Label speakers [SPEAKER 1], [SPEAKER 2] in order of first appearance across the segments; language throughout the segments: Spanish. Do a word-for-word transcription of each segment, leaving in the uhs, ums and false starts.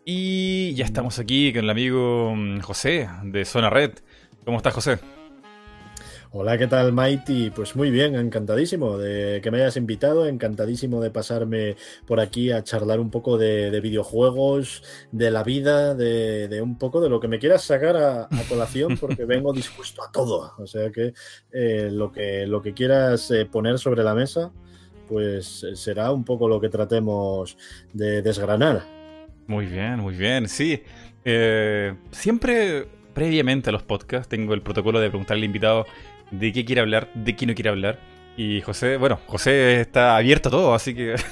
[SPEAKER 1] Y ya estamos aquí con el amigo mm, José de Zona Red. ¿Cómo estás, José?
[SPEAKER 2] Hola, ¿qué tal, Mighty? Pues muy bien, encantadísimo de que me hayas invitado, encantadísimo de pasarme por aquí a charlar un poco de, de videojuegos, de la vida, de, de un poco de lo que me quieras sacar a, a colación, porque vengo dispuesto a todo. O sea que eh, lo que lo que quieras eh, poner sobre la mesa, pues eh, será un poco lo que tratemos de desgranar.
[SPEAKER 1] Muy bien, muy bien, sí. Eh, siempre, previamente a los podcasts, tengo el protocolo de preguntarle al invitado de qué quiere hablar, de qué no quiere hablar. Y José, bueno, José está abierto a todo, así que...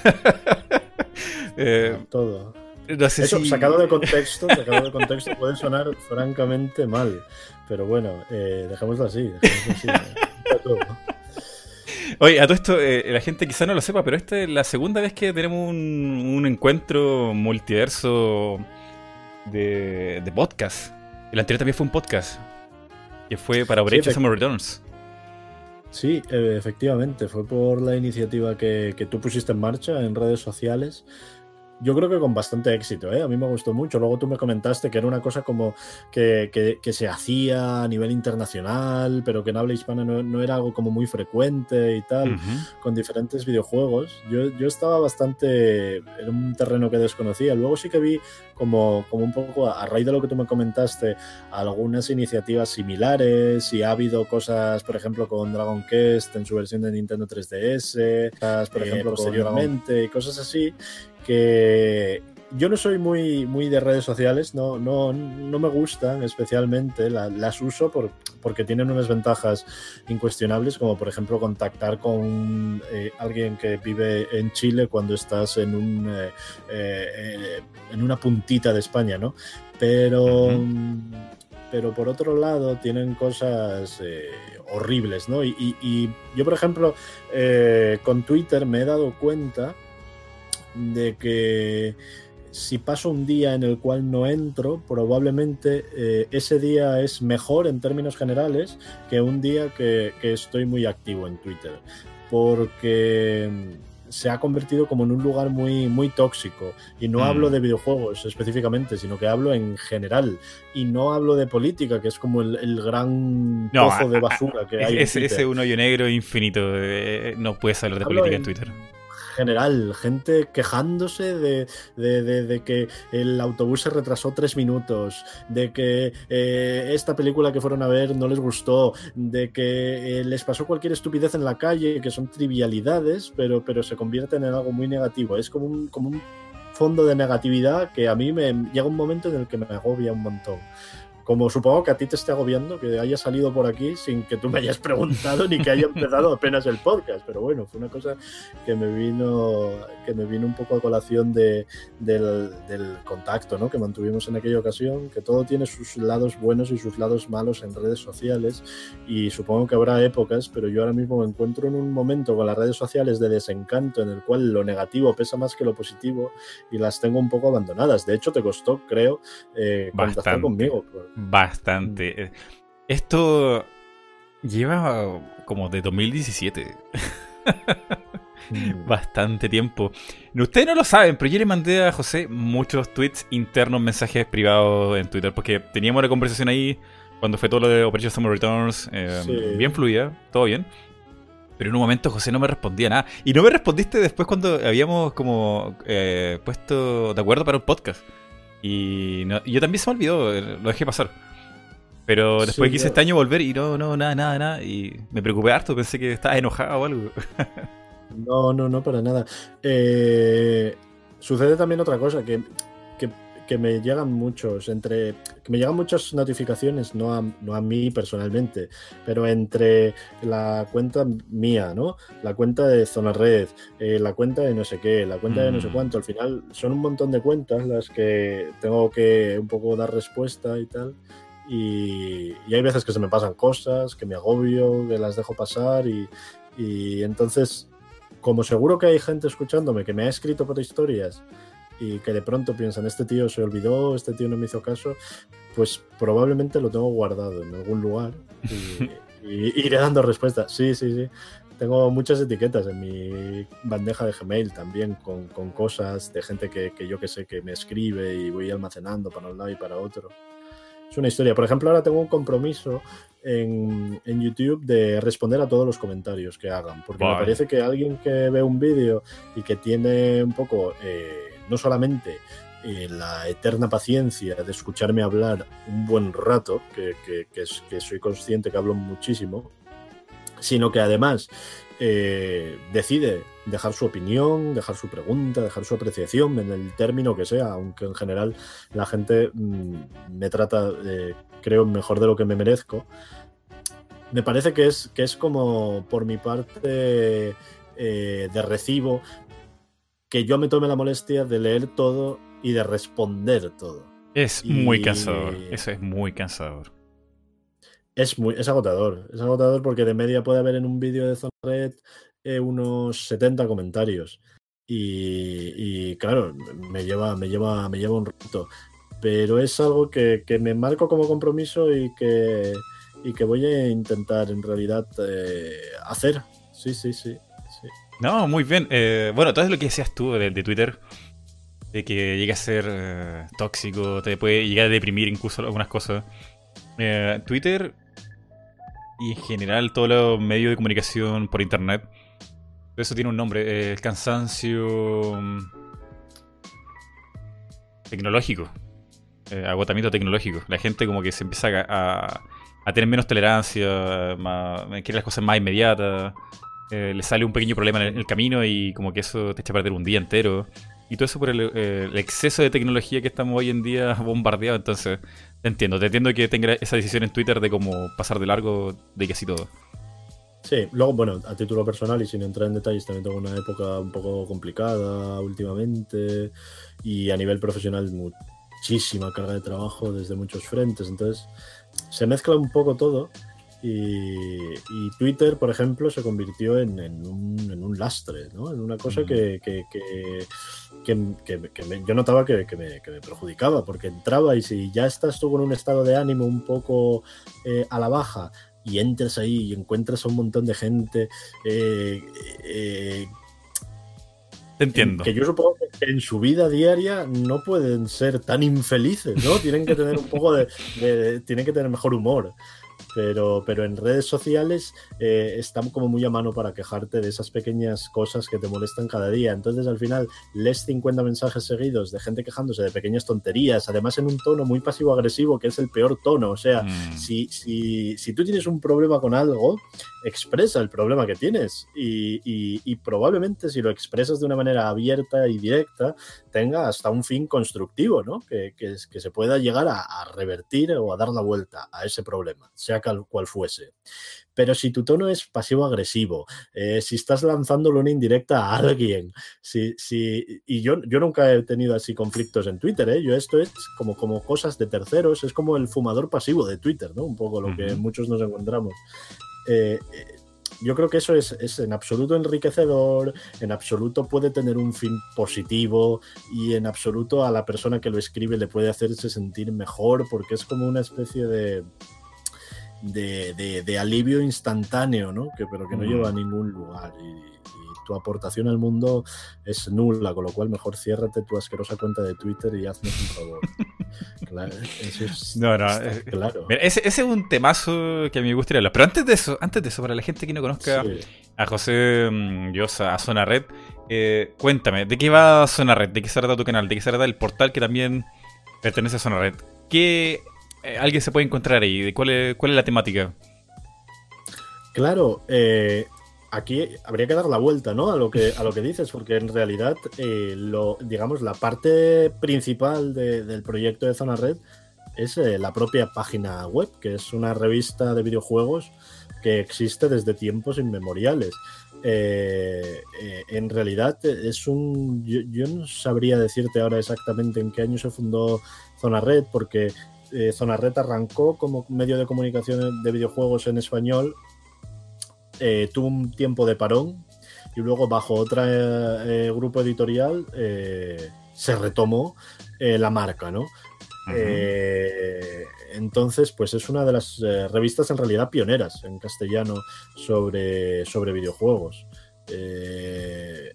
[SPEAKER 1] eh,
[SPEAKER 2] A todo.
[SPEAKER 1] no sé
[SPEAKER 2] Eso,
[SPEAKER 1] si...
[SPEAKER 2] sacado de contexto, sacado de contexto, puede sonar francamente mal. Pero bueno, eh, dejémoslo así, dejémoslo así. eh, todo.
[SPEAKER 1] Oye, a todo esto, eh, la gente quizá no lo sepa, pero esta es la segunda vez que tenemos un, un encuentro multiverso de, de podcast. El anterior también fue un podcast, que fue para
[SPEAKER 2] Sí,
[SPEAKER 1] Operation
[SPEAKER 2] efect-
[SPEAKER 1] Summer Returns.
[SPEAKER 2] sí, eh, efectivamente, fue por la iniciativa que, que tú pusiste en marcha en redes sociales. Yo creo que con bastante éxito, ¿eh? A mí me gustó mucho. Luego tú me comentaste que era una cosa como que, que, que se hacía a nivel internacional, pero que en habla hispana no, no era algo como muy frecuente y tal,
[SPEAKER 1] Ujú.
[SPEAKER 2] con diferentes videojuegos. Yo, yo estaba bastante en un terreno que desconocía. Luego sí que vi como, como un poco, a, a raíz de lo que tú me comentaste, algunas iniciativas similares y ha habido cosas, por ejemplo, con Dragon Quest en su versión de Nintendo tres D S, cosas, por
[SPEAKER 1] Eh,
[SPEAKER 2] ejemplo,
[SPEAKER 1] posteriormente.
[SPEAKER 2] posteriormente y cosas así que yo no soy muy, muy de redes sociales, no, no, no me gustan especialmente, la, las uso por, porque tienen unas ventajas incuestionables, como por ejemplo contactar con eh, alguien que vive en Chile cuando estás en, un, eh, eh, en una puntita de España, ¿no? Pero...
[SPEAKER 1] Ujú.
[SPEAKER 2] Pero por otro lado tienen cosas eh, horribles, ¿no? Y, y, y yo, por ejemplo, eh, con Twitter me he dado cuenta de que si paso un día en el cual no entro, probablemente eh, ese día es mejor en términos generales que un día que, que estoy muy activo en Twitter, porque se ha convertido como en un lugar muy, muy tóxico. Y no hablo
[SPEAKER 1] Mm.
[SPEAKER 2] de videojuegos específicamente, sino que hablo en general. Y no hablo de política, que es como el, el gran
[SPEAKER 1] No, a-
[SPEAKER 2] pozo de
[SPEAKER 1] a- a-
[SPEAKER 2] basura que hay en
[SPEAKER 1] ese, ese
[SPEAKER 2] Twitter.
[SPEAKER 1] un hoyo negro infinito. Eh, no puedes hablar de
[SPEAKER 2] Hablo
[SPEAKER 1] política en
[SPEAKER 2] en
[SPEAKER 1] Twitter.
[SPEAKER 2] general, gente quejándose de, de, de, de que el autobús se retrasó tres minutos, de que eh, esta película que fueron a ver no les gustó, de que eh, les pasó cualquier estupidez en la calle, que son trivialidades, pero, pero se convierten en algo muy negativo. Es como un, como un fondo de negatividad que a mí me llega un momento en el que me agobia un montón. Como supongo que a ti te esté agobiando que haya salido por aquí sin que tú me hayas preguntado ni que haya empezado apenas el podcast. Pero bueno, fue una cosa que me vino, que me vino un poco a colación de, del, del contacto, ¿no?, que mantuvimos en aquella ocasión, que todo tiene sus lados buenos y sus lados malos en redes sociales. Y supongo que habrá épocas, pero yo ahora mismo me encuentro en un momento con las redes sociales de desencanto en el cual lo negativo pesa más que lo positivo y las tengo un poco abandonadas. De hecho, te costó, creo, eh, contactar
[SPEAKER 1] Bastante.
[SPEAKER 2] conmigo. Por...
[SPEAKER 1] Bastante. Eh, Esto lleva como de dos mil diecisiete.
[SPEAKER 2] Mm.
[SPEAKER 1] Bastante tiempo. Ustedes no lo saben, pero yo le mandé a José muchos tweets internos, mensajes privados en Twitter, porque teníamos una conversación ahí cuando fue todo lo de Operation Summer Returns, eh, bien
[SPEAKER 2] Sí.
[SPEAKER 1] fluida, todo bien. Pero en un momento José no me respondía nada. Y no me respondiste después cuando habíamos como eh, puesto de acuerdo para un podcast. Y, no- y yo también se me olvidó, eh, lo dejé pasar. Pero después
[SPEAKER 2] Sí,
[SPEAKER 1] quise
[SPEAKER 2] yo...
[SPEAKER 1] este año volver y no, no, nada, nada, nada. Y me preocupé harto, pensé que estabas enojado o algo.
[SPEAKER 2] No, no, no, para nada. Eh, sucede también otra cosa, que, que, que me llegan muchos, entre, que me llegan muchas notificaciones, no a, no a mí personalmente, pero entre la cuenta mía, ¿no? La cuenta de Zona Red, eh, la cuenta de no sé qué, la cuenta de no sé
[SPEAKER 1] Mm.
[SPEAKER 2] cuánto. Al final son un montón de cuentas las que tengo que un poco dar respuesta y tal. Y, y hay veces que se me pasan cosas, que me agobio, que las dejo pasar y, y entonces, como seguro que hay gente escuchándome que me ha escrito por historias y que de pronto piensan, este tío se olvidó, este tío no me hizo caso, pues probablemente lo tengo guardado en algún lugar y, y iré dando respuesta. Sí, sí, sí. tengo muchas etiquetas en mi bandeja de Gmail también con, con cosas de gente que, que yo que sé que me escribe y voy almacenando para un lado y para otro. Es una historia. Por ejemplo, ahora tengo un compromiso en, en YouTube de responder a todos los comentarios que hagan, porque vale. me parece que alguien que ve un vídeo y que tiene un poco, eh, no solamente eh, la eterna paciencia de escucharme hablar un buen rato, que, que, que, es, que soy consciente que hablo muchísimo, sino que además eh, decide dejar su opinión, dejar su pregunta, dejar su apreciación en el término que sea, aunque en general la gente mmm, me trata, eh, creo, mejor de lo que me merezco. Me parece que es, que es como por mi parte eh, de recibo que yo me tome la molestia de leer todo y de responder todo.
[SPEAKER 1] Es
[SPEAKER 2] y...
[SPEAKER 1] muy cansador, eso es muy cansador.
[SPEAKER 2] Es, muy, es agotador, es agotador porque de media puede haber en un vídeo de Zona Red eh, unos setenta comentarios y, y claro, me lleva, me, lleva, me lleva un rato, pero es algo que, que me marco como compromiso y que, y que voy a intentar en realidad eh, hacer, sí, sí, sí, sí.
[SPEAKER 1] No, muy bien, eh, bueno, todo lo que decías tú de, de Twitter, de que llega a ser eh, tóxico, te puede llegar a deprimir incluso algunas cosas. Eh, Twitter y en general todos los medios de comunicación por internet, eso tiene un nombre, eh, el cansancio tecnológico, eh, agotamiento tecnológico. La gente como que se empieza a, a, a tener menos tolerancia, más, quiere las cosas más inmediatas, eh, le sale un pequeño problema en el, en el camino y como que eso te echa a perder un día entero. Y todo eso por el, eh, el exceso de tecnología que estamos hoy en día bombardeados. Entonces, te entiendo. Te entiendo que tenga esa decisión en Twitter de como pasar de largo de casi todo.
[SPEAKER 2] Sí, luego, bueno, a título personal y sin entrar en detalles, también tengo una época un poco complicada últimamente. Y a nivel profesional, muchísima carga de trabajo desde muchos frentes. Entonces, se mezcla un poco todo. Y, y Twitter, por ejemplo, se convirtió en, en, un, en un lastre, ¿no? En una cosa que, que, que, que, que, que me, yo notaba que, que, me, que me perjudicaba, porque entraba y si ya estás tú con un estado de ánimo un poco eh, a la baja y entras ahí y encuentras a un montón de gente eh, eh,
[SPEAKER 1] Te entiendo.
[SPEAKER 2] Que yo supongo que en su vida diaria no pueden ser tan infelices, ¿no? Tienen que tener un poco de, de tienen que tener mejor humor. Pero, pero en redes sociales eh, están como muy a mano para quejarte de esas pequeñas cosas que te molestan cada día. Entonces al final lees cincuenta mensajes seguidos de gente quejándose de pequeñas tonterías, además en un tono muy pasivo-agresivo, que es el peor tono. O sea, mm. si, si, si tú tienes un problema con algo, expresa el problema que tienes y, y, y probablemente si lo expresas de una manera abierta y directa tenga hasta un fin constructivo, ¿no? Que, que, que se pueda llegar a, a revertir o a dar la vuelta a ese problema, sea cual fuese. Pero si tu tono es pasivo-agresivo, eh, si estás lanzándole una indirecta a alguien, si, si, y yo, yo nunca he tenido así conflictos en Twitter, ¿eh? Yo esto es como, como cosas de terceros, es como el fumador pasivo de Twitter, ¿no? Un poco lo uh-huh. que muchos nos encontramos. Eh, eh, yo creo que eso es, es en absoluto enriquecedor, en absoluto puede tener un fin positivo y en absoluto a la persona que lo escribe le puede hacerse sentir mejor porque es como una especie de... De, de, de alivio instantáneo, ¿no? Que, pero que no mm. lleva a ningún lugar y, y tu aportación al mundo es nula, con lo cual mejor ciérrate tu asquerosa cuenta de Twitter y haznos un favor. Claro, eso es,
[SPEAKER 1] no, no, eh, claro. Mira, ese, ese es un temazo que a mí me gustaría hablar, pero antes de eso, antes de eso, para la gente que no conozca sí. a José um, Llosa, a Zona Red, eh, cuéntame, ¿de qué va Zona Red? ¿De qué se trata tu canal? ¿De qué se trata el portal que también pertenece a Zona Red? ¿Qué Eh, alguien se puede encontrar ahí? ¿Cuál es, cuál es la temática?
[SPEAKER 2] Claro, eh, aquí habría que dar la vuelta, ¿no? A lo que, a lo que dices, porque en realidad, eh, lo, digamos, la parte principal de, del proyecto de Zona Red es eh, la propia página web, que es una revista de videojuegos que existe desde tiempos inmemoriales. Eh, eh, en realidad es un... Yo, yo no sabría decirte ahora exactamente en qué año se fundó Zona Red, porque Eh, Zona Red arrancó como medio de comunicación de videojuegos en español, eh, tuvo un tiempo de parón y luego bajo otro eh, grupo editorial eh, se retomó eh, la marca, ¿no? Uh-huh. Eh, entonces, pues es una de las eh, revistas en realidad pioneras en castellano sobre, sobre videojuegos. Eh,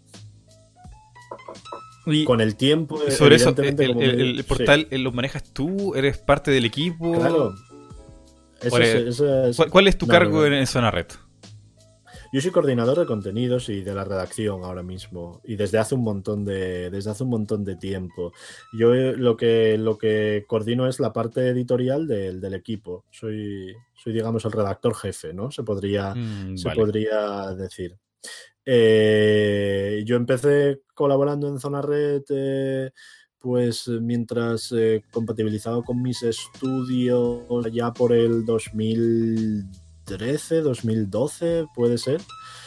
[SPEAKER 1] Y
[SPEAKER 2] con el tiempo,
[SPEAKER 1] sobre eso, el,
[SPEAKER 2] evidentemente,
[SPEAKER 1] el,
[SPEAKER 2] como
[SPEAKER 1] el,
[SPEAKER 2] me-
[SPEAKER 1] el portal
[SPEAKER 2] sí,
[SPEAKER 1] ¿lo manejas tú? ¿Eres parte del equipo?
[SPEAKER 2] claro,
[SPEAKER 1] ¿O
[SPEAKER 2] eso es,
[SPEAKER 1] eres-
[SPEAKER 2] eso es-
[SPEAKER 1] ¿Cuál, cuál es tu
[SPEAKER 2] no, no,
[SPEAKER 1] cargo
[SPEAKER 2] no.
[SPEAKER 1] en, en Zona Red?
[SPEAKER 2] Yo soy coordinador de contenidos y de la redacción ahora mismo y desde hace un montón de desde hace un montón de tiempo. Yo eh, lo que lo que coordino es la parte editorial del, del equipo. Soy soy digamos el redactor jefe, ¿no? Se podría
[SPEAKER 1] Mm,
[SPEAKER 2] se
[SPEAKER 1] vale.
[SPEAKER 2] podría decir. Eh, yo empecé colaborando en Zona Red, eh, pues mientras eh, compatibilizaba con mis estudios ya por el dos mil trece, dos mil doce, puede ser.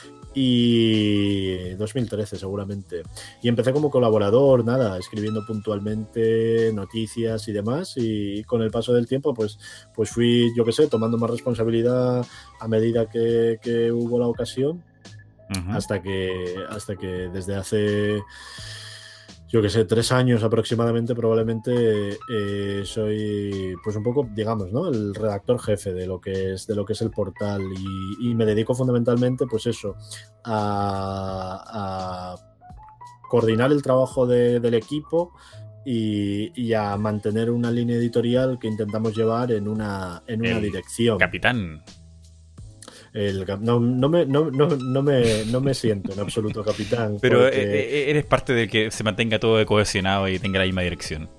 [SPEAKER 2] Y dos mil trece seguramente. Y empecé como colaborador, nada, escribiendo puntualmente noticias y demás. Y con el paso del tiempo, pues, pues fui, yo qué sé, tomando más responsabilidad a medida que, que hubo la ocasión.
[SPEAKER 1] Ujú.
[SPEAKER 2] Hasta que, hasta que desde hace, yo que sé, tres años aproximadamente, probablemente eh, soy, pues un poco, digamos, ¿no? El redactor jefe de lo que es, de lo que es el portal y, y me dedico fundamentalmente, pues eso, a, a coordinar el trabajo de, del equipo y, y a mantener una línea editorial que intentamos llevar en una, en una
[SPEAKER 1] El
[SPEAKER 2] dirección.
[SPEAKER 1] capitán.
[SPEAKER 2] El, no, no, me, no, no, no, me, no me siento en absoluto capitán.
[SPEAKER 1] Pero
[SPEAKER 2] Porque
[SPEAKER 1] eh, eh, eres parte de que se mantenga todo cohesionado y tenga la misma dirección.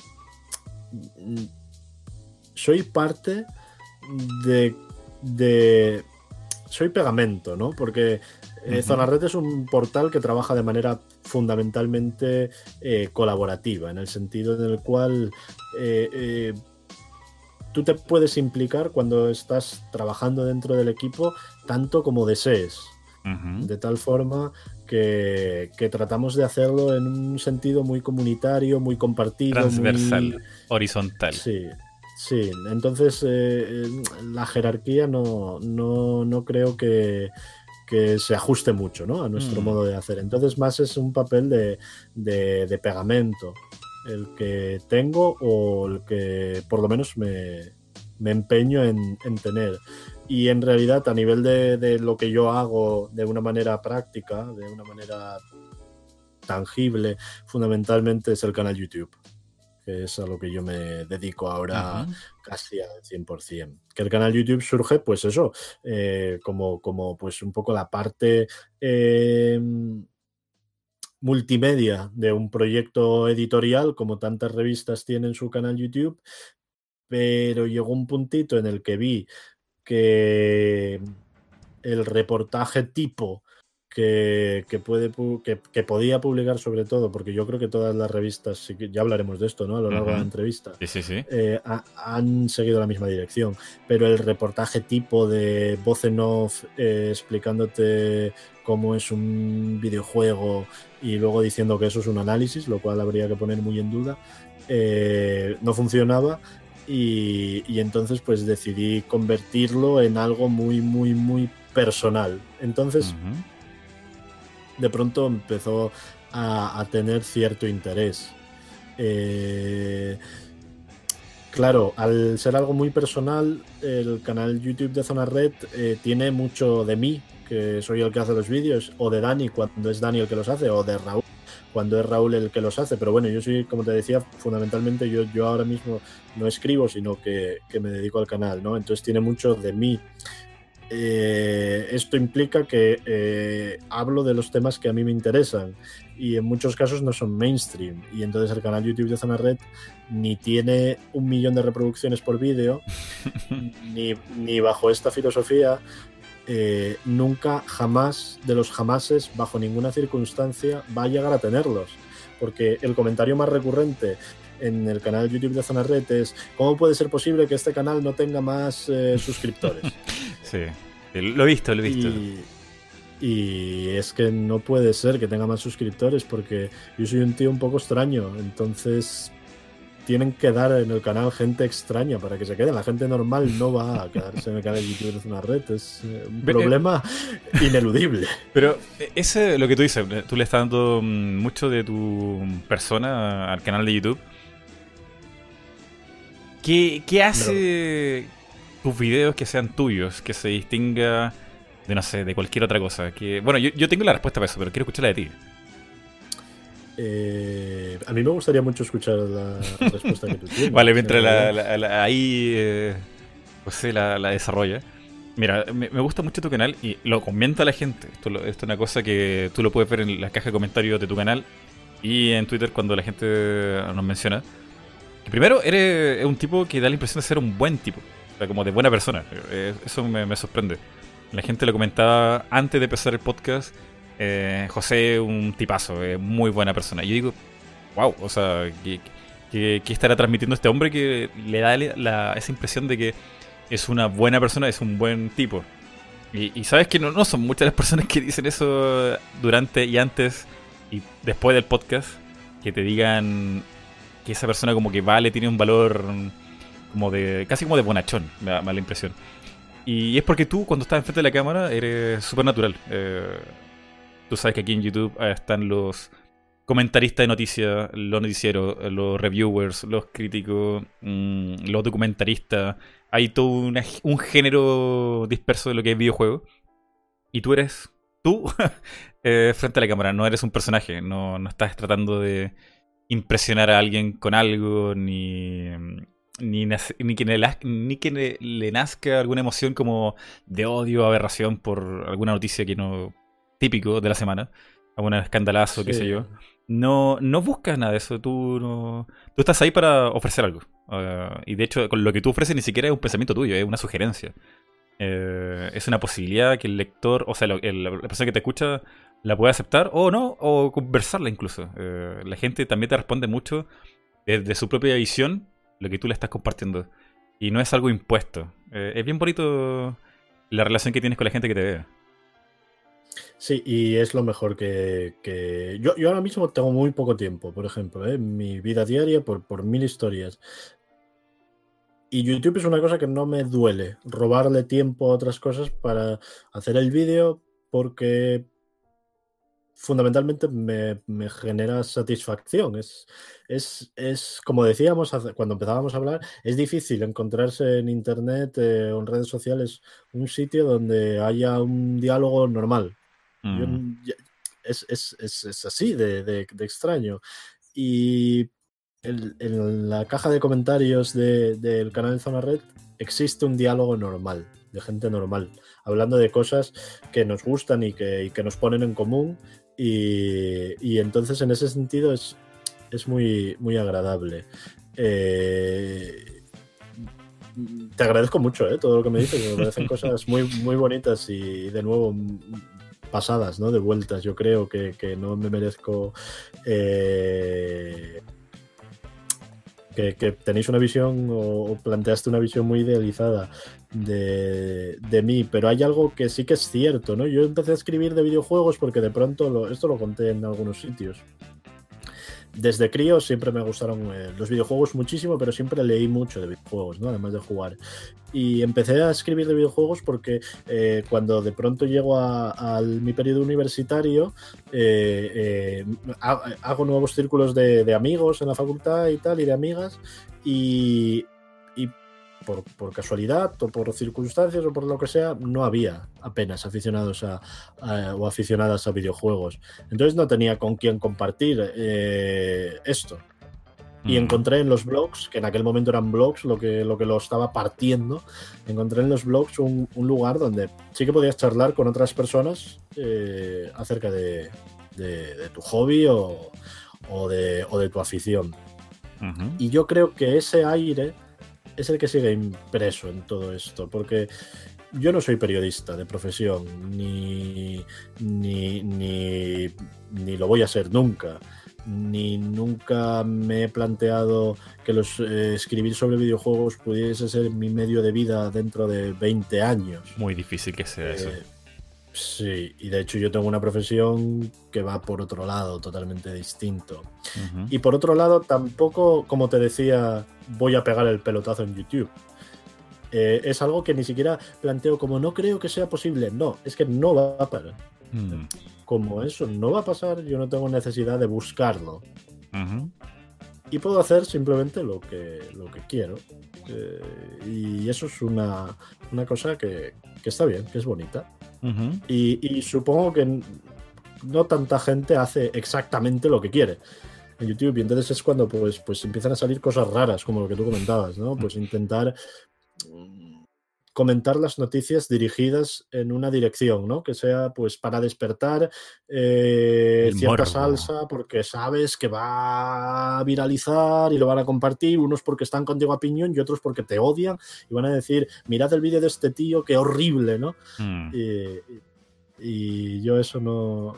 [SPEAKER 2] soy parte de, de soy pegamento, ¿no? Porque eh,
[SPEAKER 1] Ujú.
[SPEAKER 2] Zona Red es un portal que trabaja de manera fundamentalmente eh, colaborativa, en el sentido en el cual eh, eh, tú te puedes implicar cuando estás trabajando dentro del equipo tanto como desees.
[SPEAKER 1] Ujú.
[SPEAKER 2] De tal forma que, que tratamos de hacerlo en un sentido muy comunitario, muy compartido,
[SPEAKER 1] Transversal,
[SPEAKER 2] muy...
[SPEAKER 1] horizontal.
[SPEAKER 2] Sí, sí. Entonces eh, la jerarquía no, no, no creo que, que se ajuste mucho, ¿no? A nuestro
[SPEAKER 1] Mm.
[SPEAKER 2] modo de hacer. Entonces más es un papel de, de, de pegamento el que tengo o el que por lo menos me, me empeño en, en tener. Y en realidad a nivel de, de lo que yo hago de una manera práctica, de una manera tangible, fundamentalmente es el canal YouTube, que es a lo que yo me dedico ahora
[SPEAKER 1] Ujú.
[SPEAKER 2] casi al cien por ciento. Que el canal YouTube surge, pues eso, eh, como, como pues un poco la parte eh, multimedia de un proyecto editorial, como tantas revistas tienen su canal YouTube, pero llegó un puntito en el que vi que el reportaje tipo que, que, puede, que, que podía publicar sobre todo, porque yo creo que todas las revistas, sí que ya hablaremos de esto, ¿no? A lo largo de la
[SPEAKER 1] Ujú.
[SPEAKER 2] entrevista,
[SPEAKER 1] Sí, sí, sí.
[SPEAKER 2] eh, ha, han seguido la misma dirección, pero el reportaje tipo de voz en off eh, explicándote cómo es un videojuego y luego diciendo que eso es un análisis, lo cual habría que poner muy en duda, eh, no funcionaba. Y, y entonces pues decidí convertirlo en algo muy, muy, muy personal. Entonces,
[SPEAKER 1] Ujú.
[SPEAKER 2] de pronto empezó a, a tener cierto interés. Eh, claro, al ser algo muy personal, el canal YouTube de Zona Red eh, tiene mucho de mí, que soy el que hace los vídeos, o de Dani cuando es Dani el que los hace, o de Raúl cuando es Raúl el que los hace, pero bueno, yo soy, como te decía, fundamentalmente yo, yo ahora mismo no escribo, sino que, que me dedico al canal, ¿no? Entonces tiene mucho de mí. Eh, esto implica que eh, hablo de los temas que a mí me interesan y en muchos casos no son mainstream, y entonces el canal YouTube de Zona Red ni tiene un millón de reproducciones por vídeo ni, ni bajo esta filosofía eh, nunca, jamás, de los jamases, bajo ninguna circunstancia va a llegar a tenerlos, porque el comentario más recurrente en el canal YouTube de Zona Red es: ¿cómo puede ser posible que este canal no tenga más eh, suscriptores?
[SPEAKER 1] Sí, lo he visto, lo he visto.
[SPEAKER 2] Y, y es que no puede ser que tenga más suscriptores, porque yo soy un tío un poco extraño, entonces tienen que dar en el canal gente extraña para que se queden. La gente normal no va a quedarse en el canal de YouTube de Zona Red. Es un problema ineludible.
[SPEAKER 1] Pero ese, lo que tú dices, tú le estás dando mucho de tu persona al canal de YouTube. ¿Qué, qué hace no. tus videos que sean tuyos? Que se distinga de, no sé, de cualquier otra cosa. Que, bueno, yo, yo tengo la respuesta para eso, pero quiero escucharla de ti.
[SPEAKER 2] Eh, a mí me gustaría mucho escuchar la respuesta que tú tienes.
[SPEAKER 1] Vale, mientras la, la, la, ahí eh, José la, la desarrolla. Mira, me, me gusta mucho tu canal y lo comenta la gente. Esto, lo, esto es una cosa que tú lo puedes ver en la caja de comentarios de tu canal y en Twitter cuando la gente nos menciona. Que primero, eres un tipo que da la impresión de ser un buen tipo, o sea, como de buena persona. Eso me, me sorprende. La gente lo comentaba antes de empezar el podcast. Eh, José, un tipazo, eh, muy buena persona. Y yo digo, wow, o sea, ¿qué, qué, qué estará transmitiendo este hombre que le da la, esa impresión de que es una buena persona, es un buen tipo? Y, y sabes que no, no son muchas las personas que dicen eso durante y antes y después del podcast, que te digan que esa persona como que vale, tiene un valor como de, casi como de bonachón, me da, me da la impresión. Y es porque tú, cuando estás enfrente de la cámara, eres súper natural. Eh, tú sabes que aquí en YouTube están los comentaristas de noticias, los noticieros, los reviewers, los críticos, mmm, los documentaristas. Hay todo una, un género disperso de lo que es videojuego. Y tú eres tú eh, frente a la cámara. No eres un personaje. No, no estás tratando de impresionar a alguien con algo, ni... Ni, nace, ni, que le, ni que le, le nazca alguna emoción como de odio o aberración por alguna noticia que no típico de la semana, algún escandalazo, sí. Qué sé yo. No, no buscas nada de eso. Tú no, tú estás ahí para ofrecer algo. Uh, y de hecho, con lo que tú ofreces ni siquiera es un pensamiento tuyo, es una sugerencia. Eh, es una posibilidad que el lector, o sea, lo, el, la persona que te escucha la puede aceptar o no, o conversarla incluso. Eh, la gente también te responde mucho desde su propia visión lo que tú le estás compartiendo. Y no es algo impuesto. Eh, es bien bonito la relación que tienes con la gente que te ve.
[SPEAKER 2] Sí, y es lo mejor que... que... Yo, yo ahora mismo tengo muy poco tiempo, por ejemplo, ¿eh? Mi vida diaria por, por mil historias. Y YouTube es una cosa que no me duele. Robarle tiempo a otras cosas para hacer el vídeo porque... fundamentalmente me, me genera satisfacción. Es, es, es como decíamos hace, cuando empezábamos a hablar, es difícil encontrarse en internet eh, o en redes sociales un sitio donde haya un diálogo normal. Mm. Yo, es, es, es, es así de, de, de extraño. Y en, en la caja de comentarios de, del canal de Zona Red existe un diálogo normal, de gente normal, hablando de cosas que nos gustan y que, y que nos ponen en común. Y, y entonces en ese sentido es, es muy, muy agradable. Eh, te agradezco mucho ¿eh? todo lo que me dices, me parecen cosas muy, muy bonitas y de nuevo pasadas, ¿no? De vueltas. Yo creo que, que no me merezco eh, que, que tenéis una visión o, o planteaste una visión muy idealizada De, de mí, pero hay algo que sí que es cierto, ¿no? Yo empecé a escribir de videojuegos porque de pronto, lo, esto lo conté en algunos sitios. Desde crío siempre me gustaron eh, los videojuegos muchísimo, pero siempre leí mucho de videojuegos, ¿no? Además de jugar. Y empecé a escribir de videojuegos porque eh, cuando de pronto llego a, a mi periodo universitario, eh, eh, hago nuevos círculos de, de amigos en la facultad y tal, y de amigas, y... y Por, por casualidad o por circunstancias o por lo que sea, no había apenas aficionados a, a, o aficionadas a videojuegos. Entonces no tenía con quién compartir eh, esto. Y mm. encontré en los blogs, que en aquel momento eran blogs lo que lo, que lo estaba partiendo, encontré en los blogs un, un lugar donde sí que podías charlar con otras personas eh, acerca de, de, de tu hobby o, o, de, o de tu afición. Uh-huh. Y yo creo que ese aire es el que sigue impreso en todo esto, porque yo no soy periodista de profesión, ni, ni, ni, ni lo voy a ser nunca, ni nunca me he planteado que los, eh, escribir sobre videojuegos pudiese ser mi medio de vida dentro de veinte años.
[SPEAKER 1] Muy difícil que sea eh, eso.
[SPEAKER 2] Sí, y de hecho yo tengo una profesión que va por otro lado, totalmente distinto. Uh-huh. Y por otro lado, tampoco, como te decía, voy a pegar el pelotazo en YouTube. Eh, es algo que ni siquiera planteo como no creo que sea posible. No, es que no va a pasar. Uh-huh. Como eso no va a pasar, yo no tengo necesidad de buscarlo.
[SPEAKER 1] Uh-huh.
[SPEAKER 2] y puedo hacer simplemente lo que, lo que quiero. Eh, y eso es una, una cosa que, que está bien, que es bonita.
[SPEAKER 1] Uh-huh.
[SPEAKER 2] Y, y supongo que no tanta gente hace exactamente lo que quiere en YouTube, y entonces es cuando pues, pues empiezan a salir cosas raras, como lo que tú comentabas, ¿no? Pues intentar comentar las noticias dirigidas en una dirección, ¿no? Que sea pues para despertar eh, cierta
[SPEAKER 1] morbo.
[SPEAKER 2] salsa porque sabes que va a viralizar y lo van a compartir, unos porque están contigo a piñón y otros porque te odian y van a decir, mirad el vídeo de este tío, qué horrible, ¿no?
[SPEAKER 1] Mm.
[SPEAKER 2] Y, y yo eso no...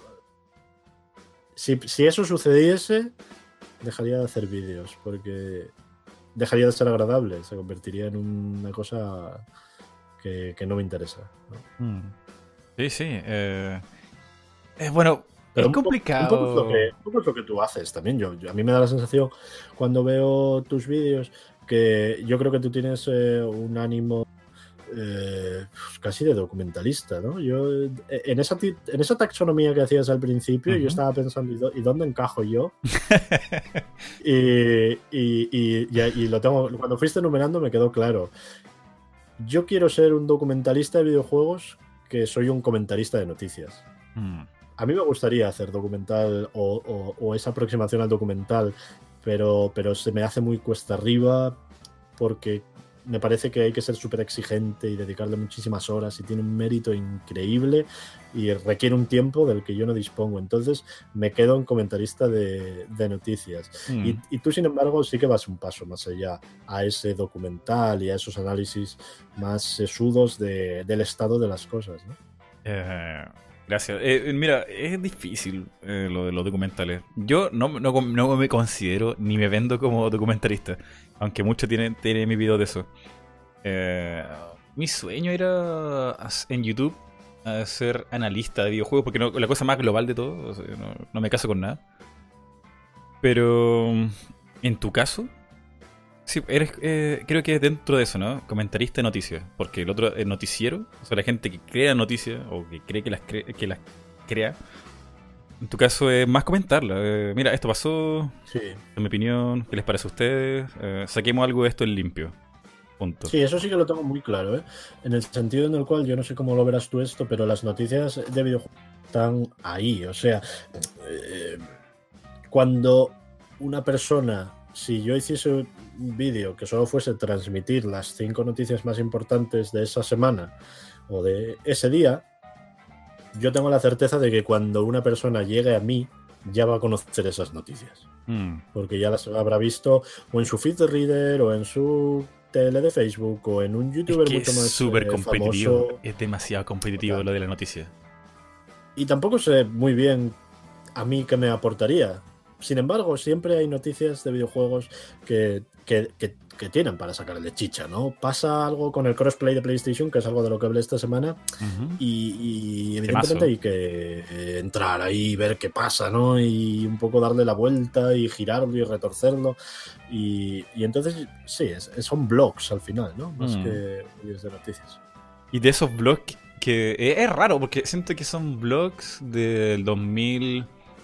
[SPEAKER 2] Si, si eso sucediese, dejaría de hacer vídeos porque dejaría de ser agradable, se convertiría en una cosa... Que, que no me interesa, ¿no?
[SPEAKER 1] Mm. Sí, sí. Eh, es bueno,
[SPEAKER 2] Pero
[SPEAKER 1] es complicado.
[SPEAKER 2] Un poco, un, poco es lo que, un poco es lo que tú haces también. Yo, yo, a mí me da la sensación cuando veo tus vídeos que yo creo que tú tienes eh, un ánimo eh, casi de documentalista, ¿no? Yo en esa, en esa taxonomía que hacías al principio, uh-huh. yo estaba pensando, ¿y, do, ¿y dónde encajo yo? y, y, y, y, y lo tengo, cuando fuiste enumerando me quedó claro. Yo quiero ser un documentalista de videojuegos que soy un comentarista de noticias. Mm. A mí me gustaría hacer documental o, o, o esa aproximación al documental, pero, pero se me hace muy cuesta arriba porque me parece que hay que ser súper exigente y dedicarle muchísimas horas y tiene un mérito increíble y requiere un tiempo del que yo no dispongo. Entonces me quedo en comentarista de, de noticias. Mm. Y, y tú, sin embargo, sí que vas un paso más allá a ese documental y a esos análisis más sesudos de, del estado de las cosas, ¿no?
[SPEAKER 1] Eh, gracias. Eh, mira, es difícil eh, lo de los documentales. Yo no, no, no me considero ni me vendo como documentalista, aunque muchos tienen, tienen mi video de eso. Eh, mi sueño era en YouTube a ser analista de videojuegos, porque no, la cosa más global de todo, o sea, no, no me caso con nada. Pero en tu caso, sí, eres, eh, creo que es dentro de eso, ¿no? Comentarista de noticias, porque el otro es noticiero, o sea, la gente que crea noticias o que cree que las, cre que las crea. En tu caso es más comentarla. Eh, mira, esto pasó,
[SPEAKER 2] sí.
[SPEAKER 1] En mi opinión, ¿qué les parece a ustedes? Eh, saquemos algo de esto en limpio. Punto.
[SPEAKER 2] Sí, eso sí que lo tengo muy claro, ¿eh? En el sentido en el cual, yo no sé cómo lo verás tú esto, pero las noticias de videojuegos están ahí. O sea, eh, cuando una persona, si yo hiciese un vídeo que solo fuese transmitir las cinco noticias más importantes de esa semana o de ese día, yo tengo la certeza de que cuando una persona llegue a mí, ya va a conocer esas noticias. Mm. Porque ya las habrá visto o en su feed de Reader o en su tele de Facebook o en un youtuber
[SPEAKER 1] es que
[SPEAKER 2] mucho más
[SPEAKER 1] es súper
[SPEAKER 2] eh,
[SPEAKER 1] competitivo.
[SPEAKER 2] famoso.
[SPEAKER 1] Es demasiado competitivo claro. Lo de la noticia.
[SPEAKER 2] Y tampoco sé muy bien a mí qué me aportaría. Sin embargo, siempre hay noticias de videojuegos que, que, que, que tienen para sacarle chicha, ¿no? Pasa algo con el crossplay de PlayStation, que es algo de lo que hablé esta semana, uh-huh. y, y evidentemente hay que entrar ahí y ver qué pasa, ¿no? Y un poco darle la vuelta y girarlo y retorcerlo. Y, y entonces, sí, es, son blogs al final, ¿no? Más uh-huh. que vídeos de noticias.
[SPEAKER 1] Y de esos blogs que... Es raro, porque siento que son blogs del dos mil...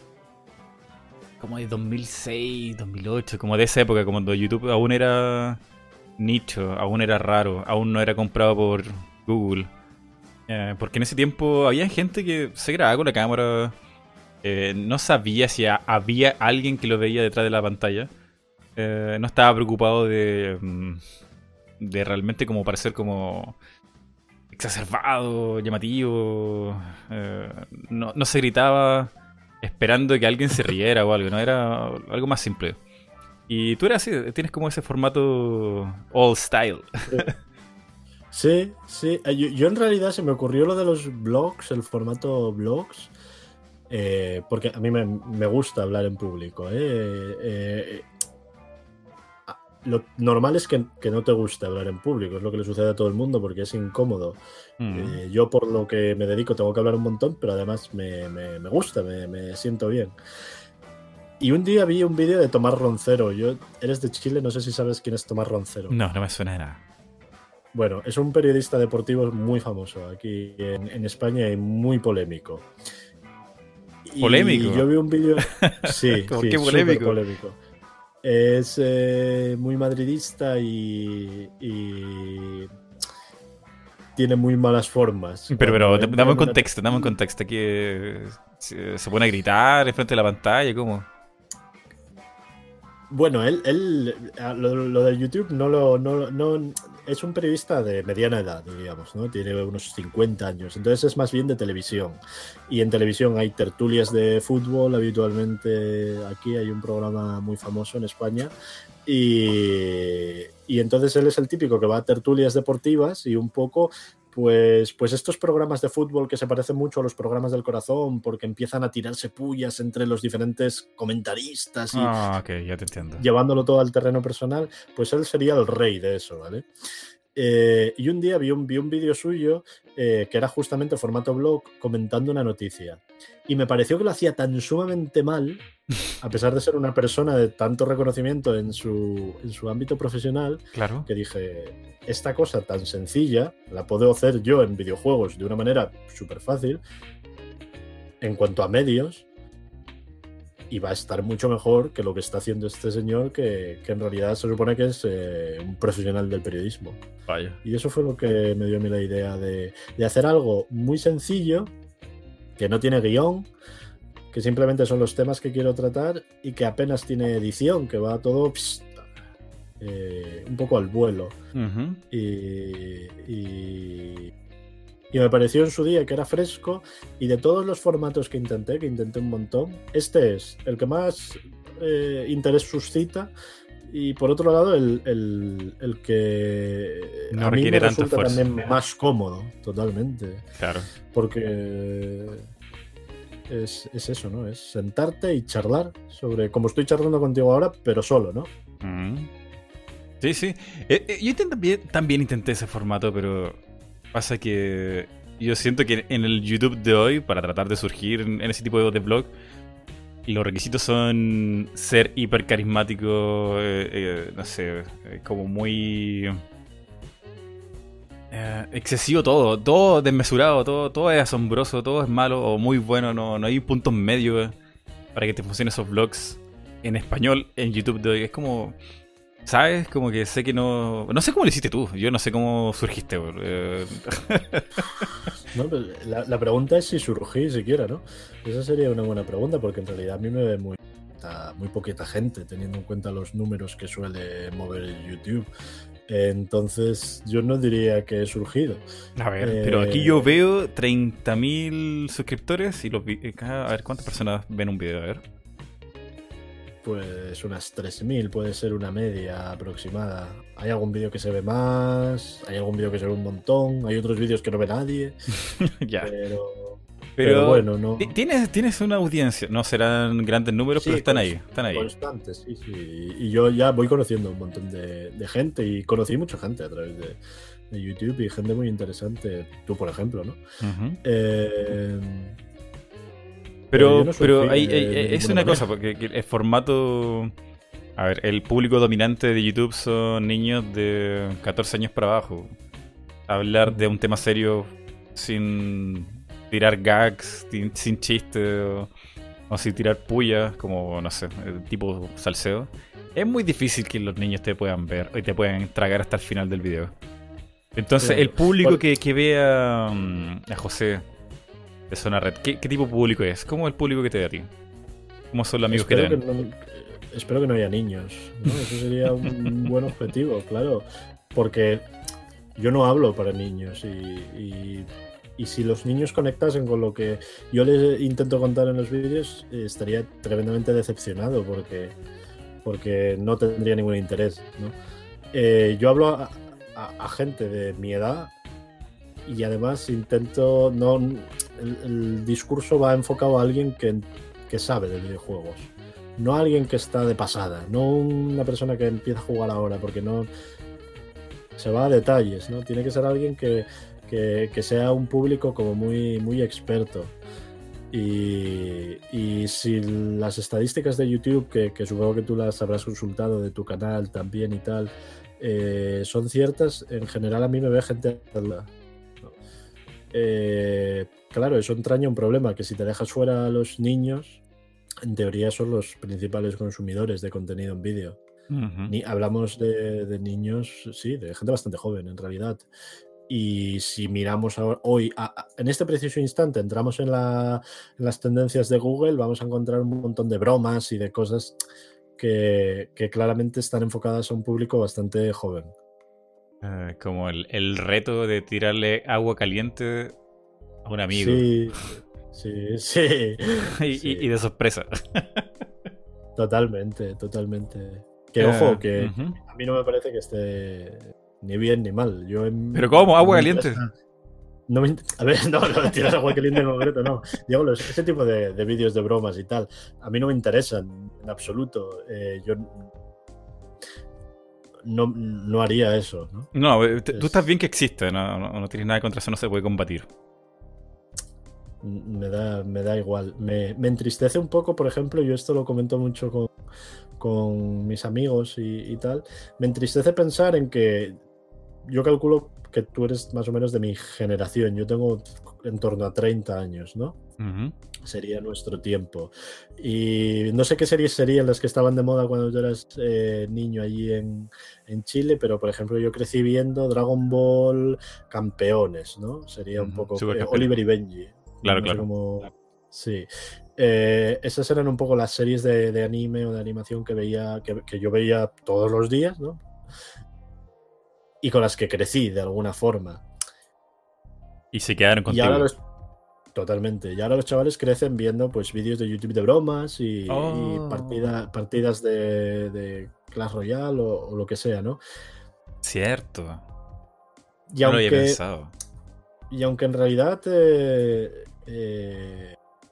[SPEAKER 1] como de dos mil seis, dos mil ocho, como de esa época, como cuando YouTube aún era nicho, aún era raro, aún no era comprado por Google. Eh, porque en ese tiempo había gente que se grababa con la cámara, eh, no sabía si a, había alguien que lo veía detrás de la pantalla, eh, no estaba preocupado de, de realmente como parecer como exacerbado, llamativo, eh, no, no se gritaba esperando que alguien se riera o algo, ¿no? Era algo más simple. Y tú eras así, tienes como ese formato old style.
[SPEAKER 2] Sí, sí. Yo, yo en realidad se me ocurrió lo de los blogs, el formato blogs, eh, porque a mí me, me gusta hablar en público. ¿eh? Eh, lo normal es que, que no te guste hablar en público, es lo que le sucede a todo el mundo porque es incómodo. Mm. Eh, yo por lo que me dedico tengo que hablar un montón, pero además me, me, me gusta, me, me siento bien. Y un día vi un vídeo de Tomás Roncero. Yo, eres de Chile, no sé si sabes quién es Tomás Roncero.
[SPEAKER 1] No, no me suena de nada.
[SPEAKER 2] Bueno, es un periodista deportivo muy famoso aquí en, en España y muy polémico.
[SPEAKER 1] ¿Polémico?
[SPEAKER 2] Y yo vi un vídeo... Sí,
[SPEAKER 1] ¿Por
[SPEAKER 2] sí,
[SPEAKER 1] qué polémico?
[SPEAKER 2] polémico. es eh, muy madridista y, y tiene muy malas formas.
[SPEAKER 1] Pero, pero,
[SPEAKER 2] Cuando entra
[SPEAKER 1] dame un
[SPEAKER 2] en una-
[SPEAKER 1] contexto, dame un contexto. Que se, se pone a gritar enfrente de la pantalla, ¿cómo?
[SPEAKER 2] Bueno, él, él lo, lo del YouTube no lo, no, no es un periodista de mediana edad, diríamos, ¿no? Tiene unos cincuenta años, entonces es más bien de televisión. Y en televisión hay tertulias de fútbol, habitualmente aquí hay un programa muy famoso en España. Y, y entonces él es el típico que va a tertulias deportivas y un poco Pues, pues estos programas de fútbol que se parecen mucho a los programas del corazón porque empiezan a tirarse pullas entre los diferentes comentaristas y
[SPEAKER 1] Ah, ok, ya te entiendo.
[SPEAKER 2] llevándolo todo al terreno personal, pues él sería el rey de eso, ¿vale? Eh, y un día vi un, vi un vídeo suyo eh, que era justamente formato blog comentando una noticia. Y me pareció que lo hacía tan sumamente mal, a pesar de ser una persona de tanto reconocimiento en su, en su ámbito profesional,
[SPEAKER 1] Claro.
[SPEAKER 2] que dije, esta cosa tan sencilla la puedo hacer yo en videojuegos de una manera súper fácil en cuanto a medios y va a estar mucho mejor que lo que está haciendo este señor que, que en realidad se supone que es eh, un profesional del periodismo.
[SPEAKER 1] Vaya.
[SPEAKER 2] Y eso fue lo que me dio a mí la idea de, de hacer algo muy sencillo, que no tiene guión, que simplemente son los temas que quiero tratar y que apenas tiene edición, que va todo pss, eh, un poco al vuelo.
[SPEAKER 1] Uh-huh.
[SPEAKER 2] Y, y, y me pareció en su día que era fresco y de todos los formatos que intenté, que intenté un montón, este es el que más eh, interés suscita y por otro lado el, el, el que
[SPEAKER 1] no
[SPEAKER 2] a mí
[SPEAKER 1] requiere
[SPEAKER 2] me
[SPEAKER 1] tanto
[SPEAKER 2] resulta
[SPEAKER 1] esfuerzo.
[SPEAKER 2] también más cómodo, totalmente.
[SPEAKER 1] Claro.
[SPEAKER 2] Porque es, es eso, ¿no? Es sentarte y charlar sobre, como estoy charlando contigo ahora, pero solo, ¿no?
[SPEAKER 1] Uh-huh. Sí, sí. Eh, eh, yo también, también intenté ese formato, pero pasa que yo siento que en el YouTube de hoy, para tratar de surgir en, en ese tipo de, de blog, los requisitos son ser hiper carismático, eh, eh, no sé, eh, como muy eh, excesivo todo, todo desmesurado, todo, todo es asombroso, todo es malo o muy bueno, no, no hay puntos medios para que te funcionen esos vlogs en español en YouTube de hoy. Es como... ¿Sabes? Como que sé que no... No sé cómo lo hiciste tú. Yo no sé cómo surgiste. Eh...
[SPEAKER 2] No, la, la pregunta es si surgí siquiera, ¿no? Esa sería una buena pregunta porque en realidad a mí me ve muy, muy poquita gente teniendo en cuenta los números que suele mover YouTube. Entonces yo no diría que he surgido.
[SPEAKER 1] A ver,
[SPEAKER 2] eh...
[SPEAKER 1] pero aquí yo veo treinta mil suscriptores y los vi... A ver, ¿cuántas personas ven un video? A ver.
[SPEAKER 2] Pues unas tres mil puede ser una media aproximada. Hay algún vídeo que se ve más, hay algún vídeo que se ve un montón, hay otros vídeos que no ve nadie.
[SPEAKER 1] Ya.
[SPEAKER 2] Pero,
[SPEAKER 1] pero,
[SPEAKER 2] pero bueno, no.
[SPEAKER 1] Tienes, tienes una audiencia, no serán grandes números, sí, pero están ahí, están ahí.
[SPEAKER 2] Constantes, sí, sí. Y yo ya voy conociendo un montón de, de gente y conocí mucha gente a través de, de YouTube y gente muy interesante. Tú, por ejemplo, ¿no?
[SPEAKER 1] Uh-huh.
[SPEAKER 2] Eh.
[SPEAKER 1] Pero, no pero hay, hay, es una manera. cosa, porque el formato... A ver, el público dominante de YouTube son niños de catorce años para abajo. Hablar de un tema serio sin tirar gags, sin, sin chistes, o, o sin tirar pullas, como, no sé, tipo salseo. Es muy difícil que los niños te puedan ver y te puedan tragar hasta el final del video. Entonces, claro. El público ¿Cuál? que, que vea um, a José... de Zona Red, ¿Qué, ¿qué tipo de público es? ¿Cómo es el público que te ve a ti? ¿Cómo son los amigos
[SPEAKER 2] espero
[SPEAKER 1] que te ven?
[SPEAKER 2] Que no, espero que no haya niños, ¿no? Eso sería un buen objetivo, claro. Porque yo no hablo para niños y, y, y si los niños conectasen con lo que yo les intento contar en los vídeos, eh, estaría tremendamente decepcionado porque, porque no tendría ningún interés, ¿no? Eh, yo hablo a, a, a gente de mi edad y además intento no... El, el discurso va enfocado a alguien que, que sabe de videojuegos, no a alguien que está de pasada, no una persona que empieza a jugar ahora, porque no se va a detalles, ¿no? Tiene que ser alguien que, que, que sea un público como muy, muy experto. Y, y si las estadísticas de YouTube, que, que supongo que tú las habrás consultado de tu canal también y tal, eh, son ciertas, en general a mí me ve gente adulta. Eh, claro, eso entraña un problema, que si te dejas fuera a los niños, en teoría son los principales consumidores de contenido en vídeo.
[SPEAKER 1] Ujú.
[SPEAKER 2] Ni, hablamos de, de niños, sí, de gente bastante joven en realidad. Y si miramos ahora- hoy, a- a- en este preciso instante, entramos en, la- en las tendencias de Google, vamos a encontrar un montón de bromas y de cosas que, que claramente están enfocadas a un público bastante joven.
[SPEAKER 1] Eh, como el, el reto de tirarle agua caliente a un amigo.
[SPEAKER 2] Sí, sí, sí,
[SPEAKER 1] y, y-
[SPEAKER 2] sí,
[SPEAKER 1] y de sorpresa.
[SPEAKER 2] totalmente, totalmente. Que
[SPEAKER 1] Eh,
[SPEAKER 2] ojo, que
[SPEAKER 1] ujú.
[SPEAKER 2] a mí no me parece que esté ni bien ni mal. Yo en-
[SPEAKER 1] Pero ¿cómo?
[SPEAKER 2] no
[SPEAKER 1] ¿Agua
[SPEAKER 2] me
[SPEAKER 1] caliente?
[SPEAKER 2] interesa. No me int- a ver, no, no tiras agua caliente en concreto, no. Digo, los- ese tipo de, de vídeos de bromas y tal, a mí no me interesan en absoluto. Eh, yo no, no haría eso, ¿no?
[SPEAKER 1] No, eh, te- tú
[SPEAKER 2] Es-
[SPEAKER 1] estás bien que existe, no, no, no tienes nada contra eso, no se puede combatir.
[SPEAKER 2] me da, me da igual. Me, me entristece un poco, por ejemplo, yo esto lo comento mucho con, con mis amigos y, y tal. Me entristece pensar en que yo calculo que tú eres más o menos de mi generación. Yo tengo en torno a treinta años, ¿no?
[SPEAKER 1] Ujú.
[SPEAKER 2] Sería nuestro tiempo. Y no sé qué series serían las que estaban de moda cuando tú eras eh, niño allí en, en Chile, pero por ejemplo yo crecí viendo Dragon Ball Campeones, ¿no? Sería un
[SPEAKER 1] Ujú.
[SPEAKER 2] poco eh,
[SPEAKER 1] Supercampeones.
[SPEAKER 2] Oliver y Benji.
[SPEAKER 1] Claro,
[SPEAKER 2] No sé
[SPEAKER 1] claro.
[SPEAKER 2] cómo... Sí. Eh, esas eran un poco las series de, de anime o de animación que veía, que, que yo veía todos los días, ¿no? Y con las que crecí de alguna forma.
[SPEAKER 1] Y se quedaron
[SPEAKER 2] Y ahora
[SPEAKER 1] contigo.
[SPEAKER 2] los Totalmente. Y ahora los chavales crecen viendo pues vídeos de YouTube de bromas y, y
[SPEAKER 1] Oh,
[SPEAKER 2] partida- partidas de, de Clash Royale o, o lo que sea, ¿no?
[SPEAKER 1] cierto.
[SPEAKER 2] Y
[SPEAKER 1] No lo había
[SPEAKER 2] aunque,
[SPEAKER 1] pensado.
[SPEAKER 2] y aunque en realidad eh, eh,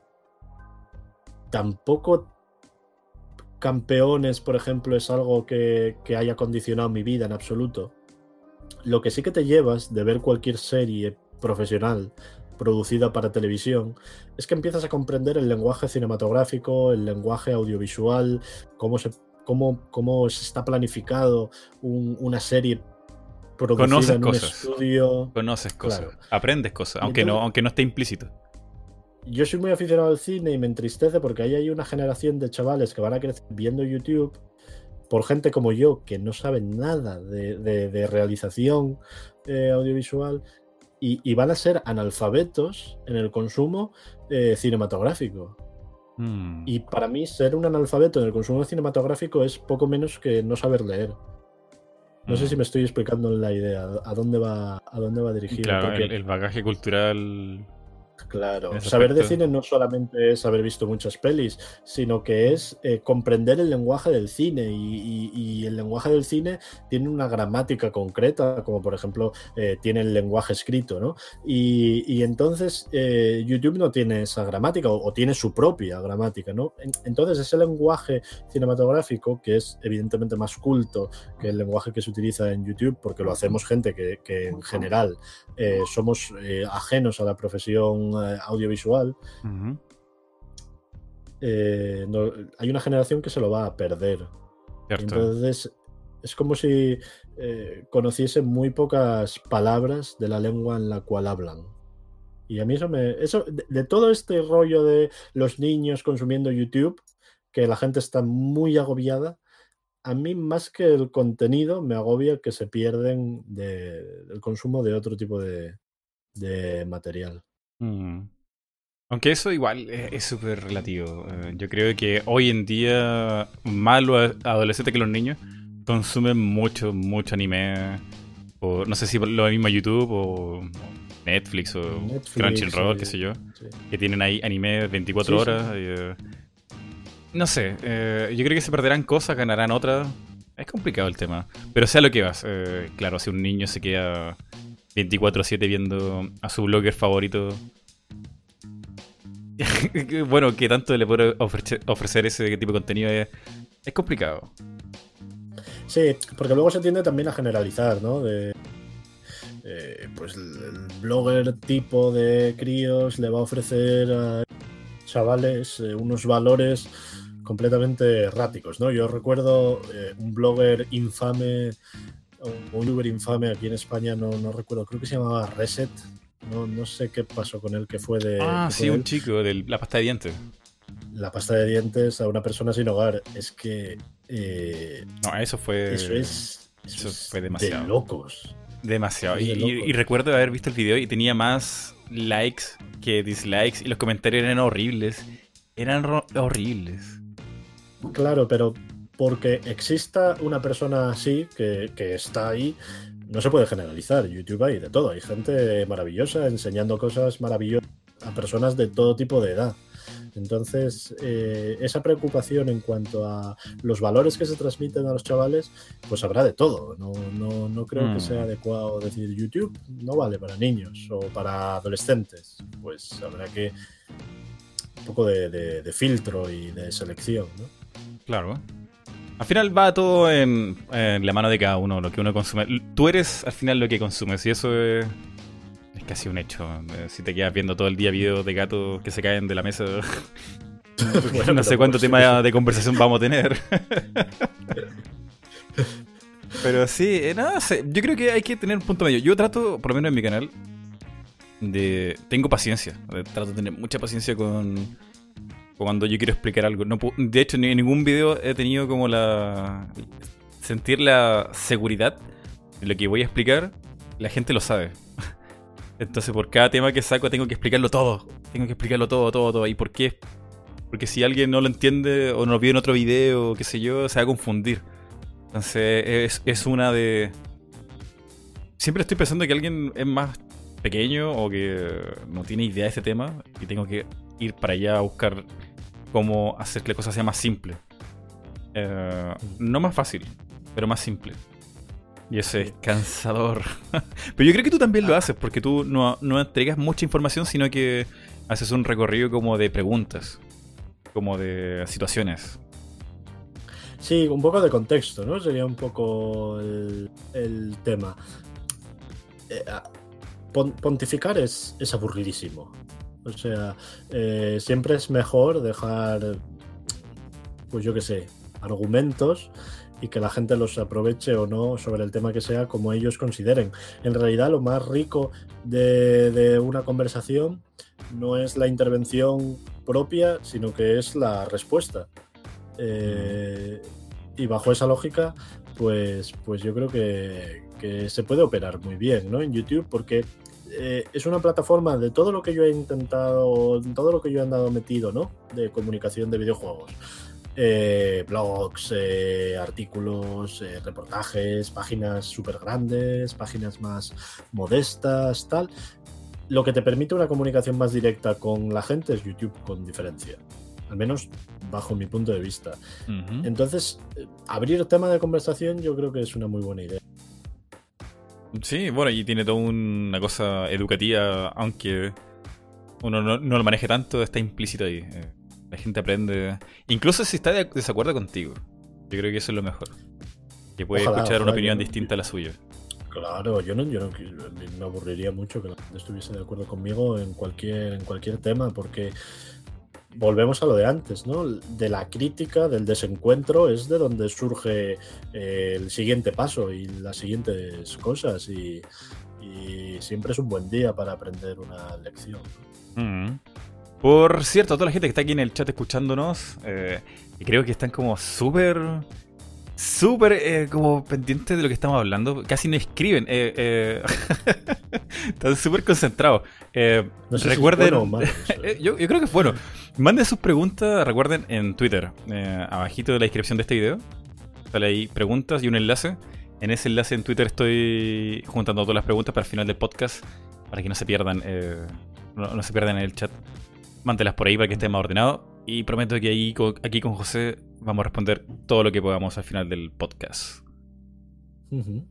[SPEAKER 2] tampoco Campeones, por ejemplo, es algo que, que haya condicionado mi vida en absoluto. Lo que sí que te llevas de ver cualquier serie profesional producida para televisión es que empiezas a comprender el lenguaje cinematográfico, el lenguaje audiovisual, cómo se, cómo, cómo se está planificado un- una serie producida
[SPEAKER 1] Conoces
[SPEAKER 2] en un
[SPEAKER 1] cosas.
[SPEAKER 2] estudio.
[SPEAKER 1] Conoces cosas.
[SPEAKER 2] Claro.
[SPEAKER 1] Aprendes cosas,
[SPEAKER 2] Y
[SPEAKER 1] aunque no,
[SPEAKER 2] entonces-
[SPEAKER 1] aunque no esté implícito.
[SPEAKER 2] Yo soy muy aficionado al cine y me entristece porque ahí hay una generación de chavales que van a crecer viendo YouTube por gente como yo que no saben nada de, de- de realización eh, audiovisual y, y van a ser analfabetos en el consumo eh, cinematográfico.
[SPEAKER 1] Mm.
[SPEAKER 2] Y para mí ser un analfabeto en el consumo cinematográfico es poco menos que no saber leer. No sé
[SPEAKER 1] Mm.
[SPEAKER 2] si me estoy explicando la idea, a dónde va, a dónde va dirigido.
[SPEAKER 1] Claro,
[SPEAKER 2] Porque
[SPEAKER 1] el, el bagaje cultural en
[SPEAKER 2] claro,
[SPEAKER 1] ese
[SPEAKER 2] saber de
[SPEAKER 1] aspecto.
[SPEAKER 2] cine no solamente es haber visto muchas pelis, sino que es eh, comprender el lenguaje del cine y, y- y el lenguaje del cine tiene una gramática concreta, como por ejemplo eh, tiene el lenguaje escrito, ¿no? Y, y entonces eh, YouTube no tiene esa gramática o, o tiene su propia gramática, ¿no? En- entonces ese lenguaje cinematográfico, que es evidentemente más culto que el lenguaje que se utiliza en YouTube, porque lo hacemos gente que, que en general eh, somos eh, ajenos a la profesión eh, audiovisual,
[SPEAKER 1] Ujú.
[SPEAKER 2] eh, no- hay una generación que se lo va a perder. Y
[SPEAKER 1] Cierto.
[SPEAKER 2] entonces es como si eh, conociesen muy pocas palabras de la lengua en la cual hablan. Y a mí eso me... Eso, de, de todo este rollo de los niños consumiendo YouTube, que la gente está muy agobiada, a mí más que el contenido me agobia que se pierden de- del consumo de otro tipo de, de material.
[SPEAKER 1] Mm. Aunque eso igual es es súper relativo. Eh, yo creo que hoy en día más los adolescentes que los niños consumen mucho, mucho anime. O no sé si por lo mismo YouTube o Netflix o
[SPEAKER 2] Netflix,
[SPEAKER 1] Crunchyroll, qué
[SPEAKER 2] eh,
[SPEAKER 1] sé yo.
[SPEAKER 2] sí.
[SPEAKER 1] Que tienen ahí anime veinticuatro
[SPEAKER 2] Sí, sí.
[SPEAKER 1] horas. y, eh, no sé, eh, yo creo que se perderán cosas, ganarán otras. Es complicado el tema. Pero sea lo que vas. eh, claro, si un niño se queda veinticuatro siete viendo a su blogger favorito. Bueno, que tanto le puede ofrecer, ofrecer ese tipo de contenido es, es complicado.
[SPEAKER 2] Sí, porque luego se tiende también a generalizar, ¿no? De, eh, pues el, el blogger tipo de críos le va a ofrecer a chavales eh, unos valores completamente erráticos, ¿no? Yo recuerdo eh, un blogger infame, o un youtuber infame aquí en España, no, no recuerdo, creo que se llamaba Reset, no, no sé qué pasó con él, que fue de,
[SPEAKER 1] Ah,
[SPEAKER 2] que fue
[SPEAKER 1] sí,
[SPEAKER 2] de
[SPEAKER 1] un
[SPEAKER 2] él.
[SPEAKER 1] chico de la pasta de dientes.
[SPEAKER 2] la pasta de dientes a una persona sin hogar. Es que... Eh,
[SPEAKER 1] no, eso fue...
[SPEAKER 2] Eso es...
[SPEAKER 1] Eso, eso fue demasiado.
[SPEAKER 2] De locos.
[SPEAKER 1] Demasiado.
[SPEAKER 2] Y,
[SPEAKER 1] y, y, y recuerdo haber visto el video y tenía más likes que dislikes y los comentarios eran horribles. Eran horribles.
[SPEAKER 2] Claro, pero porque exista una persona así que, que está ahí, no se puede generalizar. YouTube hay de todo. Hay gente maravillosa enseñando cosas maravillosas a personas de todo tipo de edad. Entonces, eh, esa preocupación en cuanto a los valores que se transmiten a los chavales, pues habrá de todo. No, no, no creo mm. que sea adecuado decir YouTube no vale para niños o para adolescentes. Pues habrá que un poco de, de, de filtro y de selección, ¿no?
[SPEAKER 1] Claro. Al final va todo en, en la mano de cada uno, lo que uno consume. Tú eres al final lo que consumes y eso es... Es casi un hecho. Si te quedas viendo todo el día videos de gatos que se caen de la mesa, bueno, no sé cuánto tema de conversación vamos a tener. Pero sí, no sé. Yo creo que hay que tener un punto medio. Yo trato, por lo menos en mi canal, de tengo paciencia. Trato de tener mucha paciencia con cuando yo quiero explicar algo. No puedo, de hecho, en ningún video he tenido como la sentir la seguridad de lo que voy a explicar. La gente lo sabe. Entonces por cada tema que saco tengo que explicarlo todo. Tengo que explicarlo todo, todo, todo. ¿Y por qué? Porque si alguien no lo entiende o no lo vio en otro video, qué sé yo, se va a confundir. Entonces es, es una de... Siempre estoy pensando que alguien es más pequeño o que no tiene idea de este tema y tengo que ir para allá a buscar cómo hacer que la cosa sea más simple. Eh, no más fácil, pero más simple. Y eso es cansador. Pero yo creo que tú también lo haces, porque tú no, no entregas mucha información, sino que haces un recorrido como de preguntas, como de situaciones.
[SPEAKER 2] Sí, un poco de contexto, ¿no? Sería un poco el, el tema. Eh, pontificar es, es aburridísimo. O sea, eh, siempre es mejor dejar, pues yo qué sé, argumentos y que la gente los aproveche o no sobre el tema que sea como ellos consideren. En realidad lo más rico de, de una conversación no es la intervención propia, sino que es la respuesta. Eh, y bajo esa lógica, pues, pues yo creo que, que se puede operar muy bien, ¿no? En YouTube, porque eh, es una plataforma de todo lo que yo he intentado, todo lo que yo he andado metido, ¿no? De comunicación de videojuegos. Eh, blogs, eh, artículos, eh, reportajes, páginas súper grandes, páginas más modestas, tal. Lo que te permite una comunicación más directa con la gente es YouTube, con diferencia. Al menos bajo mi punto de vista. Uh-huh. Entonces, eh, abrir tema de conversación yo creo que es una muy buena idea.
[SPEAKER 1] Sí, bueno, y tiene toda una cosa educativa, aunque uno no, no lo maneje tanto, está implícito ahí. Eh. La gente aprende, incluso si está de desacuerdo contigo. Yo creo que eso es lo mejor. Que puede ojalá, escuchar ojalá, una opinión no, distinta a la suya.
[SPEAKER 2] Claro, yo no, yo no me aburriría mucho que la gente estuviese de acuerdo conmigo en cualquier, en cualquier tema, porque volvemos a lo de antes, ¿no? De la crítica, del desencuentro, es de donde surge eh, el siguiente paso y las siguientes cosas. Y, y siempre es un buen día para aprender una lección, ¿no?
[SPEAKER 1] Mm-hmm. Por cierto, a toda la gente que está aquí en el chat escuchándonos, eh, creo que están como súper, súper eh, como pendientes de lo que estamos hablando. Casi no escriben. Eh, eh, están súper concentrados. Eh, no sé recuerden, si es bueno o malo, yo, yo creo que es bueno. Manden sus preguntas, recuerden, en Twitter. Eh, abajito de la descripción de este video. Sale ahí preguntas y un enlace. En ese enlace en Twitter estoy juntando todas las preguntas para el final del podcast. Para que no se pierdan, eh, no, no se pierdan en el chat. Mántelas por ahí para que esté más ordenado. Y prometo que ahí, aquí con José vamos a responder todo lo que podamos al final del podcast. Uh-huh.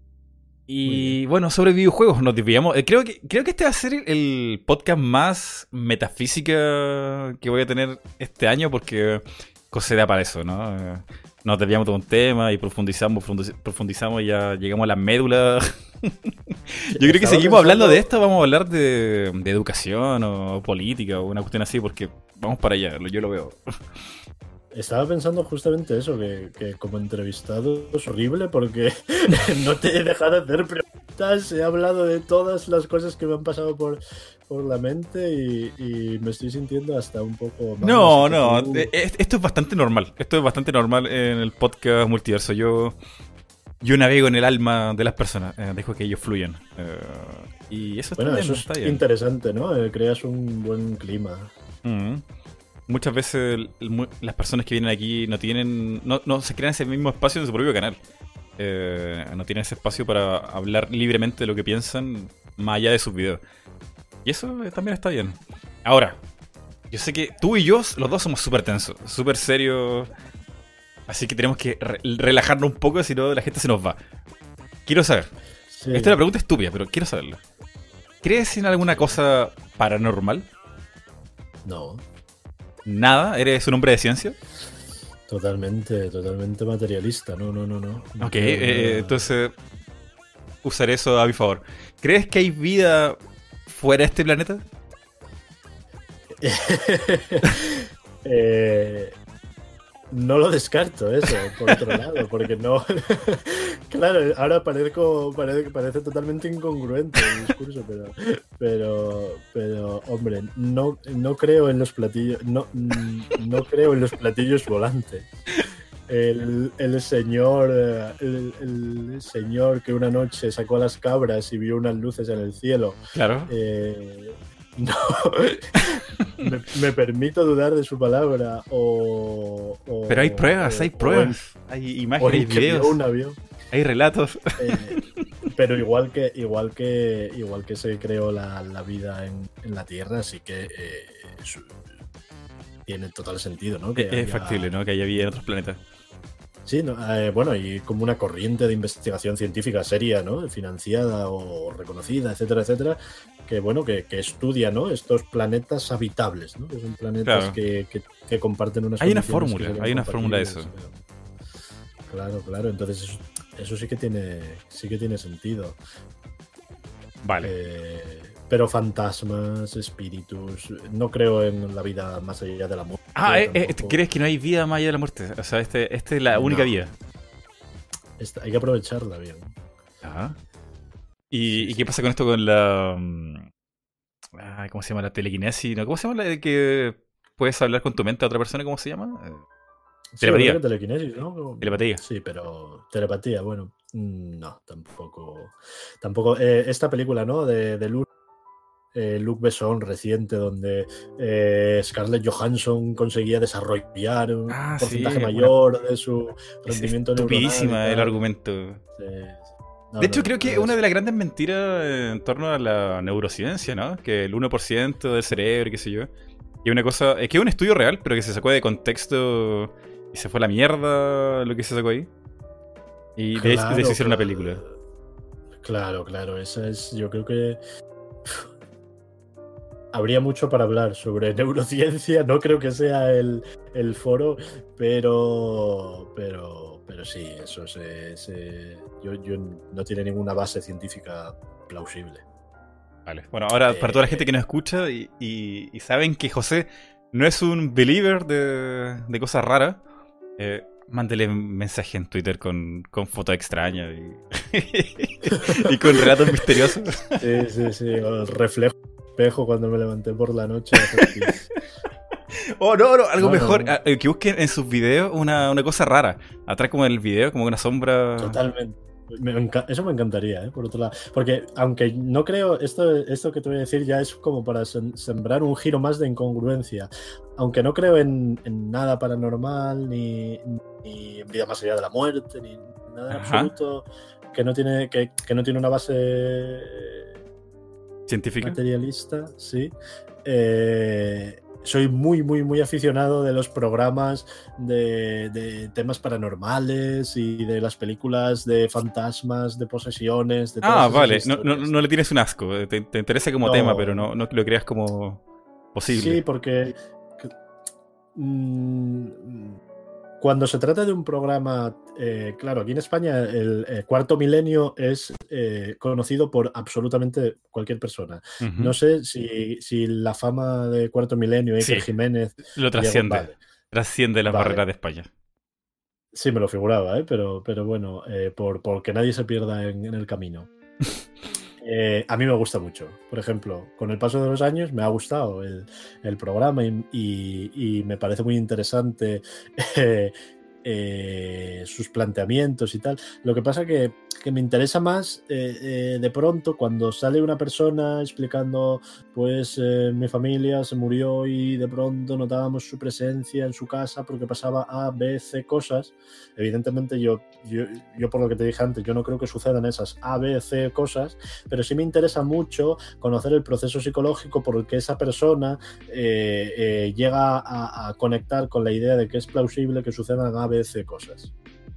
[SPEAKER 1] Y bueno, sobre videojuegos nos desviamos. Eh, creo que creo que este va a ser el podcast más metafísica que voy a tener este año, porque José da para eso, ¿no? Eh, nos desviamos de un tema y profundizamos, profundizamos y ya llegamos a la médula. Yo creo que seguimos pensando... hablando de esto, vamos a hablar de, de educación o política o una cuestión así, porque vamos para allá, yo lo veo.
[SPEAKER 2] Estaba pensando justamente eso, que, que como entrevistado es horrible porque no te deja de hacer preguntas He hablado de todas las cosas que me han pasado por, por la mente y, y me estoy sintiendo hasta un poco mal.
[SPEAKER 1] No, no, tú... esto es bastante normal. Esto es bastante normal en el podcast Multiverso. Yo, yo navego en el alma de las personas, eh, dejo que ellos fluyan. Eh, y eso está
[SPEAKER 2] bueno,
[SPEAKER 1] bien,
[SPEAKER 2] eso es
[SPEAKER 1] está bien.
[SPEAKER 2] interesante, ¿no? Eh, creas un buen clima.
[SPEAKER 1] Mm-hmm. Muchas veces el, el, las personas que vienen aquí no tienen, no, no se crean ese mismo espacio en su propio canal. Eh, no tienen ese espacio para hablar libremente de lo que piensan más allá de sus videos. Y eso también está bien. Ahora, yo sé que tú y yo, los dos somos súper tensos, súper serios. Así que tenemos que re relajarnos un poco, si no la gente se nos va. Quiero saber. Sí. Esta es una pregunta estúpida, pero quiero saberlo. ¿Crees en alguna cosa paranormal?
[SPEAKER 2] No.
[SPEAKER 1] ¿Nada? ¿Eres un hombre de ciencia?
[SPEAKER 2] Totalmente, totalmente materialista. No, no, no, no. no
[SPEAKER 1] ok, eh, entonces usaré eso a mi favor. ¿Crees que hay vida fuera de este planeta?
[SPEAKER 2] eh, no lo descarto eso, por otro lado, porque no... claro, ahora parezco, parece, parece totalmente incongruente el discurso, pero, pero, pero hombre, no, no creo en los platillos, no, no creo en los platillos volantes. El, el señor el, el señor que una noche sacó a las cabras y vio unas luces en el cielo.
[SPEAKER 1] Claro.
[SPEAKER 2] Eh, no, me, me permito dudar de su palabra o, o
[SPEAKER 1] pero hay pruebas,
[SPEAKER 2] o,
[SPEAKER 1] hay pruebas, en, hay imágenes, hay videos,
[SPEAKER 2] un avión.
[SPEAKER 1] Hay relatos.
[SPEAKER 2] Eh, pero igual que igual que igual que se creó la, la vida en, en la Tierra, así que eh, su, tiene total sentido, ¿no? Que
[SPEAKER 1] es
[SPEAKER 2] haya...
[SPEAKER 1] factible, ¿no? Que haya vida en otros planetas.
[SPEAKER 2] Sí, no, eh, bueno, y como una corriente de investigación científica seria, ¿no? Financiada o reconocida, etcétera, etcétera, que bueno, que, que estudia, ¿no? Estos planetas habitables, ¿no? Que son planetas claro. que, que, que comparten unas
[SPEAKER 1] hay una fórmula, hay una fórmula de eso.
[SPEAKER 2] Claro, claro, entonces eso, eso sí que tiene sí que tiene sentido.
[SPEAKER 1] Vale.
[SPEAKER 2] Eh, pero fantasmas, espíritus, no creo en la vida más allá de la muerte.
[SPEAKER 1] Ah, eh, eh, ¿crees que no hay vida más allá de la muerte? O sea, esta este es la única no. vida.
[SPEAKER 2] Esta, hay que aprovecharla bien.
[SPEAKER 1] Ajá. ¿Y,
[SPEAKER 2] sí,
[SPEAKER 1] ¿y qué pasa con esto con la... Ah, ¿cómo se llama? La telequinesis, ¿no? ¿Cómo se llama la de que puedes hablar con tu mente a otra persona? ¿Cómo se llama?
[SPEAKER 2] Sí, telepatía. Telequinesis, ¿no?
[SPEAKER 1] Telepatía.
[SPEAKER 2] Sí, pero telepatía, bueno, no, tampoco. Tampoco. Eh, esta película, ¿no? De, de Luke, eh, Luke Besson reciente, donde eh, Scarlett Johansson conseguía desarrollar un
[SPEAKER 1] ah,
[SPEAKER 2] porcentaje
[SPEAKER 1] sí,
[SPEAKER 2] mayor
[SPEAKER 1] una...
[SPEAKER 2] de su rendimiento
[SPEAKER 1] es estupidísima
[SPEAKER 2] neuronal.
[SPEAKER 1] el argumento.
[SPEAKER 2] Sí. No,
[SPEAKER 1] de hecho,
[SPEAKER 2] no,
[SPEAKER 1] creo que
[SPEAKER 2] no,
[SPEAKER 1] una de las grandes mentiras en torno a la neurociencia, ¿no? Que el uno por ciento del cerebro, qué sé yo. Y una cosa, es que es un estudio real, pero que se sacó de contexto y se fue a la mierda lo que se sacó ahí. Y de
[SPEAKER 2] claro,
[SPEAKER 1] ahí se hicieron
[SPEAKER 2] claro,
[SPEAKER 1] una película.
[SPEAKER 2] Claro, claro, esa es, yo creo que habría mucho para hablar sobre neurociencia, no creo que sea el, el foro, pero, pero, pero sí, eso se, se, yo, yo no tiene ninguna base científica plausible.
[SPEAKER 1] Vale, bueno, ahora eh, para toda la gente que nos escucha y, y, y saben que José no es un believer de, de cosas raras, eh, mándele un mensaje en Twitter con, con fotos extrañas y, y con relatos misteriosos.
[SPEAKER 2] Sí, sí, sí, el reflejo espejo cuando me levanté por la noche.
[SPEAKER 1] Oh, no, no, algo
[SPEAKER 2] no,
[SPEAKER 1] mejor.
[SPEAKER 2] No, no.
[SPEAKER 1] Que busquen en sus videos una, una cosa rara. Atrás como en el video, como una sombra.
[SPEAKER 2] Totalmente. Me enca- eso me encantaría, ¿eh? Por otro lado. Porque aunque no creo, esto, esto que te voy a decir ya es como para sem- sembrar un giro más de incongruencia. Aunque no creo en, en nada paranormal, ni, ni en vida más allá de la muerte, ni nada en
[SPEAKER 1] Ajá.
[SPEAKER 2] absoluto, que no tiene, que, que no tiene una base
[SPEAKER 1] científica,
[SPEAKER 2] materialista, sí. Eh, soy muy, muy, muy aficionado de los programas de, de temas paranormales y de las películas de fantasmas, de posesiones, de todas
[SPEAKER 1] ah,
[SPEAKER 2] esas
[SPEAKER 1] vale. No,
[SPEAKER 2] historias.
[SPEAKER 1] no, no le tienes un asco. Te, te interesa como
[SPEAKER 2] No.
[SPEAKER 1] tema, pero no, no lo creas como posible.
[SPEAKER 2] Sí, porque mmm, cuando se trata de un programa, eh, claro, aquí en España el, el Cuarto Milenio es eh, conocido por absolutamente cualquier persona.
[SPEAKER 1] Uh-huh.
[SPEAKER 2] No sé si, si la fama de Cuarto Milenio, Iker
[SPEAKER 1] sí,
[SPEAKER 2] Jiménez...
[SPEAKER 1] lo trasciende.
[SPEAKER 2] Llegó, vale.
[SPEAKER 1] Trasciende las
[SPEAKER 2] Vale.
[SPEAKER 1] barreras de España.
[SPEAKER 2] Sí, me lo figuraba, ¿eh? pero, pero bueno, eh, por, por que nadie se pierda en, en el camino. Eh, a mí me gusta mucho. Por ejemplo, con el paso de los años me ha gustado el, el programa y, y, y me parece muy interesante eh, eh, sus planteamientos y tal. Lo que pasa que, que me interesa más eh, eh, de pronto cuando sale una persona explicando pues eh, mi familia se murió y de pronto notábamos su presencia en su casa porque pasaba A, B, C cosas. Evidentemente yo, yo, yo por lo que te dije antes, yo no creo que sucedan esas A, B, C cosas, pero sí me interesa mucho conocer el proceso psicológico por el que esa persona eh, eh, llega a, a conectar con la idea de que es plausible que sucedan A, B, C cosas.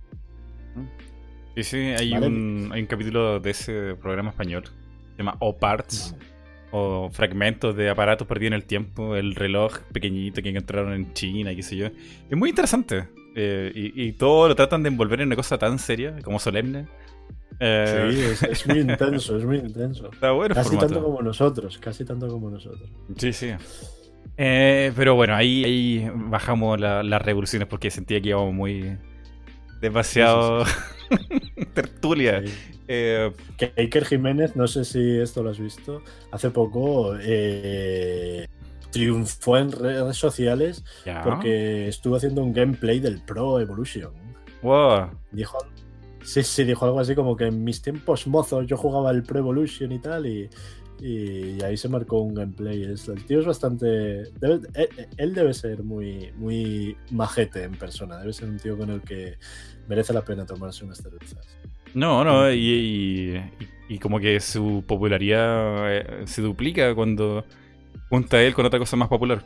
[SPEAKER 1] Sí, sí, hay, ¿vale? un, hay un capítulo de ese programa español, se llama O Parts, vale. o fragmentos de aparatos perdidos en el tiempo, el reloj pequeñito que encontraron en China, qué sé yo. Es muy interesante. Eh, y, y todo lo tratan de envolver en una cosa tan seria, como solemne.
[SPEAKER 2] Eh... Sí, es, es muy intenso, es muy intenso.
[SPEAKER 1] Está bueno el
[SPEAKER 2] casi
[SPEAKER 1] formato.
[SPEAKER 2] tanto como nosotros, casi tanto como nosotros.
[SPEAKER 1] Sí, sí. Eh, pero bueno, ahí, ahí bajamos la, las revoluciones porque sentía que íbamos muy... demasiado... Sí, sí, sí. tertulia.
[SPEAKER 2] Sí.
[SPEAKER 1] Eh...
[SPEAKER 2] Que Iker Jiménez, no sé si esto lo has visto, hace poco eh, triunfó en redes sociales
[SPEAKER 1] ¿Ya?
[SPEAKER 2] porque estuvo haciendo un gameplay del Pro Evolution.
[SPEAKER 1] Wow.
[SPEAKER 2] Dijo, sí, sí, dijo algo así como que en mis tiempos mozos yo jugaba el Pro Evolution y tal, y, y ahí se marcó un gameplay. El tío es bastante... Debe, él debe ser muy, muy majete en persona, debe ser un tío con el que merece la pena tomarse unas cervezas.
[SPEAKER 1] No, no, y, y, y como que su popularidad eh, se duplica cuando junta a él con otra cosa más popular.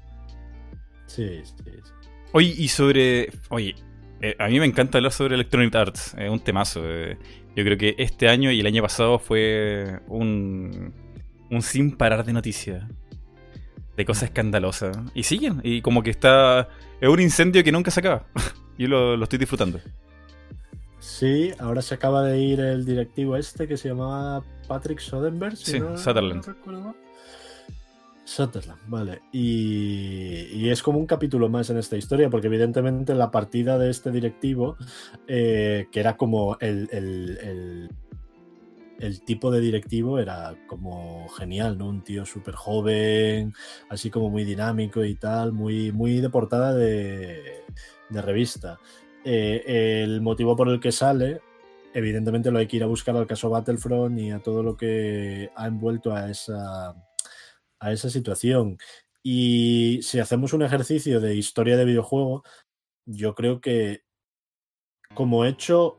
[SPEAKER 2] Sí, sí, sí.
[SPEAKER 1] Oye, y sobre... Oye, eh, a mí me encanta hablar sobre Electronic Arts, es eh, un temazo. Eh. Yo creo que este año y el año pasado fue un, un sin parar de noticias, de cosas escandalosas. Y siguen, y como que está... Es un incendio que nunca se acaba. Yo lo, lo estoy disfrutando.
[SPEAKER 2] Sí, ahora se acaba de ir el directivo este que se llamaba Patrick Soderbergh. Si
[SPEAKER 1] sí,
[SPEAKER 2] no,
[SPEAKER 1] Sutherland.
[SPEAKER 2] No recuerdo. Sutherland, vale. Y, y es como un capítulo más en esta historia, porque evidentemente la partida de este directivo, eh, que era como el, el, el, el tipo de directivo, era como genial, ¿no? Un tío súper joven, así como muy dinámico y tal, muy, muy de portada de, de revista. Eh, el motivo por el que sale, evidentemente lo hay que ir a buscar al caso Battlefront y a todo lo que ha envuelto a esa, a esa situación. Y si hacemos un ejercicio de historia de videojuego, yo creo que como hecho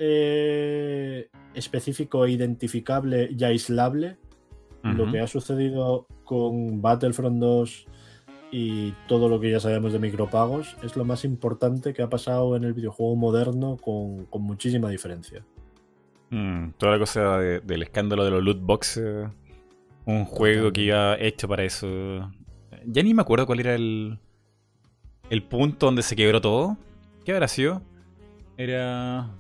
[SPEAKER 2] eh, específico, identificable y aislable, uh-huh. lo que ha sucedido con Battlefront dos y todo lo que ya sabemos de micropagos es lo más importante que ha pasado en el videojuego moderno con, con muchísima diferencia.
[SPEAKER 1] Mm, toda la cosa de, del escándalo de los loot boxes, un juego que iba hecho para eso. Ya ni me acuerdo cuál era el, el punto donde se quebró todo. ¿Qué habrá sido? Era...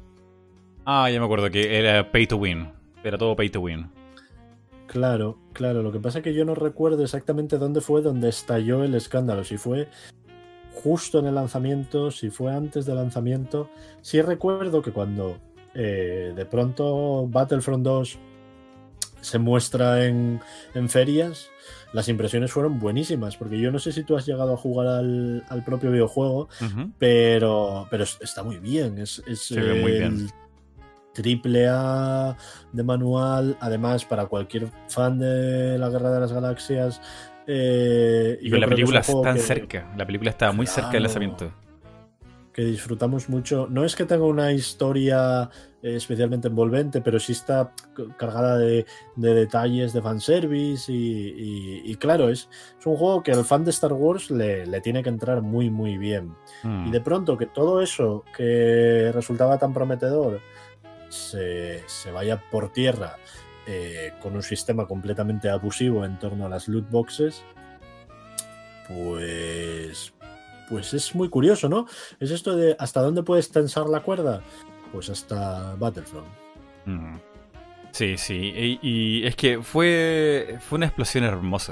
[SPEAKER 1] Ah, ya me acuerdo que era pay to win. Era todo pay to win.
[SPEAKER 2] Claro, claro. Lo que pasa es que yo no recuerdo exactamente dónde fue donde estalló el escándalo. Si fue justo en el lanzamiento, si fue antes del lanzamiento. Sí recuerdo que cuando eh, de pronto Battlefront dos se muestra en, en ferias, las impresiones fueron buenísimas. Porque yo no sé si tú has llegado a jugar al, al propio videojuego, uh-huh. pero, pero está muy bien. Es, es
[SPEAKER 1] Se ve muy bien.
[SPEAKER 2] Triple A de manual, además para cualquier fan de la Guerra de las Galaxias. Eh,
[SPEAKER 1] y con la película tan que, cerca, la película estaba muy claro, cerca del lanzamiento.
[SPEAKER 2] Que disfrutamos mucho. No es que tenga una historia eh, especialmente envolvente, pero sí está cargada de, de detalles de fanservice. Y, y, y claro, es, es un juego que al fan de Star Wars le, le tiene que entrar muy, muy bien. Mm. Y de pronto que todo eso que resultaba tan prometedor Se, se vaya por tierra eh, con un sistema completamente abusivo en torno a las loot boxes, pues pues es muy curioso, ¿no? Es esto de ¿hasta dónde puedes tensar la cuerda? Pues hasta Battlefront.
[SPEAKER 1] Mm. Sí, sí, y, y es que fue fue una explosión hermosa,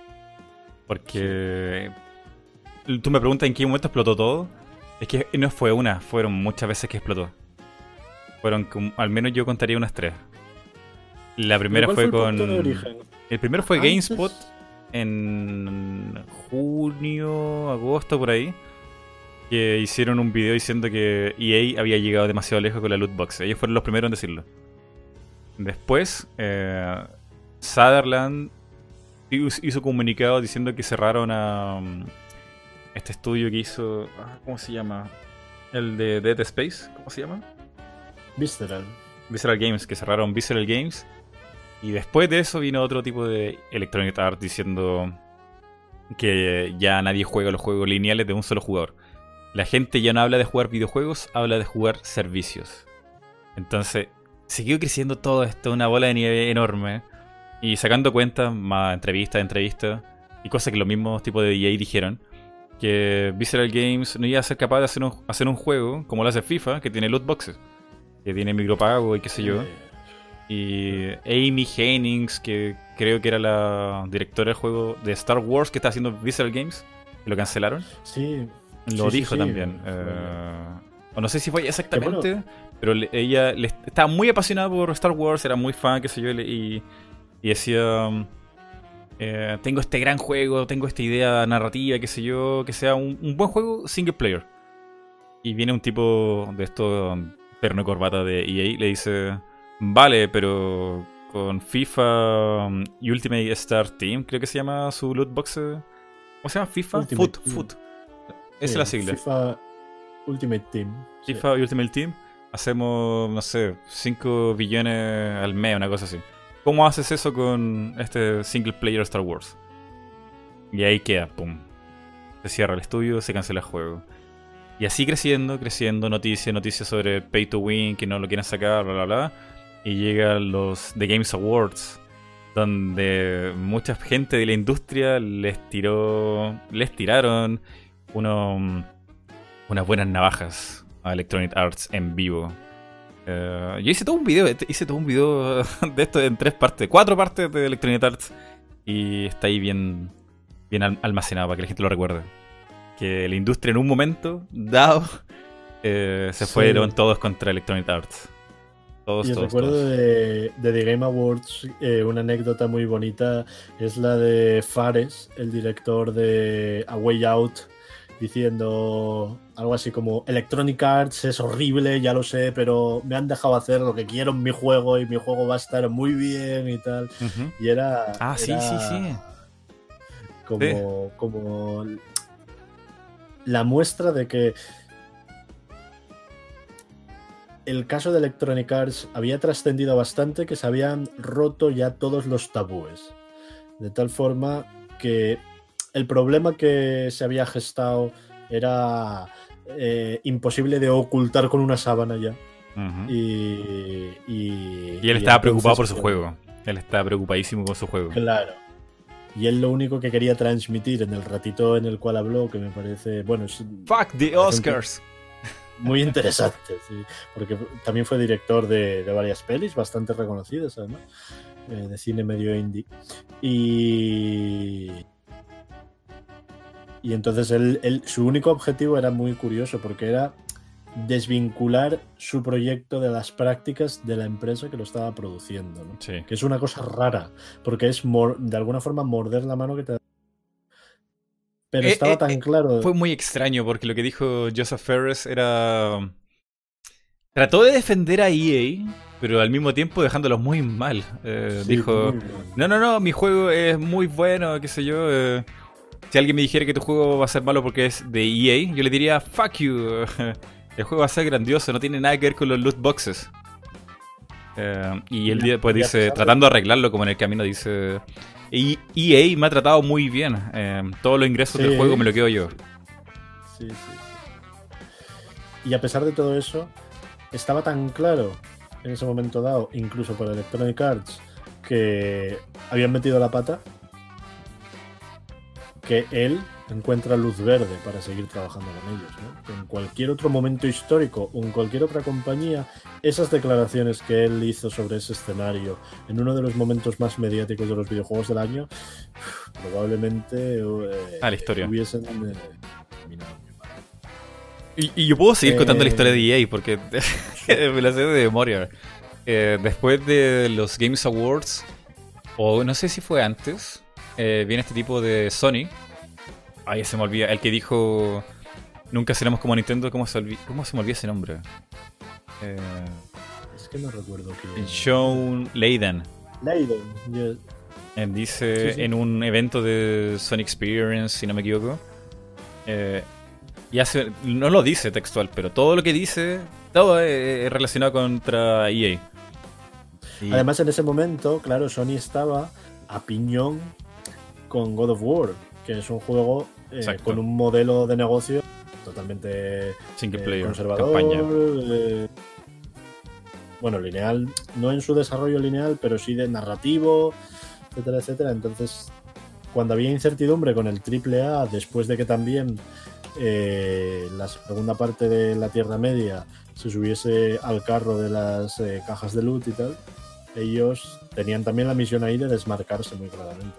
[SPEAKER 1] porque sí. Tú me preguntas en qué momento explotó todo. Es que no fue una, fueron muchas veces que explotó. Fueron, al menos yo contaría unas tres. La primera
[SPEAKER 2] ¿Cuál
[SPEAKER 1] fue,
[SPEAKER 2] fue el
[SPEAKER 1] con...
[SPEAKER 2] punto de origen?
[SPEAKER 1] El primero fue
[SPEAKER 2] Antes-
[SPEAKER 1] GameSpot en junio, agosto, por ahí. Que hicieron un video diciendo que E A había llegado demasiado lejos con la loot box. Ellos fueron los primeros en decirlo. Después, eh, Sutherland hizo comunicado diciendo que cerraron a um, este estudio que hizo... ah, ¿Cómo se llama? El de Dead Space. ¿Cómo se llama?
[SPEAKER 2] Visceral.
[SPEAKER 1] Visceral Games, que cerraron Visceral Games. Y después de eso vino otro tipo de Electronic Arts diciendo que ya nadie juega los juegos lineales de un solo jugador. La gente ya no habla de jugar videojuegos, habla de jugar servicios. Entonces, siguió creciendo todo esto, una bola de nieve enorme. Y sacando cuentas, más entrevistas, entrevistas, y cosas que los mismos tipos de E A dijeron, que Visceral Games no iba a ser capaz de hacer un, hacer un juego como lo hace FIFA, que tiene loot boxes, que tiene micropago y qué sé yo.
[SPEAKER 2] Eh,
[SPEAKER 1] Y Amy Hennings, que creo que era la directora del juego de Star Wars que está haciendo Visceral Games, que lo cancelaron,
[SPEAKER 2] sí.
[SPEAKER 1] lo
[SPEAKER 2] sí,
[SPEAKER 1] dijo
[SPEAKER 2] sí, sí.
[SPEAKER 1] también.
[SPEAKER 2] Fue-
[SPEAKER 1] Eh, o no sé si fue exactamente,
[SPEAKER 2] bueno.
[SPEAKER 1] pero le- ella le- estaba muy apasionada por Star Wars, era muy fan, qué sé yo, y, y decía... um, eh, tengo este gran juego, tengo esta idea narrativa, qué sé yo, que sea un, un buen juego single player. Y viene un tipo de estos perno y corbata de E A y le dice... Vale, pero con FIFA um, Ultimate Star Team, creo que se llama su loot box. eh, ¿Cómo se llama? FIFA
[SPEAKER 2] Ultimate
[SPEAKER 1] Foot.
[SPEAKER 2] Team.
[SPEAKER 1] Foot. Esa
[SPEAKER 2] Sí,
[SPEAKER 1] es la sigla.
[SPEAKER 2] FIFA Ultimate Team. sí.
[SPEAKER 1] FIFA Ultimate Team. Hacemos, no sé, cinco billones al mes, una cosa así. ¿Cómo haces eso con este single player Star Wars? Y ahí queda, pum. Se cierra el estudio, se cancela el juego. Y así creciendo, creciendo, noticias, noticias sobre Pay to Win, que no lo quieren sacar, bla, bla, bla. Y llegan los The Games Awards, donde mucha gente de la industria les tiró, les tiraron uno, unas buenas navajas a Electronic Arts en vivo. Eh, yo hice todo un video, hice todo un video de esto en tres partes, cuatro partes de Electronic Arts, y está ahí bien, bien al- almacenado para que la gente lo recuerde. Que la industria en un momento dado eh, se
[SPEAKER 2] Sí.
[SPEAKER 1] fueron todos contra Electronic Arts. Todos,
[SPEAKER 2] Y
[SPEAKER 1] todos,
[SPEAKER 2] recuerdo
[SPEAKER 1] todos.
[SPEAKER 2] de, de The Game Awards, eh, una anécdota muy bonita es la de Fares, el director de A Way Out, diciendo algo así como Electronic Arts es horrible, ya lo sé, pero me han dejado hacer lo que quiero en mi juego y mi juego va a estar muy bien y tal.
[SPEAKER 1] Ujú.
[SPEAKER 2] Y era,
[SPEAKER 1] Ah, sí,
[SPEAKER 2] era
[SPEAKER 1] sí, sí.
[SPEAKER 2] como, como la muestra de que el caso de Electronic Arts había trascendido bastante, que se habían roto ya todos los tabúes. De tal forma que el problema que se había gestado era eh, imposible de ocultar con una sábana ya.
[SPEAKER 1] Ujú.
[SPEAKER 2] Y, y,
[SPEAKER 1] Y él
[SPEAKER 2] y
[SPEAKER 1] estaba preocupado por
[SPEAKER 2] entonces,
[SPEAKER 1] su
[SPEAKER 2] pues,
[SPEAKER 1] juego. Él estaba preocupadísimo con su juego.
[SPEAKER 2] Claro. Y él lo único que quería transmitir en el ratito en el cual habló, que me parece, bueno, es
[SPEAKER 1] Fuck the Oscars.
[SPEAKER 2] muy interesante, sí, porque también fue director de, de varias pelis bastante reconocidas, además, eh, de cine medio indie. Y, y entonces él, él- su único objetivo era muy curioso, porque era desvincular su proyecto de las prácticas de la empresa que lo estaba produciendo, ¿no?
[SPEAKER 1] Sí.
[SPEAKER 2] Que es una cosa rara, porque es mor- de alguna forma morder la mano que te da. Pero
[SPEAKER 1] Eh,
[SPEAKER 2] estaba
[SPEAKER 1] eh,
[SPEAKER 2] tan
[SPEAKER 1] eh,
[SPEAKER 2] claro.
[SPEAKER 1] Fue muy extraño porque lo que dijo Joseph Ferris era... Trató de defender a E A, pero al mismo tiempo dejándolos muy mal. Eh,
[SPEAKER 2] Sí,
[SPEAKER 1] dijo...
[SPEAKER 2] muy bueno.
[SPEAKER 1] No, no, no, mi juego es muy bueno, qué sé yo. eh, si alguien me dijera que tu juego va a ser malo porque es de E A, yo le diría, fuck you. El juego va a ser grandioso, no tiene nada que ver con los loot boxes. Eh, y él
[SPEAKER 2] Y-
[SPEAKER 1] después
[SPEAKER 2] y a
[SPEAKER 1] dice,
[SPEAKER 2] pesar de-
[SPEAKER 1] tratando de arreglarlo como en el camino, dice... "E- E A me ha tratado muy bien. eh, todos los ingresos
[SPEAKER 2] Sí.
[SPEAKER 1] del juego me lo quedo yo.
[SPEAKER 2] Sí, sí, sí. Y a pesar de todo eso, estaba tan claro en ese momento dado, incluso por Electronic Arts, que habían metido la pata, que él encuentra luz verde para seguir trabajando con ellos, ¿no? Que en cualquier otro momento histórico o en cualquier otra compañía, esas declaraciones que él hizo sobre ese escenario en uno de los momentos más mediáticos de los videojuegos del año, probablemente eh,
[SPEAKER 1] Ah, la historia.
[SPEAKER 2] hubiesen eh, terminado muy mal.
[SPEAKER 1] Y, y yo puedo seguir contando la
[SPEAKER 2] Eh.
[SPEAKER 1] historia de E A porque me la sé de memoria. eh, después de los Games Awards, o no sé si fue antes, eh, viene este tipo de Sony. Ay, se me olvida. El que dijo nunca seremos como Nintendo. ¿Cómo se, olvi- cómo se me olvida ese nombre? Eh,
[SPEAKER 2] Es que no recuerdo quién.
[SPEAKER 1] Sean Layden.
[SPEAKER 2] Leiden. Yo-
[SPEAKER 1] Eh, dice
[SPEAKER 2] Sí, sí.
[SPEAKER 1] en un evento de Sony Experience, si no me equivoco. eh, y hace, no lo dice textual, pero todo lo que dice, todo es, es relacionado contra E A. Y-
[SPEAKER 2] Además, en ese momento, claro, Sony estaba a piñón con God of War, que es un juego eh,
[SPEAKER 1] Exacto.
[SPEAKER 2] con un modelo de negocio totalmente
[SPEAKER 1] Single
[SPEAKER 2] eh,
[SPEAKER 1] player,
[SPEAKER 2] conservador.
[SPEAKER 1] campaña.
[SPEAKER 2] eh, bueno, lineal, no en su desarrollo lineal, pero sí de narrativo, etcétera, etcétera. Entonces, cuando había incertidumbre con el triple A, después de que también eh, la segunda parte de la Tierra Media se subiese al carro de las eh, cajas de loot y tal, ellos tenían también la misión ahí de desmarcarse muy claramente.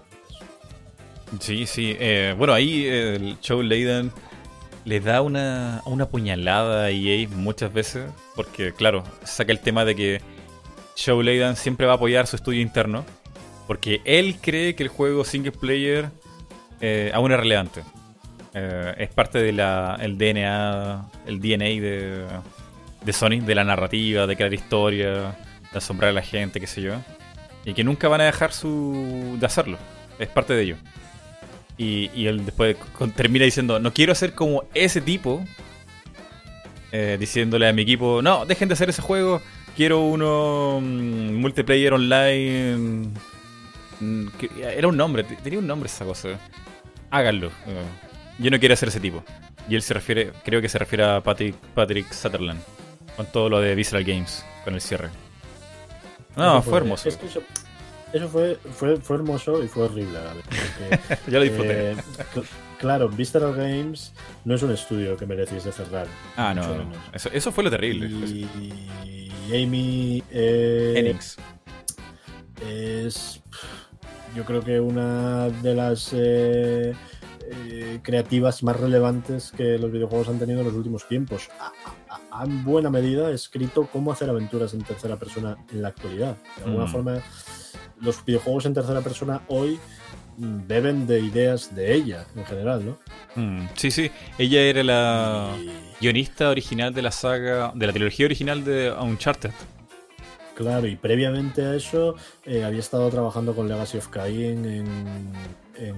[SPEAKER 1] Sí, sí. eh, bueno, ahí eh, el Joe Layden le da una, una puñalada a E A muchas veces, porque claro, saca el tema de que Joe Layden siempre va a apoyar su estudio interno, porque él cree que el juego single player eh, aún es relevante. Eh, es parte del D N A, el D N A de, de Sony, de la narrativa, de crear historia, de asombrar a la gente, qué sé yo, y que nunca van a dejar su de hacerlo. Es parte de ello. Y, y él después con- termina diciendo, no quiero ser como ese tipo, eh, diciéndole a mi equipo, no, dejen de hacer ese juego, quiero uno mm, multiplayer online. mm, que- Era un nombre, te- tenía un nombre esa cosa. Háganlo. eh, Yo no quiero ser ese tipo. Y él se refiere, creo que se refiere a Patrick, Patrick Sutherland, con todo lo de Visceral Games, con el cierre. No,
[SPEAKER 2] Eso
[SPEAKER 1] fue hermoso.
[SPEAKER 2] Es que eso, eso fue, fue, fue hermoso y fue horrible a la vez. Porque,
[SPEAKER 1] Yo lo disfruté.
[SPEAKER 2] eh, cl- claro, Visceral Games no es un estudio que mereciese cerrar.
[SPEAKER 1] Ah, no,
[SPEAKER 2] mucho
[SPEAKER 1] no.
[SPEAKER 2] menos.
[SPEAKER 1] Eso, eso fue lo terrible.
[SPEAKER 2] Y Amy eh,
[SPEAKER 1] Enix.
[SPEAKER 2] es, yo creo que una de las eh, eh, creativas más relevantes que los videojuegos han tenido en los últimos tiempos. Ha, ha- ha en buena medida escrito cómo hacer aventuras en tercera persona en la actualidad. De alguna
[SPEAKER 1] Mm.
[SPEAKER 2] forma, los videojuegos en tercera persona hoy mm, beben de ideas de ella en general, ¿no?
[SPEAKER 1] Mm, sí, sí. Ella era la
[SPEAKER 2] Y,
[SPEAKER 1] guionista original de la saga, de la trilogía original de Uncharted.
[SPEAKER 2] claro, y previamente a eso eh, había estado trabajando con Legacy of Kain en, en,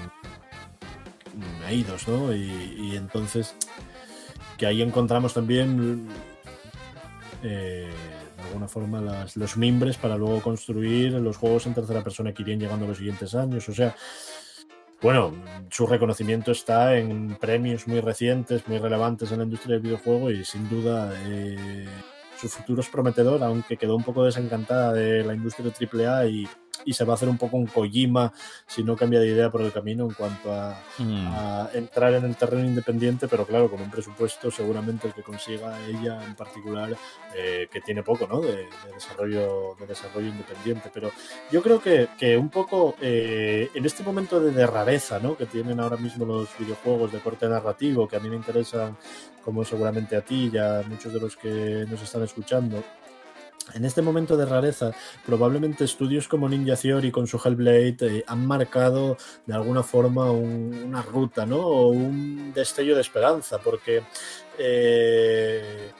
[SPEAKER 2] en Eidos, ¿no? Y, y entonces que ahí encontramos también eh, de alguna forma las, los mimbres para luego construir los juegos en tercera persona que irían llegando los siguientes años. O sea, bueno, su reconocimiento está en premios muy recientes, muy relevantes en la industria del videojuego y sin duda eh, su futuro es prometedor, aunque quedó un poco desencantada de la industria de triple A y, y se va a hacer un poco un Kojima si no cambia de idea por el camino en cuanto a,
[SPEAKER 1] Mm.
[SPEAKER 2] a entrar en el terreno independiente, pero claro, con un presupuesto seguramente el que consiga ella en particular, eh, que tiene poco, ¿no? De, de desarrollo, de desarrollo independiente. Pero yo creo que, que un poco eh, en este momento de, de rareza, ¿no? Que tienen ahora mismo los videojuegos de corte narrativo, que a mí me interesan, como seguramente a ti y a muchos de los que nos están escuchando. En este momento de rareza, probablemente estudios como Ninja Theory con su Hellblade eh, han marcado de alguna forma un, una ruta, ¿no? O un destello de esperanza, porque eh,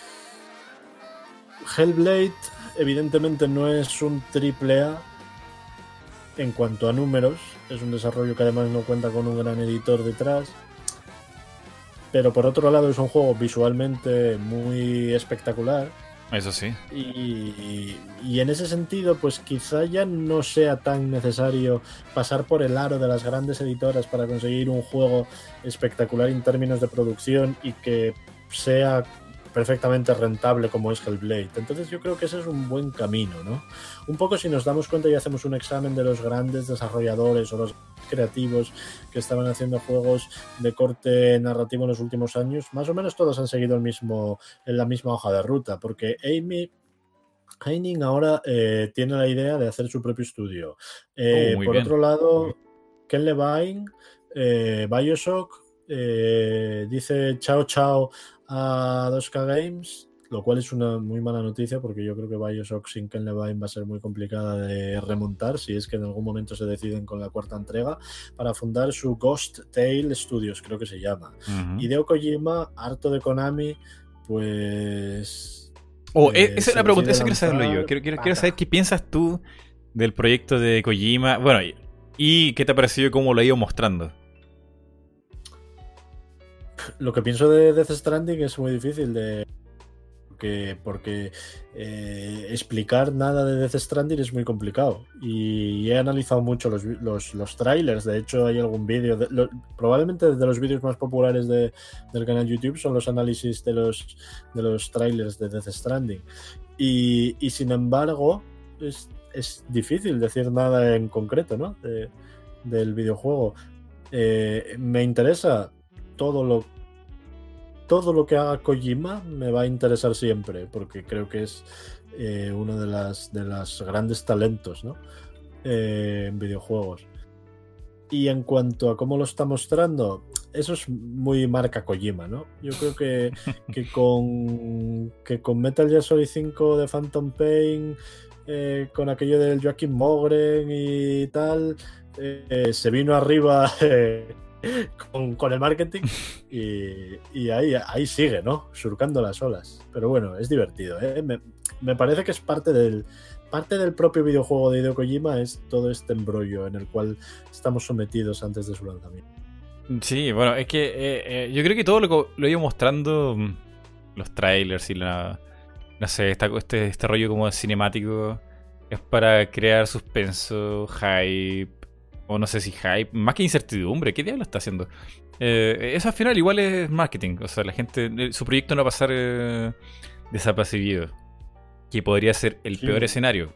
[SPEAKER 2] Hellblade evidentemente no es un triple A en cuanto a números, es un desarrollo que además no cuenta con un gran editor detrás, pero por otro lado es un juego visualmente muy espectacular.
[SPEAKER 1] Eso sí.
[SPEAKER 2] Y, y en ese sentido, pues quizá ya no sea tan necesario pasar por el aro de las grandes editoras para conseguir un juego espectacular en términos de producción y que sea perfectamente rentable como es Hellblade. Entonces yo creo que ese es un buen camino, ¿no? Un poco si nos damos cuenta y hacemos un examen de los grandes desarrolladores o los creativos que estaban haciendo juegos de corte narrativo en los últimos años, más o menos todos han seguido el mismo, en la misma hoja de ruta, porque Amy Heining ahora eh, tiene la idea de hacer su propio estudio. Eh,
[SPEAKER 1] Oh, muy
[SPEAKER 2] por
[SPEAKER 1] bien.
[SPEAKER 2] otro lado, Ken Levine, eh, Bioshock, eh, dice chao chao a dos K Games lo cual es una muy mala noticia porque yo creo que BioShock sin Ken Levine va a ser muy complicada de remontar si es que en algún momento se deciden con la cuarta entrega, para fundar su Ghost Tale Studios, creo que se llama.
[SPEAKER 1] Uh-huh.
[SPEAKER 2] Hideo Kojima, harto de Konami, pues...
[SPEAKER 1] Oh, eh, esa es la pregunta, eso quiero saberlo yo. Quiero, quiero, quiero saber qué piensas tú del proyecto de Kojima. Bueno, y, y qué te ha parecido cómo lo ha ido mostrando.
[SPEAKER 2] Lo que pienso de Death Stranding es muy difícil de... Porque, porque eh, explicar nada de Death Stranding es muy complicado. Y he analizado mucho los, los, los trailers. De hecho, hay algún vídeo. Lo, probablemente de los vídeos más populares de, del canal YouTube son los análisis de los, de los trailers de Death Stranding. Y, y sin embargo, es, es difícil decir nada en concreto, ¿no? De, del videojuego. Eh, me interesa todo lo Todo lo que haga Kojima me va a interesar siempre, porque creo que es eh, uno de las, de las grandes talentos, ¿no? eh, en videojuegos. Y en cuanto a cómo lo está mostrando, eso es muy marca Kojima, ¿no? Yo creo que, que, con, que con Metal Gear Solid cinco de Phantom Pain, eh, con aquello del Joaquin Mogren y tal, eh, se vino arriba... Eh, Con, con el marketing y, y ahí, ahí sigue, ¿no? Surcando las olas. Pero bueno, es divertido, ¿eh? Me, me parece que es parte del, parte del propio videojuego de Hideo Kojima, es todo este embrollo en el cual estamos sometidos antes de su lanzamiento.
[SPEAKER 1] Sí, bueno, es que eh, eh, yo creo que todo lo que lo iba mostrando, los trailers y la... No sé, esta, este, este rollo como cinemático es para crear suspenso, hype. O no sé si hype, más que incertidumbre, ¿qué diablo está haciendo? Eh, eso al final igual es marketing, o sea, la gente, su proyecto no va a pasar eh, desapercibido, que podría ser el sí. peor escenario.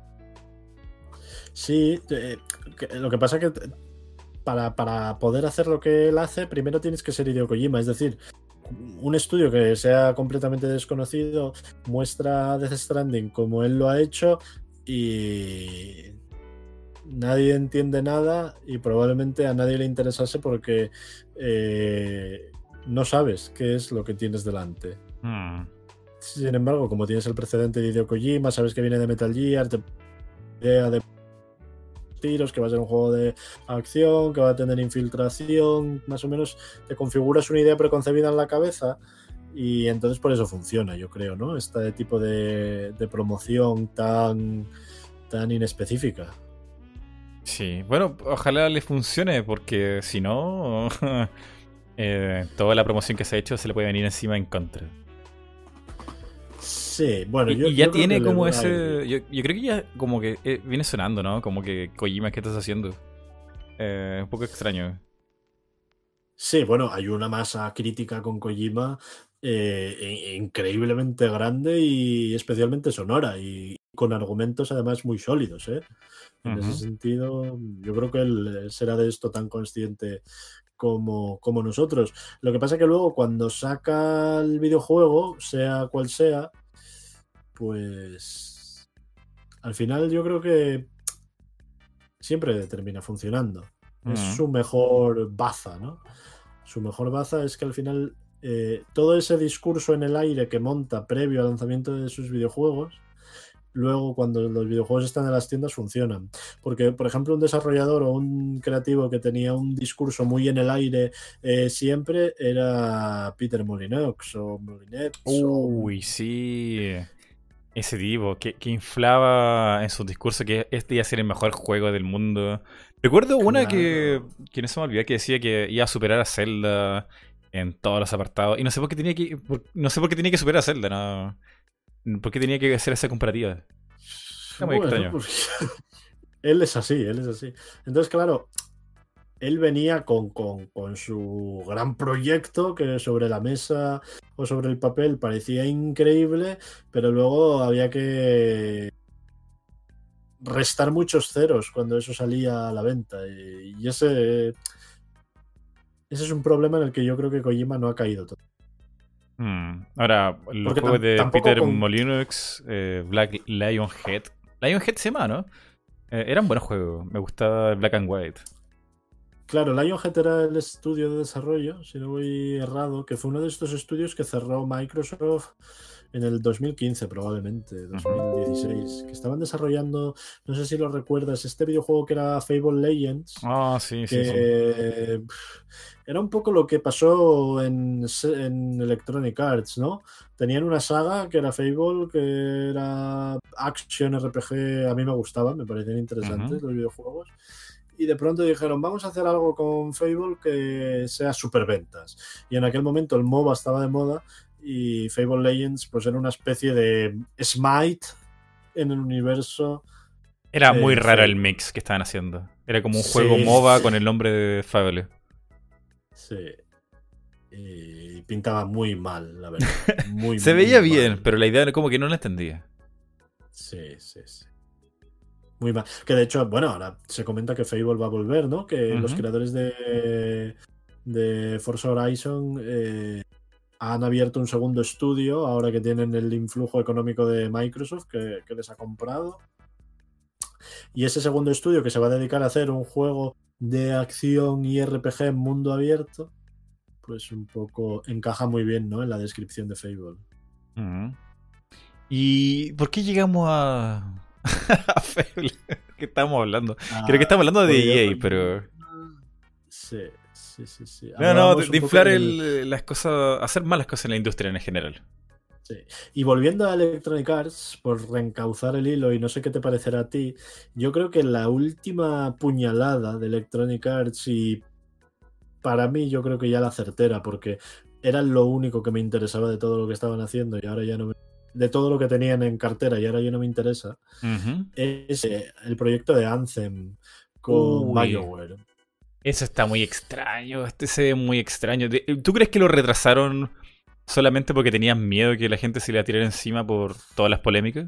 [SPEAKER 2] Sí, eh, que, lo que pasa es que para, para poder hacer lo que él hace, primero tienes que ser Hideo Kojima, es decir, un estudio que sea completamente desconocido muestra Death Stranding como él lo ha hecho y... nadie entiende nada y probablemente a nadie le interesase porque eh, no sabes qué es lo que tienes delante. Hmm. Sin embargo, como tienes el precedente de Hideo Kojima, sabes que viene de Metal Gear, te idea de tiros, que va a ser un juego de acción, que va a tener infiltración, más o menos te configuras una idea preconcebida en la cabeza y entonces por eso funciona, yo creo, ¿no? Este tipo de, de promoción tan, tan inespecífica.
[SPEAKER 1] Sí, bueno, ojalá le funcione, porque si no, eh, toda la promoción que se ha hecho se le puede venir encima en contra.
[SPEAKER 2] Sí, bueno,
[SPEAKER 1] y,
[SPEAKER 2] yo,
[SPEAKER 1] y ya
[SPEAKER 2] yo
[SPEAKER 1] tiene
[SPEAKER 2] creo que
[SPEAKER 1] como
[SPEAKER 2] le...
[SPEAKER 1] ese. Yo, yo creo que ya como que eh, viene sonando, ¿no? Como que Kojima, ¿qué estás haciendo? Eh, un poco extraño.
[SPEAKER 2] Sí, bueno, hay una masa crítica con Kojima eh, increíblemente grande y especialmente sonora y con argumentos además muy sólidos, ¿eh? En uh-huh. ese sentido, yo creo que él será de esto tan consciente como, como nosotros. Lo que pasa es que luego cuando saca el videojuego, sea cual sea, pues al final yo creo que siempre termina funcionando. Uh-huh. Es su mejor baza, ¿no? Su mejor baza es que al final eh, todo ese discurso en el aire que monta previo al lanzamiento de sus videojuegos, luego cuando los videojuegos están en las tiendas funcionan. Porque, por ejemplo, un desarrollador o un creativo que tenía un discurso muy en el aire eh, siempre era Peter Molyneux o Molyneux.
[SPEAKER 1] Uy,
[SPEAKER 2] o...
[SPEAKER 1] sí. Ese tipo que, que inflaba en su discurso que este iba a ser el mejor juego del mundo. Recuerdo una claro. que, que no se me olvidó, que decía que iba a superar a Zelda en todos los apartados. Y no sé por qué tenía que, por, no sé por qué tenía que superar a Zelda, ¿no? ¿Por qué tenía que hacer esa comparativa? Está muy bueno, extraño.
[SPEAKER 2] Pues, él es así, él es así. Entonces, claro, él venía con, con, con su gran proyecto que sobre la mesa o sobre el papel parecía increíble, pero luego había que restar muchos ceros cuando eso salía a la venta. Y, y ese, ese es un problema en el que yo creo que Kojima no ha caído todo.
[SPEAKER 1] Hmm. Ahora, los Porque juegos de Peter con... Molyneux, eh, Black Lionhead. Lionhead se llama, ¿no? Eh, era un buen juego. Me gustaba Black and White.
[SPEAKER 2] Claro, Lionhead era el estudio de desarrollo, si no voy errado, que fue uno de estos estudios que cerró Microsoft en el dos mil quince probablemente, dos mil dieciséis, que estaban desarrollando, no sé si lo recuerdas, este videojuego que era Fable Legends,
[SPEAKER 1] Ah, sí, sí, sí.
[SPEAKER 2] que pff, era un poco lo que pasó en, en Electronic Arts, ¿no? Tenían una saga que era Fable, que era Action R P G, a mí me gustaban, me parecían interesantes
[SPEAKER 1] Ujú.
[SPEAKER 2] los videojuegos. Y de pronto dijeron, vamos a hacer algo con Fable que sea superventas. Y en aquel momento el MOBA estaba de moda y Fable Legends pues era una especie de Smite en el universo
[SPEAKER 1] Era muy
[SPEAKER 2] eh,
[SPEAKER 1] raro el
[SPEAKER 2] Fable.
[SPEAKER 1] mix que estaban haciendo. Era como un juego
[SPEAKER 2] Sí,
[SPEAKER 1] MOBA con el nombre de Fable.
[SPEAKER 2] sí. Y pintaba muy mal, la verdad. Muy,
[SPEAKER 1] Se
[SPEAKER 2] muy
[SPEAKER 1] veía bien,
[SPEAKER 2] mal.
[SPEAKER 1] pero la idea era como que no la entendía.
[SPEAKER 2] Sí, sí, sí. Muy mal. Que de hecho, bueno, ahora se comenta que Fable va a volver, ¿no? Que los
[SPEAKER 1] Ujú.
[SPEAKER 2] creadores de, de Forza Horizon eh, han abierto un segundo estudio ahora que tienen el influjo económico de Microsoft que, que les ha comprado. Y ese segundo estudio que se va a dedicar a hacer un juego de acción y R P G en mundo abierto, pues un poco encaja muy bien, ¿no? En la descripción de Fable.
[SPEAKER 1] Ujú. ¿Y por qué llegamos a, a Fable? ¿Qué estamos hablando? Creo que
[SPEAKER 2] Ah,
[SPEAKER 1] estamos hablando de
[SPEAKER 2] pues yo...
[SPEAKER 1] E A, pero...
[SPEAKER 2] Sí, sí, sí, sí.
[SPEAKER 1] No, no, de,
[SPEAKER 2] Hablábamos
[SPEAKER 1] de
[SPEAKER 2] un poco
[SPEAKER 1] inflar
[SPEAKER 2] del...
[SPEAKER 1] el- las cosas, hacer malas cosas en la industria en general.
[SPEAKER 2] Sí. Y volviendo a Electronic Arts, por reencauzar el hilo, y no sé qué te parecerá a ti, yo creo que la última puñalada de Electronic Arts, y para mí yo creo que ya la certera, porque era lo único que me interesaba de todo lo que estaban haciendo y ahora ya no me... de todo lo que tenían en cartera y ahora ya no me interesa,
[SPEAKER 1] Ujú.
[SPEAKER 2] es eh, el proyecto de Anthem con
[SPEAKER 1] Uy,
[SPEAKER 2] BioWare.
[SPEAKER 1] eso está muy extraño. Este se ve muy extraño. De- ¿Tú crees que lo retrasaron solamente porque tenían miedo que la gente se le tirara encima por todas las polémicas?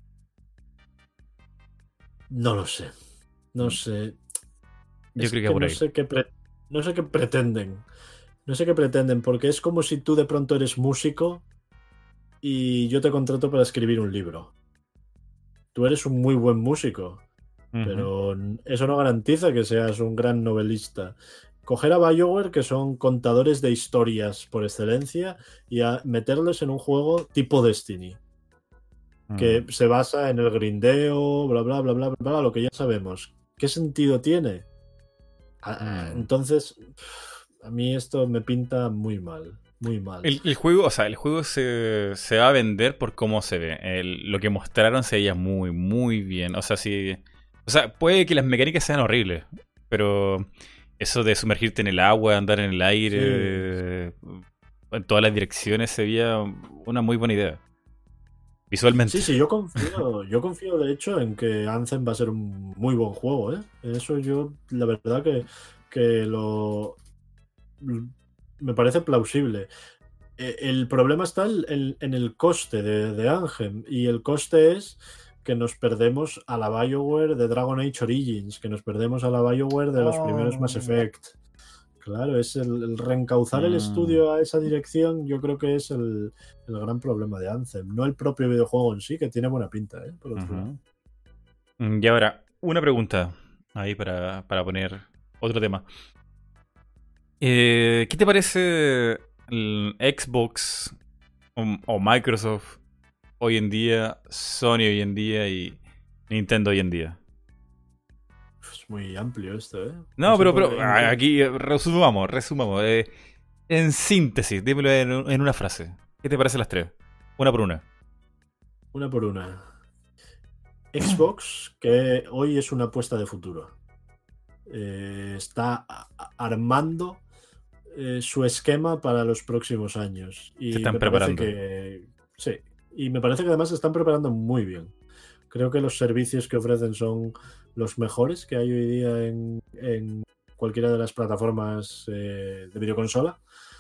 [SPEAKER 2] No lo sé, no sé.
[SPEAKER 1] Yo
[SPEAKER 2] Es
[SPEAKER 1] creo que
[SPEAKER 2] que
[SPEAKER 1] por
[SPEAKER 2] no
[SPEAKER 1] ahí.
[SPEAKER 2] sé qué pre- no sé qué pretenden. No sé qué pretenden, porque es como si tú de pronto eres músico y yo te contrato para escribir un libro. Tú eres un muy buen músico,
[SPEAKER 1] Ujú.
[SPEAKER 2] pero eso no garantiza que seas un gran novelista. Coger a BioWare, que son contadores de historias por excelencia, y a meterles en un juego tipo Destiny,
[SPEAKER 1] Mm.
[SPEAKER 2] que se basa en el grindeo, bla, bla, bla, bla, bla, bla, lo que ya sabemos. ¿Qué sentido tiene? A- a-
[SPEAKER 1] Mm.
[SPEAKER 2] Entonces, a mí esto me pinta muy mal, muy mal.
[SPEAKER 1] El, el juego, o sea, el juego se, se va a vender por cómo se ve. El- lo que mostraron se veía muy, muy bien. O sea, sí. O sea, puede que las mecánicas sean horribles, pero eso de sumergirte en el agua, andar en el
[SPEAKER 2] Sí,
[SPEAKER 1] aire, en todas las direcciones, se veía una muy buena idea. Visualmente.
[SPEAKER 2] sí, sí, yo confío, yo confío de hecho en que Anthem va a ser un muy buen juego, ¿eh? Eso yo, la verdad que, que lo me parece plausible. Eh, El problema está en, en- en el coste de, de Anthem, y el coste es que nos perdemos a la BioWare de Dragon Age Origins, que nos perdemos a la BioWare de los primeros Mass
[SPEAKER 1] Oh.
[SPEAKER 2] Effect. Claro, es el, el reencauzar el
[SPEAKER 1] Mm.
[SPEAKER 2] estudio a esa dirección, yo creo que es el, el gran problema de Anthem, no el propio videojuego en sí, que tiene buena pinta, ¿eh? Por otro lado.
[SPEAKER 1] Ujú. Mm, Y ahora, una pregunta ahí para, para poner otro tema. Eh, ¿qué te parece el Xbox o, o Microsoft hoy en día, Sony hoy en día y Nintendo hoy en día?
[SPEAKER 2] Es muy amplio esto, ¿eh? No
[SPEAKER 1] No,
[SPEAKER 2] sé
[SPEAKER 1] pero,
[SPEAKER 2] por
[SPEAKER 1] pero
[SPEAKER 2] en
[SPEAKER 1] a-
[SPEAKER 2] qué.
[SPEAKER 1] aquí eh, resumamos, resumamos. Eh, en síntesis, dímelo en, un- en una frase. ¿Qué te parecen las tres? Una por una.
[SPEAKER 2] Una por una. Xbox, que hoy es una apuesta de futuro. Eh, está a- a- armando eh, su esquema para los próximos años.
[SPEAKER 1] Se
[SPEAKER 2] Y
[SPEAKER 1] están
[SPEAKER 2] me parece
[SPEAKER 1] preparando.
[SPEAKER 2] que sí. Y me parece que además se están preparando muy bien. Creo que los servicios que ofrecen son los mejores que hay hoy día en, en cualquiera de las plataformas eh, de videoconsola.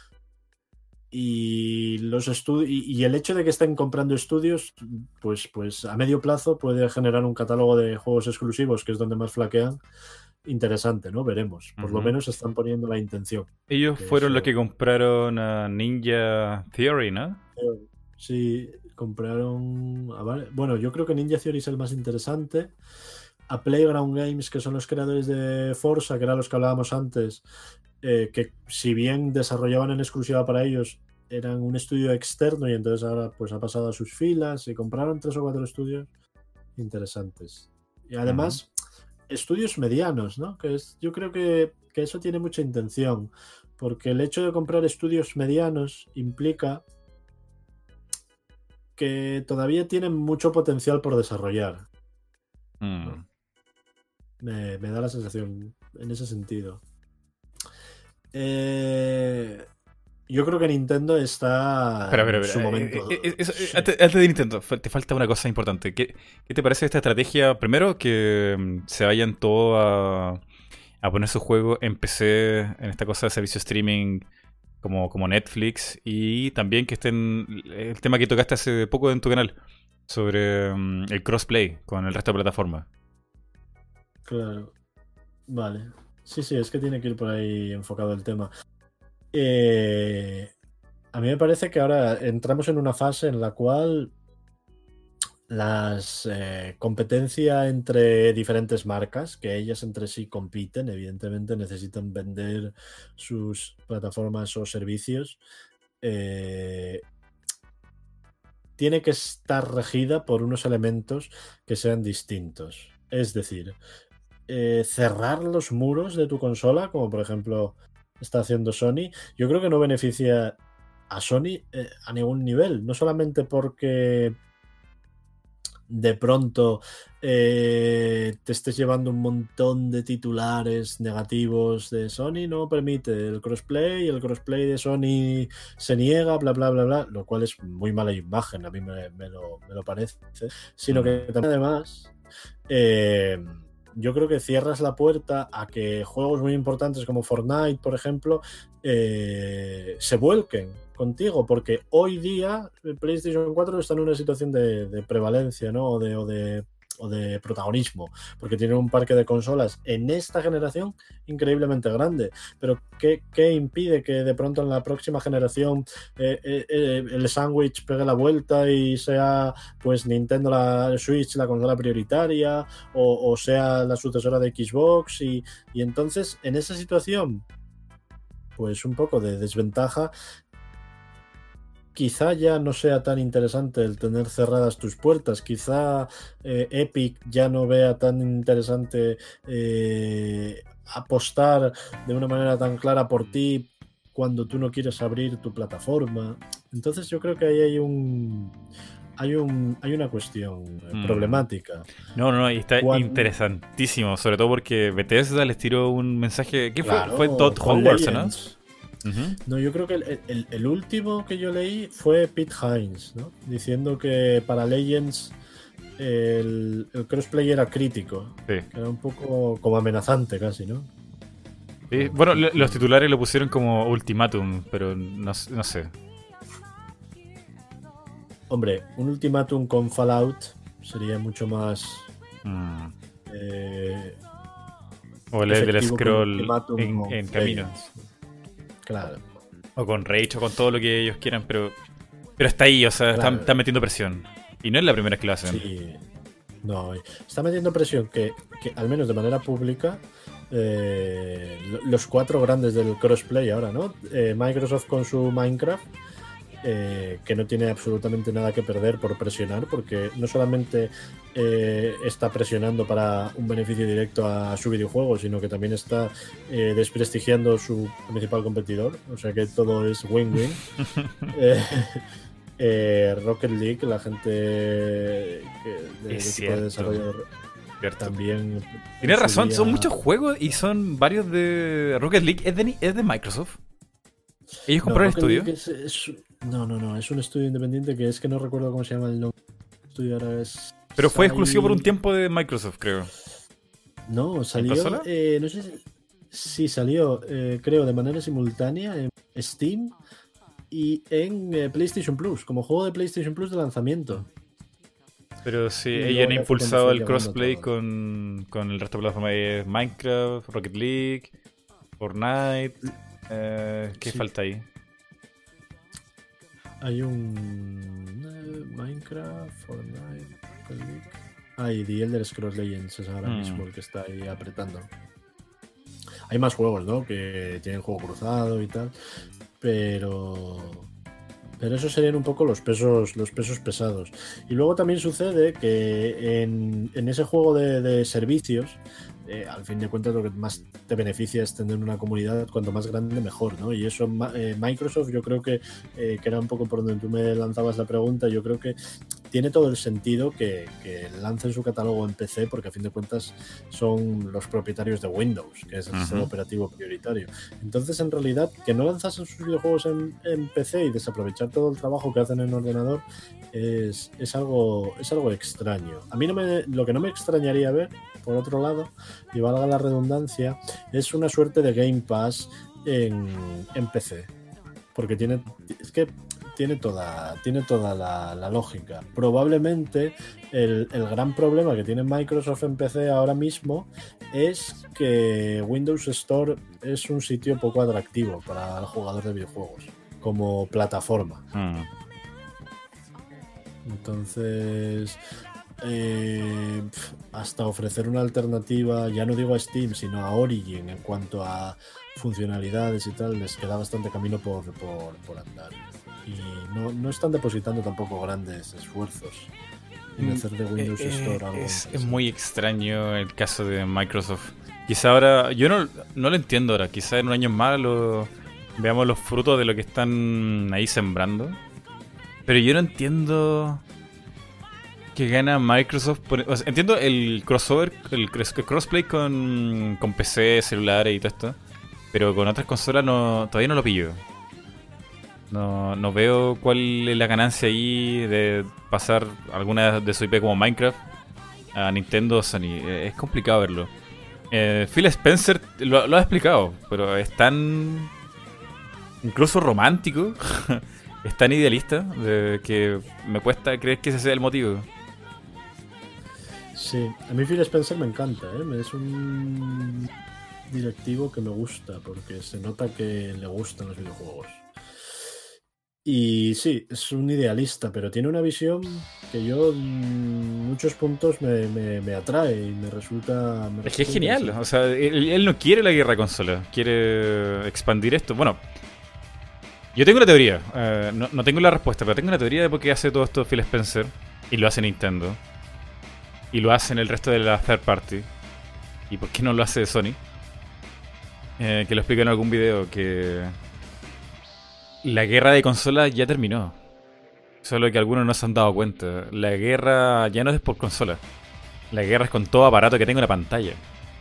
[SPEAKER 2] Y los estu- y, y el hecho de que estén comprando estudios, pues, pues a medio plazo puede generar un catálogo de juegos exclusivos, que es donde más flaquean, interesante, ¿no? Veremos. Por lo
[SPEAKER 1] Ujú.
[SPEAKER 2] menos están poniendo la intención.
[SPEAKER 1] Ellos
[SPEAKER 2] Que
[SPEAKER 1] fueron los
[SPEAKER 2] eso.
[SPEAKER 1] que compraron a Ninja Theory, ¿no?
[SPEAKER 2] Sí, compraron. a var- Bueno, yo creo que Ninja Theory es el más interesante. a Playground Games, que son los creadores de Forza, que eran los que hablábamos antes, eh, que si bien desarrollaban en exclusiva para ellos, eran un estudio externo y entonces ahora pues ha pasado a sus filas y compraron tres o cuatro estudios interesantes. Y además, uh-huh. estudios medianos, ¿no? Que es, yo creo que, que eso tiene mucha intención, porque el hecho de comprar estudios medianos implica que todavía tienen mucho potencial por desarrollar.
[SPEAKER 1] Mm.
[SPEAKER 2] ¿No? Me, me da la sensación en ese sentido. Eh, yo creo que Nintendo está
[SPEAKER 1] espera, espera,
[SPEAKER 2] en
[SPEAKER 1] espera.
[SPEAKER 2] su momento.
[SPEAKER 1] Eh, eh, eh,
[SPEAKER 2] sí.
[SPEAKER 1] antes, antes de Nintendo, te falta una cosa importante. ¿Qué, qué te parece esta estrategia? Primero, que um, se vayan todos a, a poner su juego en P C, en esta cosa de servicio streaming como, como Netflix, y también que estén el tema que tocaste hace poco en tu canal sobre um, el crossplay con el resto de plataformas.
[SPEAKER 2] Claro. Vale. Sí, sí, es que tiene que ir por ahí enfocado el tema. Eh, a mí me parece que ahora entramos en una fase en la cual las eh, competencia entre diferentes marcas, que ellas entre sí compiten, evidentemente necesitan vender sus plataformas o servicios, eh, tiene que estar regida por unos elementos que sean distintos. Es decir, eh, cerrar los muros de tu consola, como por ejemplo está haciendo Sony, yo creo que no beneficia a Sony eh, a ningún nivel, no solamente porque de pronto eh, te estés llevando un montón de titulares negativos de Sony no permite el crossplay, el crossplay de Sony se niega, bla bla bla bla, lo cual es muy mala imagen, a mí me, me, lo, me lo parece, sino que también además eh, yo creo que cierras la puerta a que juegos muy importantes como Fortnite, por ejemplo, eh, se vuelquen contigo, porque hoy día el PlayStation cuatro está en una situación de, de prevalencia, ¿no? O de, o de, o de protagonismo, porque tiene un parque de consolas en esta generación increíblemente grande. Pero ¿qué, qué impide que de pronto en la próxima generación eh, eh, eh, el sándwich pegue la vuelta y sea pues Nintendo la Switch la consola prioritaria o, o sea la sucesora de Xbox y, y entonces en esa situación pues un poco de desventaja, quizá ya no sea tan interesante el tener cerradas tus puertas, quizá eh, Epic ya no vea tan interesante eh, apostar de una manera tan clara por ti cuando tú no quieres abrir tu plataforma. Entonces yo creo que ahí hay un hay un hay una cuestión mm. problemática.
[SPEAKER 1] No, no, no, y está Cuando... interesantísimo, sobre todo porque Bethesda les tiró un mensaje. ¿Qué
[SPEAKER 2] claro,
[SPEAKER 1] fue? Fue Todd Hogwarts, ¿no?
[SPEAKER 2] Uh-huh. No, yo creo que el, el, el último que yo leí fue Pete Hines, ¿no? Diciendo que para Legends el, el crossplay era crítico, sí. Era un poco como amenazante casi, ¿no?
[SPEAKER 1] Sí, bueno, los titulares lo pusieron como ultimátum, pero no, no sé.
[SPEAKER 2] Hombre, un ultimátum con Fallout sería mucho más
[SPEAKER 1] mm.
[SPEAKER 2] eh,
[SPEAKER 1] o el del scroll en, en caminos.
[SPEAKER 2] Claro.
[SPEAKER 1] O con Rage o con todo lo que ellos quieran, pero pero está ahí, o sea, claro. están, están metiendo presión. Y no es la primera que lo hacen.
[SPEAKER 2] Sí. No, está metiendo presión que, que al menos de manera pública, eh, los cuatro grandes del crossplay ahora, ¿no? Eh, Microsoft con su Minecraft, eh, que no tiene absolutamente nada que perder por presionar, porque no solamente eh, está presionando para un beneficio directo a su videojuego, sino que también está eh, desprestigiando su principal competidor, o sea que todo es win-win. eh, eh, Rocket League, la gente que de,
[SPEAKER 1] es
[SPEAKER 2] de, de desarrollo
[SPEAKER 1] cierto.
[SPEAKER 2] También
[SPEAKER 1] tiene razón, día... son muchos juegos y son varios de Rocket League. ¿Es de, es de Microsoft? ¿Ellos compraron
[SPEAKER 2] no,
[SPEAKER 1] el estudio?
[SPEAKER 2] Es, es, no, no, no, es un estudio independiente que es que no recuerdo cómo se llama el nombre. El estudio ahora es...
[SPEAKER 1] Pero fue Sai... exclusivo por un tiempo de Microsoft, creo.
[SPEAKER 2] No, salió... Eh, no sé si... Sí, salió, eh, creo, de manera simultánea en Steam y en eh, PlayStation Plus, como juego de PlayStation Plus de lanzamiento.
[SPEAKER 1] Pero sí, ellos han impulsado el crossplay con, con el resto de plataformas de Minecraft, Rocket League, Fortnite. Eh, ¿Qué sí. falta ahí?
[SPEAKER 2] Hay un... Eh, Minecraft, Fortnite, Rocket League... Ah, y The Elder Scrolls Legends es ahora
[SPEAKER 1] Mm.
[SPEAKER 2] mismo el que está ahí apretando. Hay más juegos, ¿no? Que tienen juego cruzado y tal. Pero. Pero esos serían un poco los pesos, los pesos pesados. Y luego también sucede que en, en ese juego de, de servicios, eh, al fin de cuentas lo que más te beneficia es tener una comunidad cuanto más grande mejor, ¿no? Y eso eh, Microsoft, yo creo que, eh, que era un poco por donde tú me lanzabas la pregunta, yo creo que tiene todo el sentido que, que lancen su catálogo en P C, porque a fin de cuentas son los propietarios de Windows, que es el
[SPEAKER 1] Ujú.
[SPEAKER 2] sistema operativo prioritario. Entonces, en realidad, que no lanzasen sus videojuegos en, en P C y desaprovechar todo el trabajo que hacen en ordenador es, es, algo, es algo extraño. A mí no me, lo que no me extrañaría ver, por otro lado, y valga la redundancia, es una suerte de Game Pass en, en P C. Porque tiene, es que tiene toda, tiene toda la, la lógica. Probablemente el, el gran problema que tiene Microsoft en P C ahora mismo es que Windows Store es un sitio poco atractivo para el jugador de videojuegos como plataforma.
[SPEAKER 1] Mm.
[SPEAKER 2] Entonces, eh, hasta ofrecer una alternativa, ya no digo a Steam, sino a Origin en cuanto a funcionalidades y tal, les queda bastante camino por, por, por andar. Y no, no están depositando tampoco grandes esfuerzos en hacer de Windows
[SPEAKER 1] Eh,
[SPEAKER 2] Store algo.
[SPEAKER 1] Es, es muy extraño el caso de Microsoft. Quizá ahora, yo no, no lo entiendo ahora, quizá en un año más lo, veamos los frutos de lo que están ahí sembrando. Pero yo no entiendo que gana Microsoft. Por, o sea, entiendo el crossover, el, el crossplay con, con P C, celulares y todo esto. Pero con otras consolas no, todavía no lo pillo. No, no veo cuál es la ganancia ahí de pasar alguna de su I P como Minecraft a Nintendo o Sony. Es complicado verlo. Eh, Phil Spencer lo, lo ha explicado, pero es tan incluso romántico, es tan idealista de que me cuesta creer que ese sea el motivo.
[SPEAKER 2] Sí, a mí Phil Spencer me encanta, ¿eh? Es un directivo que me gusta porque se nota que le gustan los videojuegos. Y sí, es un idealista, pero tiene una visión que yo en muchos puntos me, me, me atrae y me resulta... Me
[SPEAKER 1] es que es
[SPEAKER 2] resulta
[SPEAKER 1] genial, o sea, él, él no quiere la guerra consola, quiere expandir esto. Bueno, yo tengo una teoría, uh, no, no tengo la respuesta, pero tengo una teoría de por qué hace todo esto Phil Spencer y lo hace Nintendo y lo hacen el resto de la third party y por qué no lo hace Sony, eh, que lo explica en algún video, que la guerra de consolas ya terminó. Solo que algunos no se han dado cuenta. La guerra ya no es por consola. La guerra es con todo aparato que tenga una pantalla.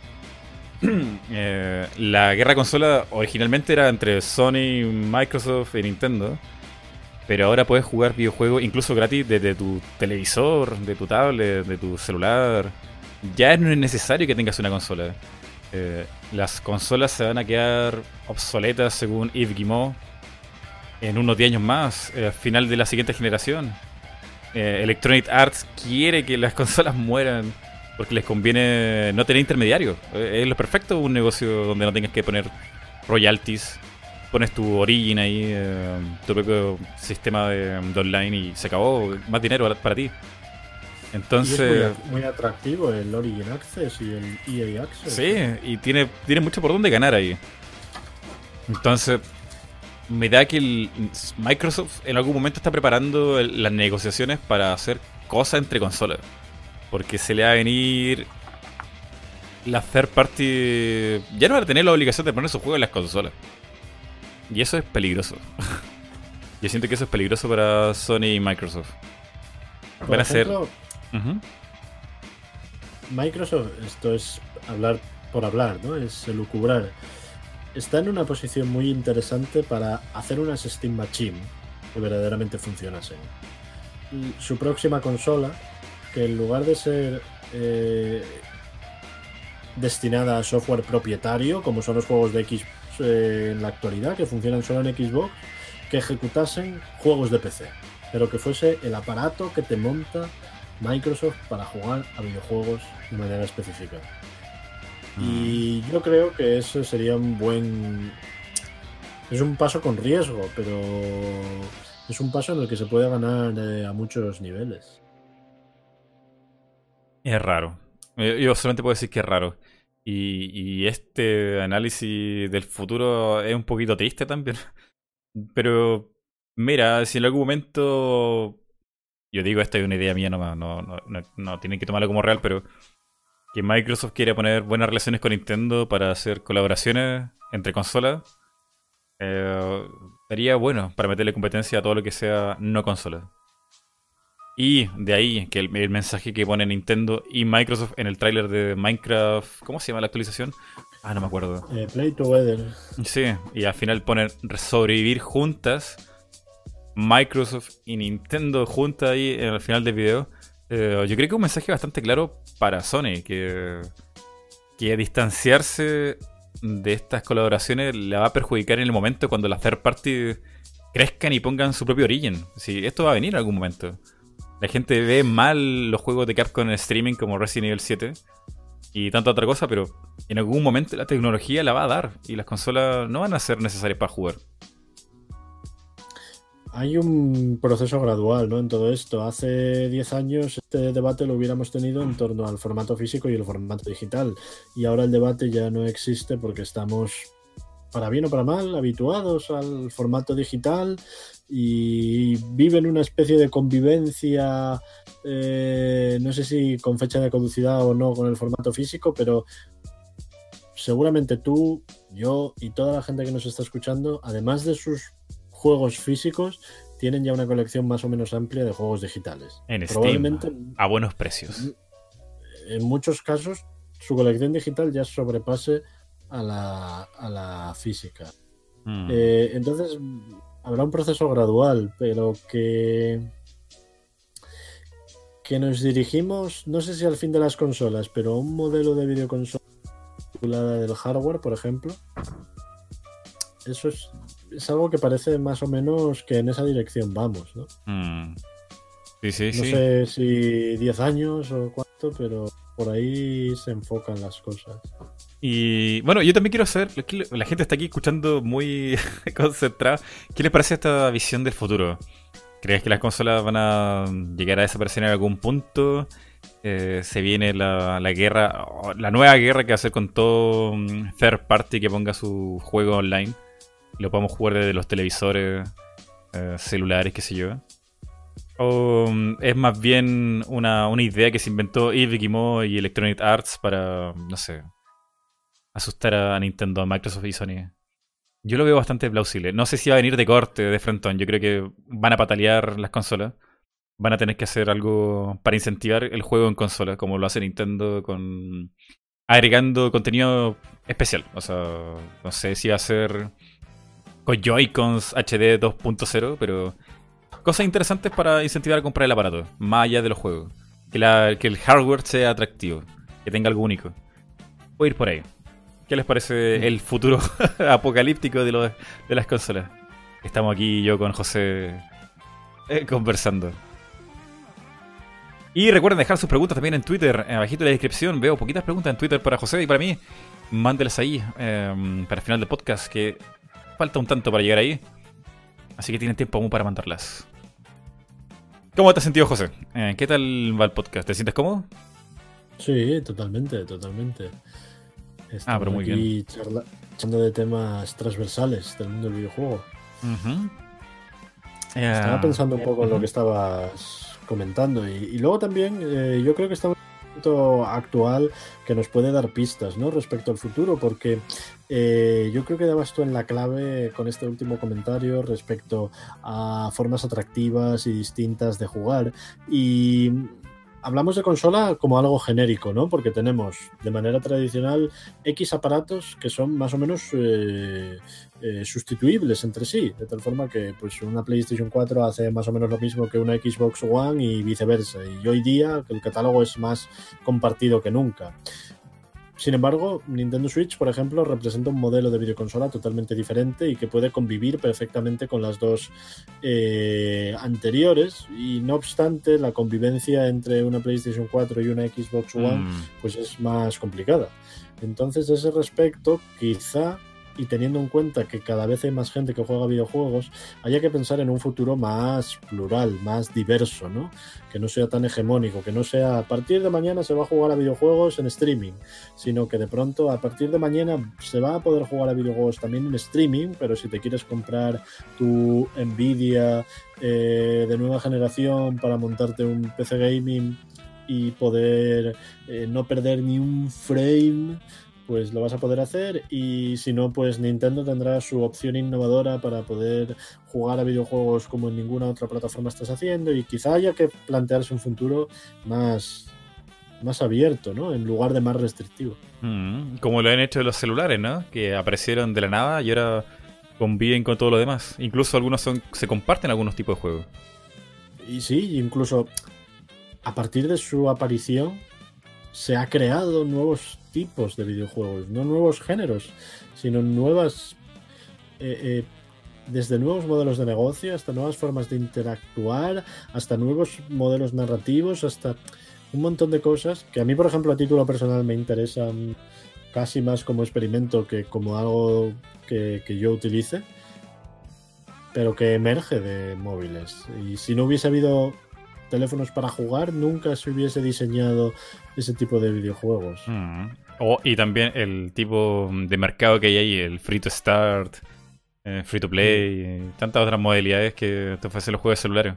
[SPEAKER 1] eh, la guerra consola originalmente era entre Sony, Microsoft y Nintendo. Pero ahora puedes jugar videojuegos incluso gratis desde tu televisor, de tu tablet, de tu celular. Ya no es necesario que tengas una consola. Eh, las consolas se van a quedar obsoletas según Yves Guillemot en unos diez años más, eh, al final de la siguiente generación. Eh, Electronic Arts quiere que las consolas mueran porque les conviene no tener intermediarios. Eh, es lo perfecto un negocio donde no tengas que poner royalties. Pones tu Origin ahí, eh, tu propio sistema de, de online y se acabó. Más dinero para, para ti. Entonces...
[SPEAKER 2] Y es muy, muy atractivo el Origin Access y el E A Access.
[SPEAKER 1] Sí, y tiene, tiene mucho por dónde ganar ahí. Entonces... me da que el Microsoft en algún momento está preparando el, las negociaciones para hacer cosas entre consolas. Porque se le va a venir la third party. Ya no va a tener la obligación de poner su juego en las consolas. Y eso es peligroso. Yo siento que eso es peligroso para Sony y Microsoft.
[SPEAKER 2] Por
[SPEAKER 1] Van a
[SPEAKER 2] ejemplo,
[SPEAKER 1] ser... Uh-huh.
[SPEAKER 2] Microsoft, esto es hablar por hablar, ¿no? Es elucubrar. Está en una posición muy interesante para hacer unas Steam Machine que verdaderamente funcionasen. Y su próxima consola, que en lugar de ser eh, destinada a software propietario, como son los juegos de Xbox eh, en la actualidad, que funcionan solo en Xbox, que ejecutasen juegos de P C, pero que fuese el aparato que te monta Microsoft para jugar a videojuegos de manera específica. Y yo creo que eso sería un buen... Es un paso con riesgo, pero es un paso en el que se puede ganar eh, a muchos niveles.
[SPEAKER 1] Es raro. Yo, yo solamente puedo decir que es raro. Y, y este análisis del futuro es un poquito triste también. Pero, mira, si en algún momento. Yo digo, esta es una idea mía, no, no, no, no, no tienen que tomarlo como real, pero que Microsoft quiere poner buenas relaciones con Nintendo para hacer colaboraciones entre consolas, eh, sería bueno para meterle competencia a todo lo que sea no consola. Y de ahí que el, el mensaje que pone Nintendo y Microsoft en el tráiler de Minecraft, ¿cómo se llama la actualización? Ah, no me acuerdo.
[SPEAKER 2] Eh, Play Together.
[SPEAKER 1] Sí, y al final ponen sobrevivir juntas, Microsoft y Nintendo juntas ahí en el final del video. Eh, yo creo que es un mensaje bastante claro para Sony, que, que distanciarse de estas colaboraciones la va a perjudicar en el momento cuando las third party crezcan y pongan su propio origen. Sí, esto va a venir en algún momento. La gente ve mal los juegos de Capcom en streaming como Resident Evil siete y tanta otra cosa, pero en algún momento la tecnología la va a dar y las consolas no van a ser necesarias para jugar.
[SPEAKER 2] Hay un proceso gradual, ¿no? En todo esto. Hace diez años este debate lo hubiéramos tenido en torno al formato físico y el formato digital. Y ahora el debate ya no existe porque estamos, para bien o para mal, habituados al formato digital y viven una especie de convivencia, eh, no sé si con fecha de caducidad o no con el formato físico, pero seguramente tú, yo y toda la gente que nos está escuchando, además de sus juegos físicos, tienen ya una colección más o menos amplia de juegos digitales.
[SPEAKER 1] En
[SPEAKER 2] Probablemente,
[SPEAKER 1] Steam, a buenos precios.
[SPEAKER 2] en muchos casos, su colección digital ya sobrepase a la, a la física. Mm. Eh, entonces, habrá un proceso gradual, pero que, que nos dirigimos, no sé si al fin de las consolas, pero a un modelo de videoconsola del hardware, por ejemplo. Eso es, es algo que parece más o menos que en esa dirección vamos, ¿no?
[SPEAKER 1] Mm. Sí, sí,
[SPEAKER 2] no
[SPEAKER 1] sí.
[SPEAKER 2] sé si diez años o cuánto, pero por ahí se enfocan las cosas.
[SPEAKER 1] Y bueno, yo también quiero saber, la gente está aquí escuchando muy concentrada, ¿qué les parece esta visión del futuro? ¿Crees que las consolas van a llegar a desaparecer en algún punto? Eh, se viene la, la guerra, la nueva guerra que va a hacer con todo third party que ponga su juego online. Lo podemos jugar desde los televisores, eh, celulares, qué sé yo. O um, es más bien una, una idea que se inventó Yves Guillemot y Electronic Arts para, no sé, asustar a Nintendo, a Microsoft y Sony. Yo lo veo bastante plausible. No sé si va a venir de corte, de frontón. Yo creo que van a patalear las consolas. Van a tener que hacer algo para incentivar el juego en consola, como lo hace Nintendo con agregando contenido especial. O sea, no sé si va a ser con Joy-Cons H D dos punto cero, pero cosas interesantes para incentivar a comprar el aparato, más allá de los juegos. Que, la, que el hardware sea atractivo, que tenga algo único. Voy a ir por ahí. ¿Qué les parece el futuro apocalíptico de, los, de las consolas? Estamos aquí yo con José eh, conversando. Y recuerden dejar sus preguntas también en Twitter, abajito en la descripción. Veo poquitas preguntas en Twitter para José y para mí. Mándelas ahí eh, para el final del podcast, que falta un tanto para llegar ahí. Así que tienen tiempo aún para mandarlas. ¿Cómo te has sentido, José? Eh, ¿Qué tal va el podcast? ¿Te sientes cómodo?
[SPEAKER 2] Sí, totalmente, totalmente. Estamos
[SPEAKER 1] ah, pero muy
[SPEAKER 2] aquí
[SPEAKER 1] bien.
[SPEAKER 2] Charla, charlando de temas transversales del mundo del videojuego.
[SPEAKER 1] Uh-huh.
[SPEAKER 2] Yeah. Estaba pensando un poco uh-huh. en lo que estabas comentando y, y luego también eh, yo creo que estamos en un momento actual que nos puede dar pistas, ¿no?, respecto al futuro, porque eh, yo creo que dabas tú en la clave con este último comentario respecto a formas atractivas y distintas de jugar. Y hablamos de consola como algo genérico, ¿no? Porque tenemos de manera tradicional X aparatos que son más o menos eh, eh, sustituibles entre sí, de tal forma que pues una PlayStation cuatro hace más o menos lo mismo que una Xbox One y viceversa. Y hoy día el catálogo es más compartido que nunca. Sin embargo, Nintendo Switch, por ejemplo, representa un modelo de videoconsola totalmente diferente y que puede convivir perfectamente con las dos eh, anteriores, y no obstante, la convivencia entre una PlayStation cuatro y una Xbox One mm. pues es más complicada. Entonces, a ese respecto, quizá y teniendo en cuenta que cada vez hay más gente que juega videojuegos, haya que pensar en un futuro más plural, más diverso, ¿no? Que no sea tan hegemónico, que no sea a partir de mañana se va a jugar a videojuegos en streaming, sino que de pronto a partir de mañana se va a poder jugar a videojuegos también en streaming, pero si te quieres comprar tu Nvidia eh, de nueva generación para montarte un P C gaming y poder eh, no perder ni un frame, pues lo vas a poder hacer, y si no, pues Nintendo tendrá su opción innovadora para poder jugar a videojuegos como en ninguna otra plataforma estás haciendo, y quizá haya que plantearse un futuro más, más abierto, ¿no? En lugar de más restrictivo.
[SPEAKER 1] Mm, como lo han hecho los celulares, ¿no? Que aparecieron de la nada y ahora conviven con todo lo demás. Incluso algunos son, se comparten algunos tipos de juegos.
[SPEAKER 2] Y sí, incluso a partir de su aparición se ha creado nuevos tipos de videojuegos, no nuevos géneros, sino nuevas, eh, eh, desde nuevos modelos de negocio hasta nuevas formas de interactuar, hasta nuevos modelos narrativos, hasta un montón de cosas que a mí, por ejemplo, a título personal me interesan casi más como experimento que como algo que, que yo utilice, pero que emerge de móviles. Y si no hubiese habido teléfonos para jugar, nunca se hubiese diseñado ese tipo de videojuegos.
[SPEAKER 1] Mm. Oh, y también el tipo de mercado que hay ahí, el free to start, eh, free to play, mm. y tantas otras modalidades que te ofrecen los juegos de celulares.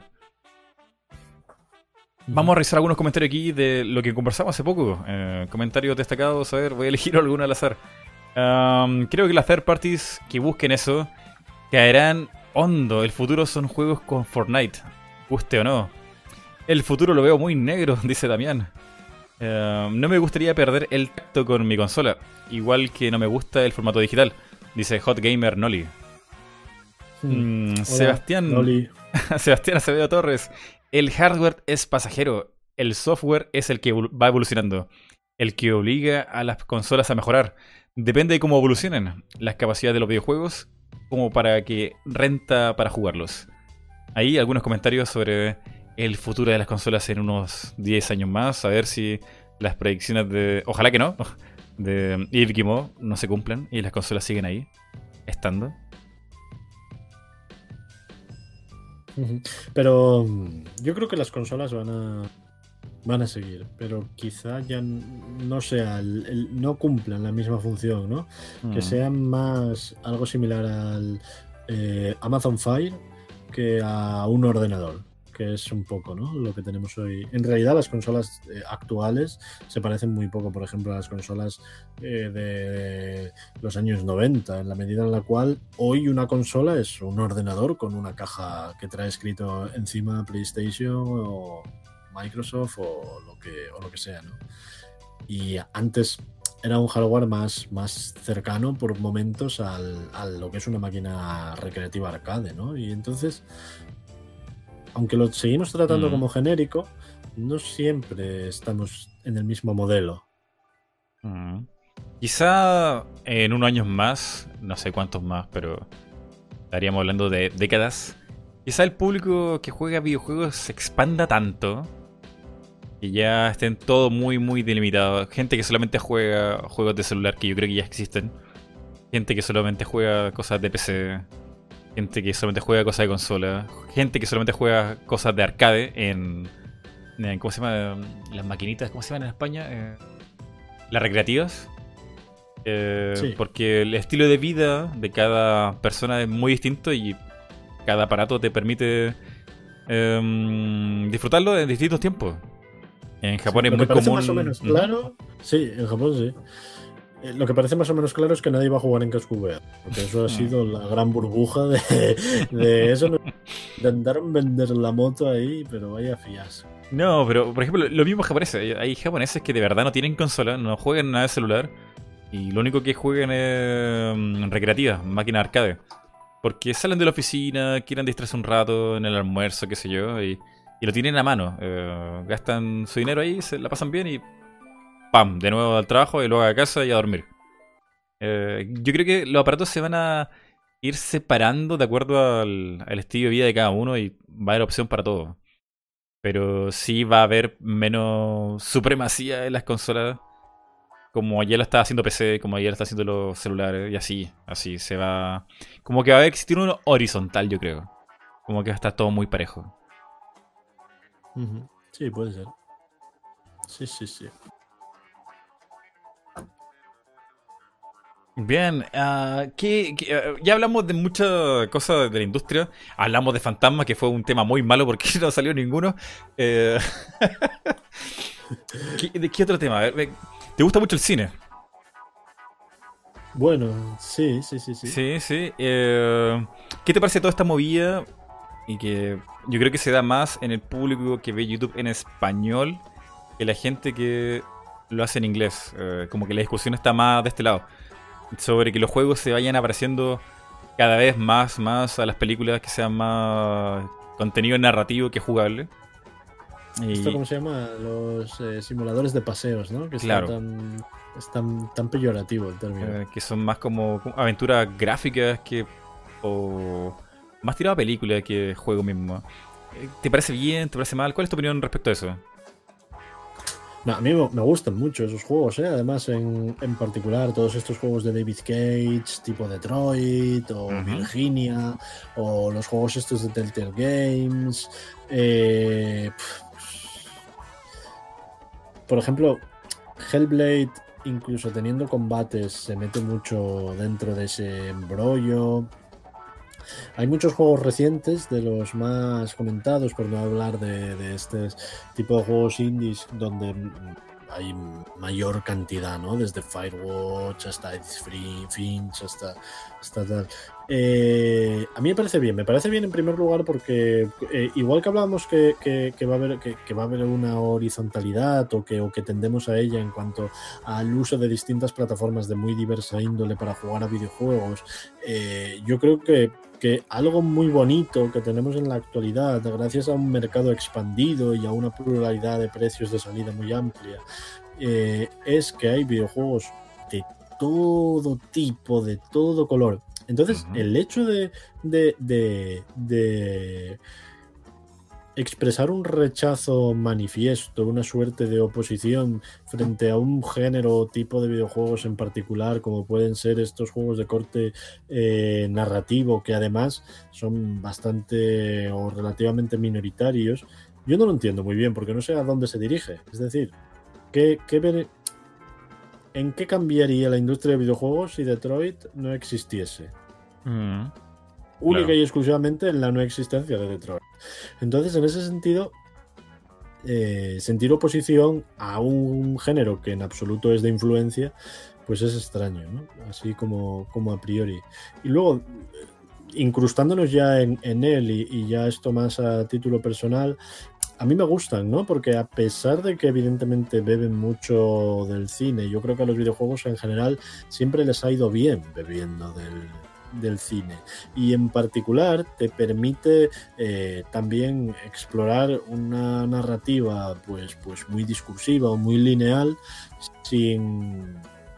[SPEAKER 1] Mm. Vamos a revisar algunos comentarios aquí de lo que conversamos hace poco. Eh, comentarios destacados, a ver, voy a elegir alguno al azar. Um, creo que las third parties que busquen eso caerán hondo. El futuro son juegos con Fortnite, guste o no. El futuro lo veo muy negro, dice Damián. Uh, no me gustaría perder el tacto con mi consola, igual que no me gusta el formato digital, dice Hot Gamer Noli. Hmm. Mm, Sebastián Noli. Sebastián Acevedo Torres. El hardware es pasajero, el software es el que va evolucionando, el que obliga a las consolas a mejorar. Depende de cómo evolucionen las capacidades de los videojuegos, como para que renta para jugarlos. Ahí algunos comentarios sobre el futuro de las consolas en unos diez años más. A ver si las predicciones de... Ojalá que no. De Yves Guillemot no se cumplan y las consolas siguen ahí, estando.
[SPEAKER 2] Pero yo creo que las consolas van a van a seguir, pero quizá ya no sea el, el, no cumplan la misma función, ¿no? Mm. Que sean más algo similar al eh, Amazon Fire que a un ordenador, que es un poco, ¿no?, lo que tenemos hoy. En realidad las consolas eh, actuales se parecen muy poco, por ejemplo, a las consolas eh, de los años noventa, en la medida en la cual hoy una consola es un ordenador con una caja que trae escrito encima PlayStation o Microsoft o lo que, o lo que sea, ¿no? Y antes era un hardware más, más cercano por momentos al, a lo que es una máquina recreativa arcade, ¿no? Y entonces, aunque lo seguimos tratando mm. como genérico, no siempre estamos en el mismo modelo.
[SPEAKER 1] Mm. Quizá en unos años más, no sé cuántos más, pero estaríamos hablando de décadas. Quizá el público que juega videojuegos se expanda tanto que ya estén todo muy, muy delimitado. Gente que solamente juega juegos de celular, que yo creo que ya existen. Gente que solamente juega cosas de P C. Gente que solamente juega cosas de consola. Gente que solamente juega cosas de arcade en... en ¿cómo se llama? Las maquinitas, ¿cómo se llaman en España? Eh, las recreativas. Eh, sí. Porque el estilo de vida de cada persona es muy distinto y cada aparato te permite eh, disfrutarlo en distintos tiempos. En Japón sí, es muy común.
[SPEAKER 2] Más o menos claro. Sí, en Japón sí. Lo que parece más o menos claro es que nadie va a jugar en casco V R, porque eso ha sido la gran burbuja de, de eso. Intentaron vender la moto ahí, pero vaya fiasco.
[SPEAKER 1] No, pero por ejemplo, lo mismo japoneses. Hay japoneses que de verdad no tienen consola, no juegan nada de celular, y lo único que juegan es um, recreativa, máquina arcade. Porque salen de la oficina, quieren distraerse un rato en el almuerzo, qué sé yo, y, y lo tienen a mano. Eh, gastan su dinero ahí, se la pasan bien y ¡pam! De nuevo al trabajo y luego a casa y a dormir. Eh, yo creo que los aparatos se van a ir separando de acuerdo al, al estilo de vida de cada uno y va a haber opción para todo. Pero sí va a haber menos supremacía en las consolas como ya lo está haciendo P C, como ya lo está haciendo los celulares, y así, así se va. Como que va a existir uno horizontal, yo creo. Como que va a estar todo muy parejo.
[SPEAKER 2] Uh-huh. Sí, puede ser. Sí, sí, sí.
[SPEAKER 1] Bien, uh, ¿qué, qué, uh, ya hablamos de muchas cosas de la industria. Hablamos de Fantasma, que fue un tema muy malo porque no salió ninguno. Eh... ¿Qué, ¿De qué otro tema? A ver, ¿te gusta mucho el cine?
[SPEAKER 2] Bueno, sí, sí, sí, sí.
[SPEAKER 1] Sí, sí. Eh, ¿Qué te parece toda esta movida? Y que yo creo que se da más en el público que ve YouTube en español que la gente que lo hace en inglés. Eh, como que la discusión está más de este lado. Sobre que los juegos se vayan apareciendo cada vez más, más a las películas, que sean más contenido narrativo que jugable.
[SPEAKER 2] Y... ¿Esto cómo se llama? Los eh, simuladores de paseos, ¿no? Que
[SPEAKER 1] claro.
[SPEAKER 2] está tan, es tan, tan peyorativo el término.
[SPEAKER 1] Eh, que son más como, como aventuras gráficas que... o más tirado a película que juego mismo. ¿Te parece bien? ¿Te parece mal? ¿Cuál es tu opinión respecto a eso?
[SPEAKER 2] No, a mí me gustan mucho esos juegos, ¿eh? Además, en, en particular, todos estos juegos de David Cage, tipo Detroit, o uh-huh. Virginia, o los juegos estos de Telltale Games. Eh, por ejemplo, Hellblade, incluso teniendo combates, se mete mucho dentro de ese embrollo. Hay muchos juegos recientes, de los más comentados, por no hablar de, de este tipo de juegos indies, donde hay mayor cantidad, ¿no? Desde Firewatch hasta It's Free, Finch, hasta, hasta tal. Eh, a mí me parece bien, me parece bien en primer lugar porque eh, igual que hablábamos que, que, que, va a haber, que, que va a haber una horizontalidad o que, o que tendemos a ella en cuanto al uso de distintas plataformas de muy diversa índole para jugar a videojuegos, eh, yo creo que que algo muy bonito que tenemos en la actualidad, gracias a un mercado expandido y a una pluralidad de precios de salida muy amplia, eh, es que hay videojuegos de todo tipo, de todo color. Entonces, uh-huh. el hecho de, de, de, de expresar un rechazo manifiesto, una suerte de oposición frente a un género o tipo de videojuegos en particular, como pueden ser estos juegos de corte eh, narrativo, que además son bastante o relativamente minoritarios, yo no lo entiendo muy bien, porque no sé a dónde se dirige. Es decir, ¿qué, qué, ¿en qué cambiaría la industria de videojuegos si Detroit no existiese?
[SPEAKER 1] Mm.
[SPEAKER 2] Única
[SPEAKER 1] Claro.
[SPEAKER 2] y exclusivamente en la no existencia de Detroit. Entonces, en ese sentido, eh, sentir oposición a un género que en absoluto es de influencia, pues es extraño, ¿no? Así como, como a priori. Y luego, incrustándonos ya en, en él y, y ya esto más a título personal, a mí me gustan, ¿no? Porque a pesar de que evidentemente beben mucho del cine, yo creo que a los videojuegos en general siempre les ha ido bien bebiendo del del cine, y en particular te permite eh, también explorar una narrativa pues, pues muy discursiva o muy lineal sin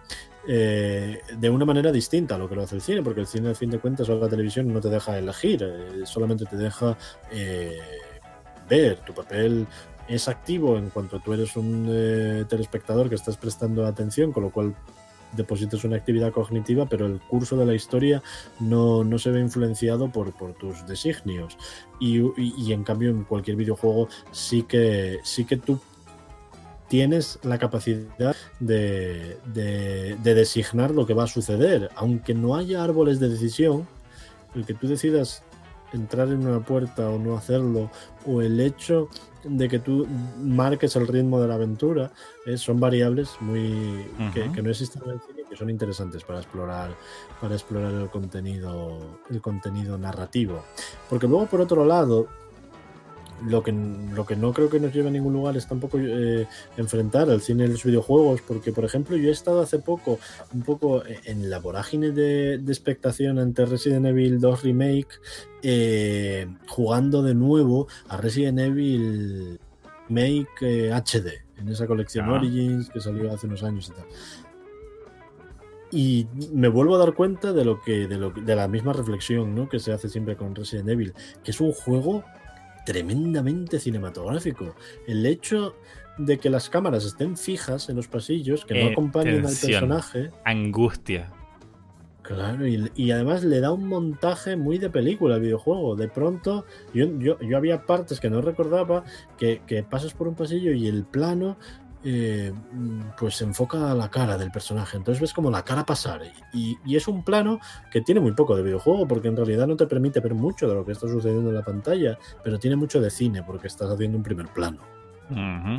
[SPEAKER 2] eh, de una manera distinta a lo que lo hace el cine, porque el cine al fin de cuentas o la televisión no te deja elegir, eh, solamente te deja eh, ver. Tu papel es activo en cuanto tú eres un eh, telespectador que estás prestando atención, con lo cual depositas una actividad cognitiva, pero el curso de la historia no, no se ve influenciado por, por tus designios. Y, y, y en cambio en cualquier videojuego sí que, sí que tú tienes la capacidad de, de, de designar lo que va a suceder. Aunque no haya árboles de decisión, el que tú decidas entrar en una puerta o no hacerlo, o el hecho de que tú marques el ritmo de la aventura, eh, son variables muy uh-huh. que, que no existen en el cine y que son interesantes para explorar para explorar el contenido el contenido narrativo. Porque luego, por otro lado, lo que, lo que no creo que nos lleve a ningún lugar es tampoco eh, enfrentar al cine y los videojuegos, porque por ejemplo yo he estado hace poco un poco en la vorágine de, de expectación ante Resident Evil dos Remake, eh, jugando de nuevo a Resident Evil Remake eh, H D en esa colección ah. Origins que salió hace unos años y tal. Y me vuelvo a dar cuenta de lo que de, lo, de la misma reflexión, ¿no?, que se hace siempre con Resident Evil, que es un juego tremendamente cinematográfico. El hecho de que las cámaras estén fijas en los pasillos, que no
[SPEAKER 1] Eh,
[SPEAKER 2] acompañen al
[SPEAKER 1] tensión,
[SPEAKER 2] personaje.
[SPEAKER 1] angustia.
[SPEAKER 2] Claro, y, y además le da un montaje muy de película al videojuego. De pronto, yo, yo, yo había partes que no recordaba, que, que pasas por un pasillo y el plano eh, pues se enfoca a la cara del personaje. Entonces ves como la cara pasar. Y, y es un plano que tiene muy poco de videojuego, porque en realidad no te permite ver mucho de lo que está sucediendo en la pantalla, pero tiene mucho de cine, porque estás haciendo un primer plano.
[SPEAKER 1] Uh-huh.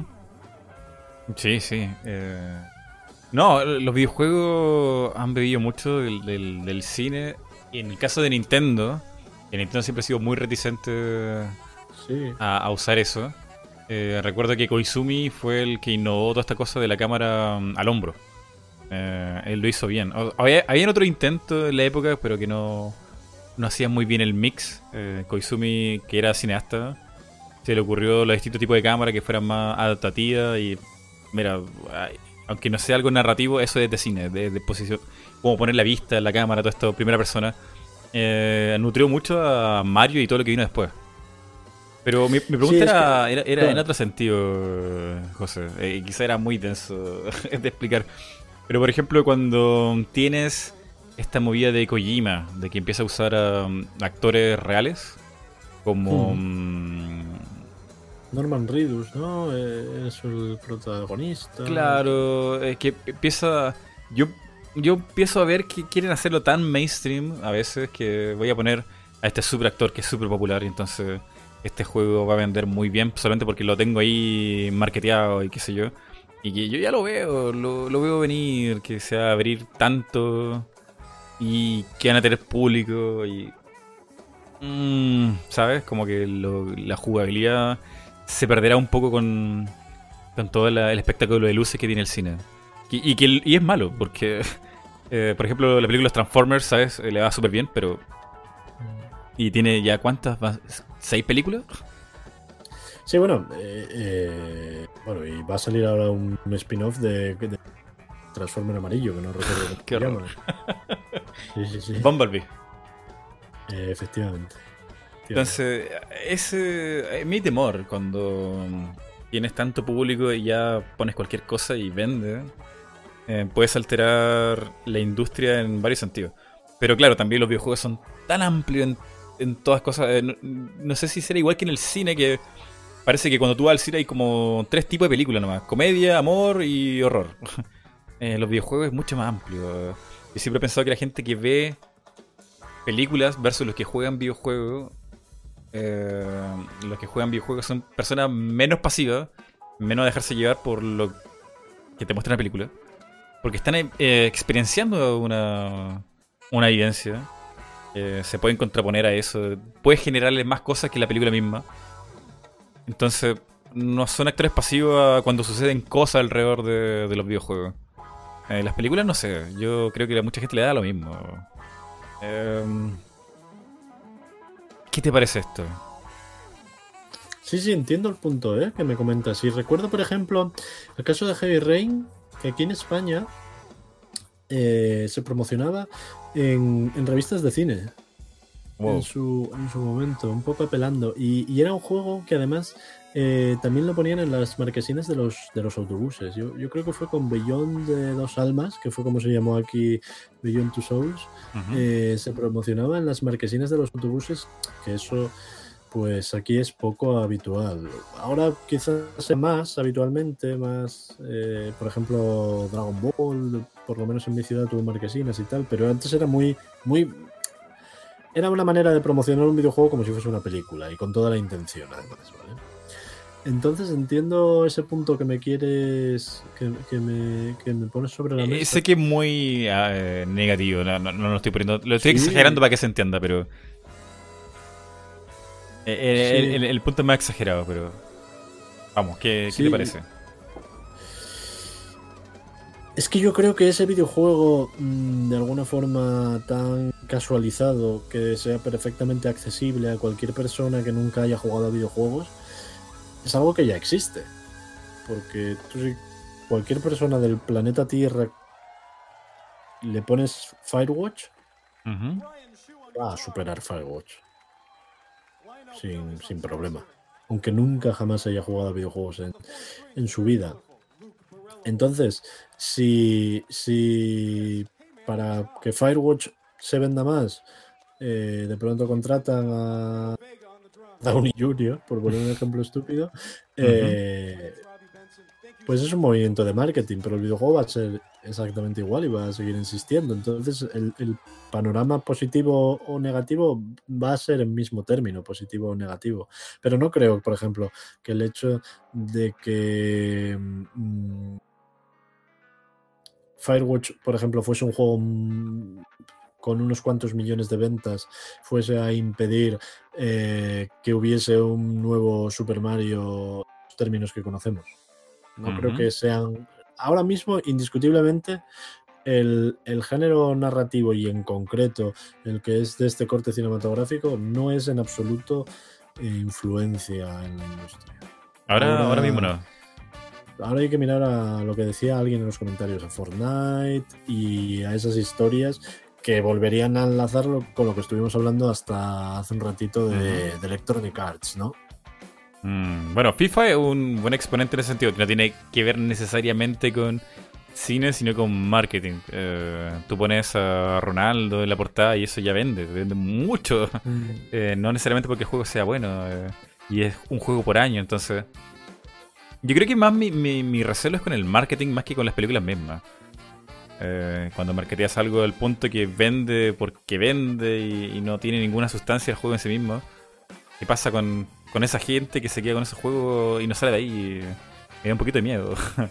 [SPEAKER 1] Sí, sí. Eh... No, los videojuegos han bebido mucho del, del, del cine. Y en el caso de Nintendo, que Nintendo siempre ha sido muy reticente
[SPEAKER 2] sí.
[SPEAKER 1] a, a usar eso. Eh, recuerdo que Koizumi fue el que innovó toda esta cosa de la cámara um, al hombro. Eh, él lo hizo bien. O, había, había otro intento en la época, pero que no, no hacía muy bien el mix. Eh, Koizumi, que era cineasta, se le ocurrió los distintos tipos de cámara que fueran más adaptativas. Y mira, aunque no sea algo narrativo, eso es de cine, de, de posición, como poner la vista, la cámara, todo esto, primera persona. Eh, nutrió mucho a Mario y todo lo que vino después. Pero mi, mi pregunta
[SPEAKER 2] Sí,
[SPEAKER 1] era,
[SPEAKER 2] que,
[SPEAKER 1] era, era
[SPEAKER 2] claro.
[SPEAKER 1] en otro sentido, José. Eh, quizá era muy denso de explicar. Pero por ejemplo, cuando tienes esta movida de Kojima, de que empieza a usar um, actores reales, como...
[SPEAKER 2] Hmm.
[SPEAKER 1] Um,
[SPEAKER 2] Norman Reedus, ¿no? Eh, es el protagonista.
[SPEAKER 1] claro, es que empieza... Yo, yo empiezo a ver que quieren hacerlo tan mainstream a veces que voy a poner a este super actor que es súper popular y entonces este juego va a vender muy bien solamente porque lo tengo ahí marketeado y qué sé yo. Y que yo ya lo veo, lo, lo veo venir, que se va a abrir tanto y que van a tener público y... Mmm, ¿sabes? Como que lo, la jugabilidad se perderá un poco con, con todo la, el espectáculo de luces que tiene el cine. Y, y, que, y es malo, porque, eh, por ejemplo, la película Transformers, ¿sabes? Le va súper bien, pero... ¿Y tiene ya cuántas? ¿Seis películas?
[SPEAKER 2] Sí, bueno, eh, eh, bueno, y va a salir ahora un, un spin-off de, de Transformer amarillo, que no recuerdo cómo
[SPEAKER 1] Qué
[SPEAKER 2] se
[SPEAKER 1] horror.
[SPEAKER 2] llama. Sí, sí, sí.
[SPEAKER 1] Bumblebee.
[SPEAKER 2] Eh, efectivamente.
[SPEAKER 1] Entonces, ese es mi temor cuando tienes tanto público y ya pones cualquier cosa y vende. Eh, puedes alterar la industria en varios sentidos. Pero claro, también los videojuegos son tan amplios en, en todas cosas. Eh, no, no sé si será igual que en el cine, que parece que cuando tú vas al cine hay como tres tipos de películas nomás: comedia, amor y horror. Eh, los videojuegos es mucho más amplio. Yo siempre he pensado que la gente que ve películas versus los que juegan videojuegos, eh, los que juegan videojuegos son personas menos pasivas, menos a dejarse llevar por lo que te muestra la película, porque están eh, experienciando una, una evidencia. Eh, se pueden contraponer a eso, puede generarles más cosas que la película misma. Entonces no son actores pasivos cuando suceden cosas alrededor de, de los videojuegos. Eh, las películas no sé, yo creo que a mucha gente le da lo mismo. Eh, ¿Qué te parece esto?
[SPEAKER 2] Sí, sí, entiendo el punto ¿eh? que me comentas. Y recuerdo, por ejemplo, el caso de Heavy Rain, que aquí en España eh, se promocionaba en, en revistas de cine. Wow. En, su, en su momento, un poco apelando. Y, y era un juego que además eh, también lo ponían en las marquesinas de los, de los autobuses. Yo, yo creo que fue con Beyond de Dos Almas, que fue como se llamó aquí Beyond Two Souls. Uh-huh. eh, se promocionaba en las marquesinas de los autobuses, que eso pues aquí es poco habitual. Ahora quizás sea más habitualmente, más, eh, por ejemplo, Dragon Ball, por lo menos en mi ciudad tuvo marquesinas y tal, pero antes era muy, muy... Era una manera de promocionar un videojuego como si fuese una película y con toda la intención, además, ¿vale? Entonces entiendo ese punto que me quieres, que, que, me, que me pones sobre la mesa.
[SPEAKER 1] Eh, sé que es muy uh, negativo, no, no, no lo estoy poniendo, lo estoy sí. exagerando para que se entienda, pero eh, sí. el, el, el punto es más exagerado, pero vamos, ¿qué,
[SPEAKER 2] sí.
[SPEAKER 1] ¿qué te parece?
[SPEAKER 2] Es que yo creo que ese videojuego, de alguna forma tan casualizado, que sea perfectamente accesible a cualquier persona que nunca haya jugado a videojuegos, es algo que ya existe. Porque tú, si cualquier persona del planeta Tierra le pones Firewatch,
[SPEAKER 1] uh-huh.
[SPEAKER 2] va a superar Firewatch. Sin, sin problema. aunque nunca jamás haya jugado a videojuegos en, en su vida. Entonces, si, si para que Firewatch se venda más, eh, de pronto contratan a Downey junior, por poner un ejemplo estúpido, eh, pues es un movimiento de marketing, pero el videojuego va a ser exactamente igual y va a seguir insistiendo. Entonces, el, el panorama positivo o negativo va a ser el mismo término, positivo o negativo. Pero no creo, por ejemplo, que el hecho de que mmm, Firewatch, por ejemplo, fuese un juego mmm, con unos cuantos millones de ventas, fuese a impedir eh, que hubiese un nuevo Super Mario en los términos que conocemos. No uh-huh. creo que sean... Ahora mismo, indiscutiblemente, el, el género narrativo y en concreto el que es de este corte cinematográfico no es en absoluto eh, influencia en la industria.
[SPEAKER 1] Ahora, ahora, ahora mismo no.
[SPEAKER 2] Ahora hay que mirar a lo que decía alguien en los comentarios, a Fortnite y a esas historias que volverían a enlazarlo con lo que estuvimos hablando hasta hace un ratito de, uh-huh. de Electronic Arts, ¿no?
[SPEAKER 1] Mm, bueno, FIFA es un buen exponente en ese sentido, que no tiene que ver necesariamente con cine, sino con marketing. Eh, tú pones a Ronaldo en la portada y eso ya vende, vende mucho. Mm. Eh, no necesariamente porque el juego sea bueno, eh, y es un juego por año, entonces... Yo creo que más mi, mi, mi recelo es con el marketing más que con las películas mismas. Eh, cuando marketeas algo al punto que vende porque vende y, y no tiene ninguna sustancia el juego en sí mismo. ¿Qué pasa con, con esa gente que se queda con ese juego y no sale de ahí? Me da un poquito de miedo.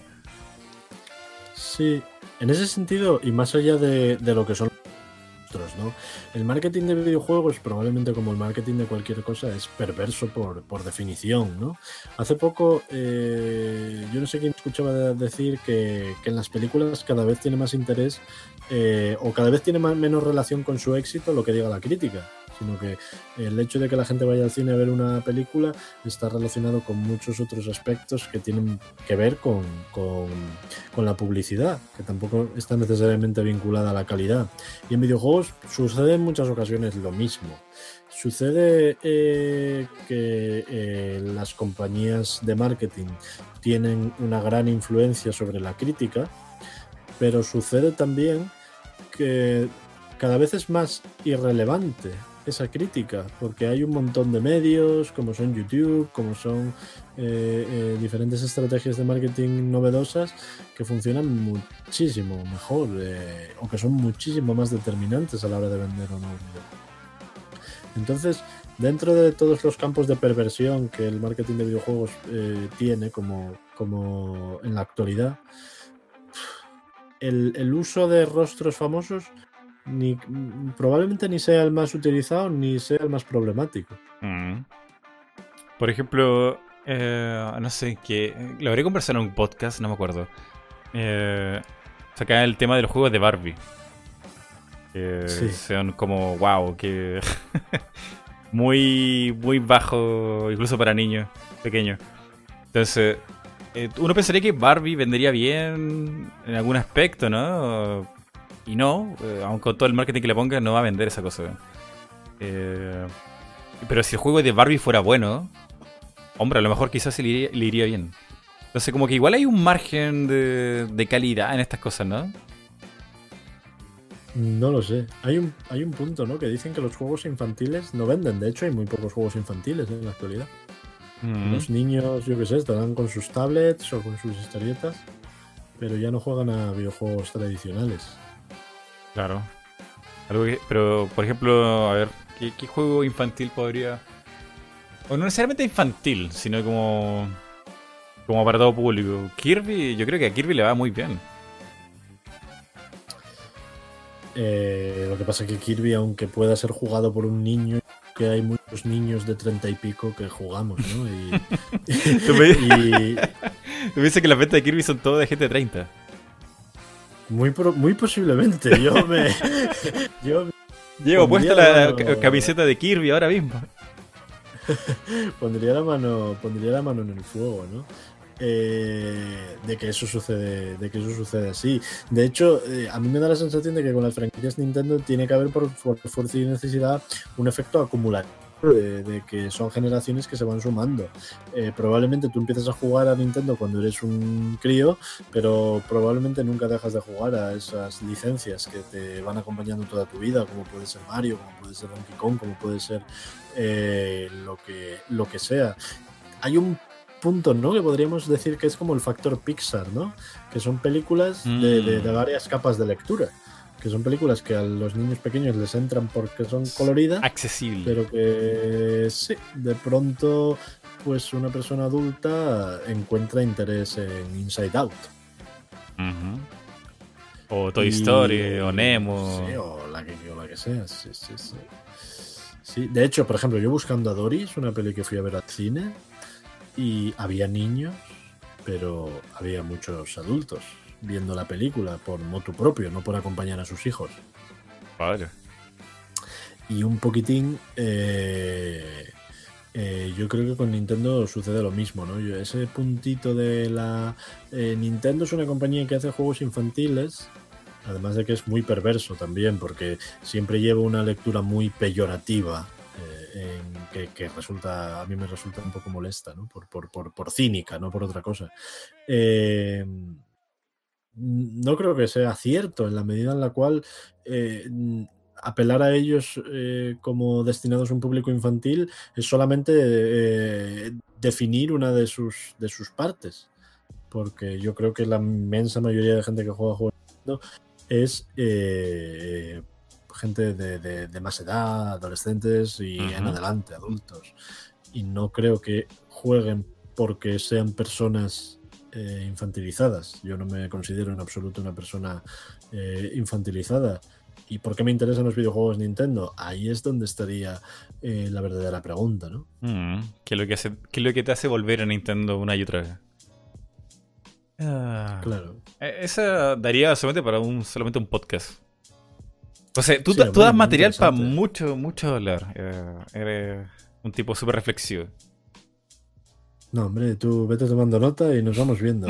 [SPEAKER 2] Sí, en ese sentido, y más allá de, de lo que son monstruos, ¿no? El marketing de videojuegos, probablemente como el marketing de cualquier cosa, es perverso por, por definición, ¿no? Hace poco, eh, yo no sé quién escuchaba decir que, que en las películas cada vez tiene más interés eh, o cada vez tiene más, menos relación con su éxito lo que diga la crítica, sino que el hecho de que la gente vaya al cine a ver una película está relacionado con muchos otros aspectos que tienen que ver con, con, con la publicidad, que tampoco está necesariamente vinculada a la calidad. Y en videojuegos sucede en muchas ocasiones lo mismo. Sucede eh, que eh, las compañías de marketing tienen una gran influencia sobre la crítica, pero sucede también que cada vez es más irrelevante esa crítica, porque hay un montón de medios, como son YouTube, como son eh, eh, diferentes estrategias de marketing novedosas que funcionan muchísimo mejor eh, o que son muchísimo más determinantes a la hora de vender o no. Entonces, dentro de todos los campos de perversión que el marketing de videojuegos eh, tiene como, como en la actualidad, el, el uso de rostros famosos Ni, probablemente ni sea el más utilizado ni sea el más problemático.
[SPEAKER 1] Mm. Por ejemplo, eh, no sé, que lo habré conversado en un podcast, no me acuerdo. Eh, saca el tema de los juegos de Barbie. Que sí. Son como, wow, que muy, muy bajo, incluso para niños pequeños. Entonces, eh, uno pensaría que Barbie vendería bien en algún aspecto, ¿no? Y no, eh, aunque con todo el marketing que le ponga, no va a vender esa cosa. Eh, pero si el juego de Barbie fuera bueno, hombre, a lo mejor quizás le iría, le iría bien. Entonces, como que igual hay un margen de, de calidad en estas cosas, ¿no?
[SPEAKER 2] No lo sé. Hay un, hay un punto, ¿no? Que dicen que los juegos infantiles no venden. De hecho, hay muy pocos juegos infantiles en la actualidad. Mm. Los niños, yo qué sé, estarán con sus tablets o con sus historietas, pero ya no juegan a videojuegos tradicionales.
[SPEAKER 1] Claro. Algo que, pero, por ejemplo, a ver, ¿qué, qué juego infantil podría...? O no necesariamente infantil, sino como... como para todo público. Kirby, yo creo que a Kirby le va muy bien.
[SPEAKER 2] Eh, lo que pasa es que Kirby, aunque pueda ser jugado por un niño, que hay muchos niños de treinta y pico que jugamos, ¿no? Y...
[SPEAKER 1] ¿Tú me, y... ¿Tú me dices que las ventas de Kirby son todas de gente de treinta?
[SPEAKER 2] Muy, pro, muy posiblemente. Yo me. yo
[SPEAKER 1] Llevo puesta la mano... camiseta de Kirby ahora mismo.
[SPEAKER 2] pondría la mano, pondría la mano en el fuego, ¿no? Eh, de que eso sucede, de que eso sucede así. De hecho, eh, a mí me da la sensación de que con las franquicias Nintendo tiene que haber por, por fuerza y necesidad un efecto acumulativo de, de que son generaciones que se van sumando. Eh, probablemente tú empiezas a jugar a Nintendo cuando eres un crío, pero probablemente nunca dejas de jugar a esas licencias que te van acompañando toda tu vida, como puede ser Mario, como puede ser Donkey Kong, como puede ser eh, lo que, lo que sea. Hay un punto, ¿no?, que podríamos decir que es como el factor Pixar, ¿no?, que son películas
[SPEAKER 1] Mm.
[SPEAKER 2] de, de, de varias capas de lectura, que son películas que a los niños pequeños les entran porque son coloridas,
[SPEAKER 1] accesible,
[SPEAKER 2] pero que sí, de pronto pues una persona adulta encuentra interés en Inside Out.
[SPEAKER 1] Uh-huh. O Toy y... Story, o Nemo.
[SPEAKER 2] Sí, o la que, o la que sea, sí, sí, sí. Sí, de hecho, por ejemplo, yo buscando a Doris, una peli que fui a ver al cine, y había niños, pero había muchos adultos viendo la película por motu propio, no por acompañar a sus hijos.
[SPEAKER 1] Padre.
[SPEAKER 2] Y un poquitín, eh, eh, yo creo que con Nintendo sucede lo mismo, ¿no? Yo, ese puntito de la... Eh, Nintendo es una compañía que hace juegos infantiles, además de que es muy perverso también, porque siempre lleva una lectura muy peyorativa, eh, en que, que resulta, a mí me resulta un poco molesta, ¿no? Por, por, por, por cínica, no por otra cosa. Eh, no creo que sea cierto, en la medida en la cual eh, apelar a ellos eh, como destinados a un público infantil es solamente eh, definir una de sus, de sus partes, porque yo creo que la inmensa mayoría de gente que juega juegos es eh, gente de, de, de más edad, adolescentes y uh-huh. en adelante, adultos, y no creo que jueguen porque sean personas Eh, infantilizadas. Yo no me considero en absoluto una persona eh, infantilizada. ¿Y por qué me interesan los videojuegos Nintendo? Ahí es donde estaría eh, la verdadera pregunta, ¿no?
[SPEAKER 1] Mm, ¿qué, es lo que hace, ¿Qué es lo que te hace volver a Nintendo una y otra vez? Ah,
[SPEAKER 2] claro.
[SPEAKER 1] Esa daría solamente para un solamente un podcast. O sea, tú, sí, tú das material para mucho, mucho hablar. Eh, eres un tipo súper reflexivo.
[SPEAKER 2] No, hombre, tú vete tomando nota y nos vamos viendo.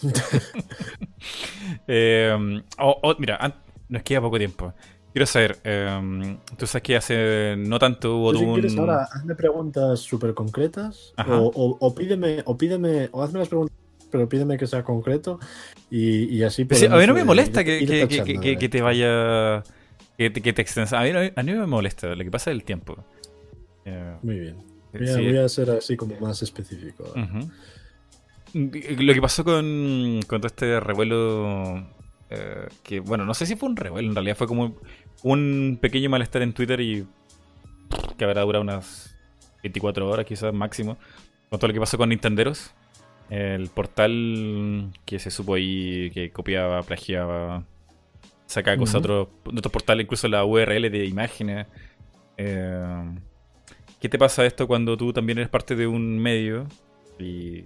[SPEAKER 1] eh, oh, oh, mira, nos queda poco tiempo. Quiero saber, eh, tú sabes que hace no tanto hubo
[SPEAKER 2] si
[SPEAKER 1] un...
[SPEAKER 2] quieres ahora hazme preguntas súper concretas o, o, o pídeme o pídeme o hazme las preguntas, pero pídeme que sea concreto y, y así podemos...
[SPEAKER 1] Sí, a mí no me molesta que, que, que, que, que, que te vaya... Que te, que te extensa. A mí, a mí no me molesta, lo que pasa es el tiempo.
[SPEAKER 2] Eh, Muy bien. Voy a, sí. voy a ser así como más específico.
[SPEAKER 1] Uh-huh. Lo que pasó con, con todo este revuelo, eh, que bueno, no sé si fue un revuelo, en realidad fue como un pequeño malestar en Twitter y que habrá durado unas veinticuatro horas quizás máximo, con todo lo que pasó con Nintenderos, el portal que se supo ahí que copiaba, plagiaba, sacaba cosas uh-huh. de, otros, de otros portales, incluso la U R L de imágenes. Eh, ¿Qué te pasa esto cuando tú también eres parte de un medio y,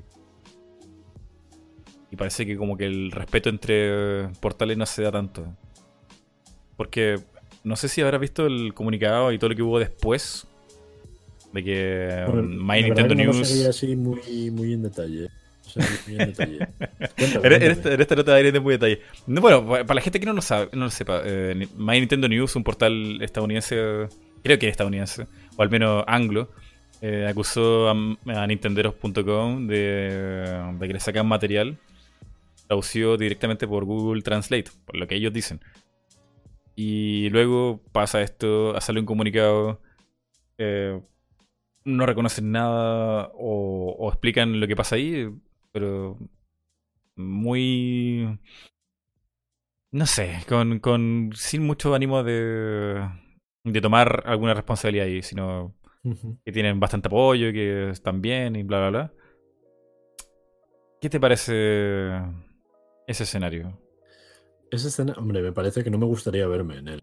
[SPEAKER 1] y parece que como que el respeto entre portales no se da tanto? Porque no sé si habrás visto el comunicado y todo lo que hubo después de que
[SPEAKER 2] bueno,
[SPEAKER 1] My Nintendo
[SPEAKER 2] no
[SPEAKER 1] News...
[SPEAKER 2] lo seguía así muy, muy en detalle. O sea, muy en detalle.
[SPEAKER 1] Cuéntame, en, esta, en esta nota de muy detalle. No, bueno, para la gente que no lo sabe, no lo sepa, eh, My Nintendo News, un portal estadounidense, creo que es estadounidense, o al menos anglo, eh, acusó a, a Nintenderos punto com de, de que le sacan material traducido directamente por Google Translate, por lo que ellos dicen. Y luego pasa esto, sale un comunicado, eh, no reconocen nada o, o explican lo que pasa ahí, pero muy... no sé, con, con sin mucho ánimo de, de tomar alguna responsabilidad ahí, sino uh-huh. que tienen bastante apoyo, que están bien y bla, bla, bla. ¿Qué te parece ese escenario?
[SPEAKER 2] Ese escenario, hombre, me parece que no me gustaría verme en él.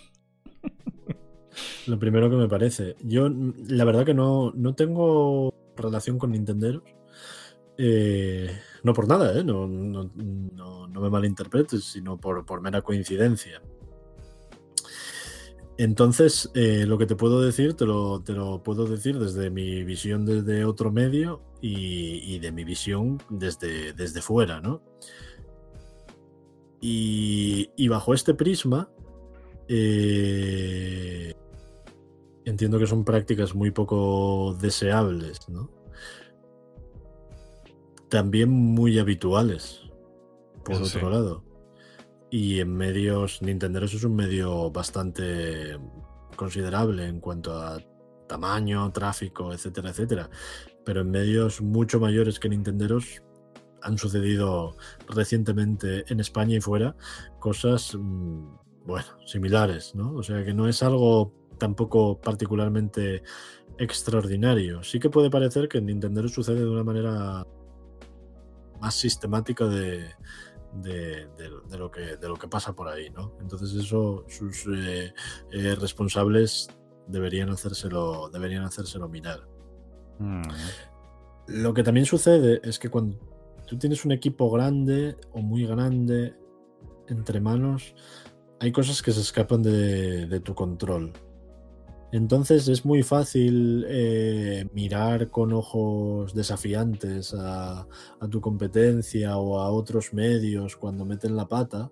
[SPEAKER 2] Lo primero que me parece. Yo, la verdad que no, no tengo relación con Nintenderos. Eh, no por nada, ¿eh? No, no, no, no me malinterpretes, sino por, por mera coincidencia. Entonces, eh, lo que te puedo decir, te lo, te lo puedo decir desde mi visión desde otro medio y, y de mi visión desde, desde fuera, ¿no? Y, y bajo este prisma, eh, entiendo que son prácticas muy poco deseables, ¿no? También muy habituales, por
[SPEAKER 1] Eso
[SPEAKER 2] otro
[SPEAKER 1] sí.
[SPEAKER 2] lado. Y en medios, Nintendo es un medio bastante considerable en cuanto a tamaño, tráfico, etcétera, etcétera. Pero en medios mucho mayores que Nintenderos han sucedido recientemente en España y fuera cosas, mmm, bueno, similares, ¿no? O sea que no es algo tampoco particularmente extraordinario. Sí que puede parecer que en Nintendo sucede de una manera más sistemática de, de, de, de, lo que, de lo que pasa por ahí, ¿no? Entonces eso sus eh, eh, responsables deberían hacérselo, deberían hacérselo mirar.
[SPEAKER 1] Mm.
[SPEAKER 2] Lo que también sucede es que cuando tú tienes un equipo grande o muy grande entre manos, hay cosas que se escapan de, de tu control. Entonces es muy fácil eh, mirar con ojos desafiantes a, a tu competencia o a otros medios cuando meten la pata.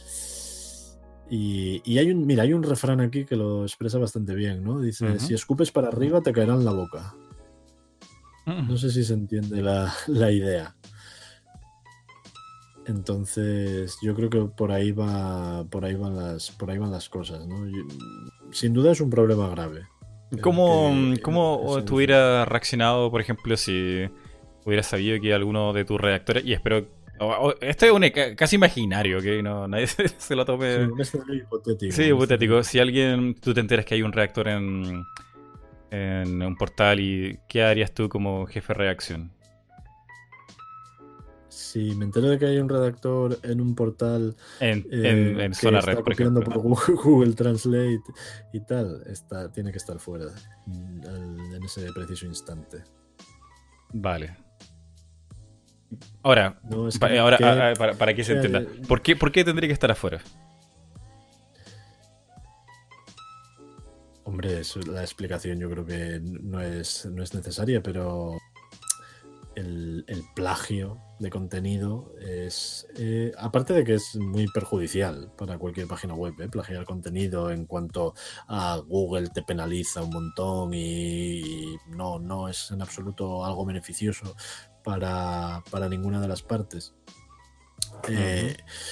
[SPEAKER 2] Y, y hay un, mira, hay un refrán aquí que lo expresa bastante bien, ¿no? Dice,
[SPEAKER 1] Uh-huh.
[SPEAKER 2] si escupes para arriba te caerá en la boca.
[SPEAKER 1] Uh-huh.
[SPEAKER 2] No sé si se entiende la, la idea. Entonces, yo creo que por ahí va, por ahí van las, por ahí van las cosas, ¿no? Yo, sin duda es un problema grave.
[SPEAKER 1] ¿Cómo,
[SPEAKER 2] que,
[SPEAKER 1] cómo tú hubieras reaccionado, por ejemplo, si hubieras sabido que alguno de tus redactores, y espero, o, o, esto es un, casi imaginario, que no nadie se, se lo tome.
[SPEAKER 2] Sí, un escenario hipotético.
[SPEAKER 1] Sí, hipotético. Si alguien, tú te enteras que hay un redactor en, en un portal, y ¿qué harías tú como jefe de redacción?
[SPEAKER 2] Si me entero de que hay un redactor en un portal
[SPEAKER 1] en,
[SPEAKER 2] eh,
[SPEAKER 1] en, en
[SPEAKER 2] que
[SPEAKER 1] zona
[SPEAKER 2] está
[SPEAKER 1] red, por
[SPEAKER 2] copiando
[SPEAKER 1] ejemplo.
[SPEAKER 2] por Google, Google Translate y tal, está, tiene que estar fuera en, en ese preciso instante.
[SPEAKER 1] Vale. Ahora,
[SPEAKER 2] no, es
[SPEAKER 1] pa,
[SPEAKER 2] que,
[SPEAKER 1] ahora
[SPEAKER 2] que,
[SPEAKER 1] a, a, para, para que se
[SPEAKER 2] que,
[SPEAKER 1] entienda, ¿por qué, ¿por qué tendría que estar afuera?
[SPEAKER 2] Hombre, eso, la explicación yo creo que no es, no es necesaria, pero el, el plagio de contenido es, eh, aparte de que es muy perjudicial para cualquier página web, ¿eh? Plagiar contenido en cuanto a Google te penaliza un montón y, y no, no es en absoluto algo beneficioso para, para ninguna de las partes. Eh,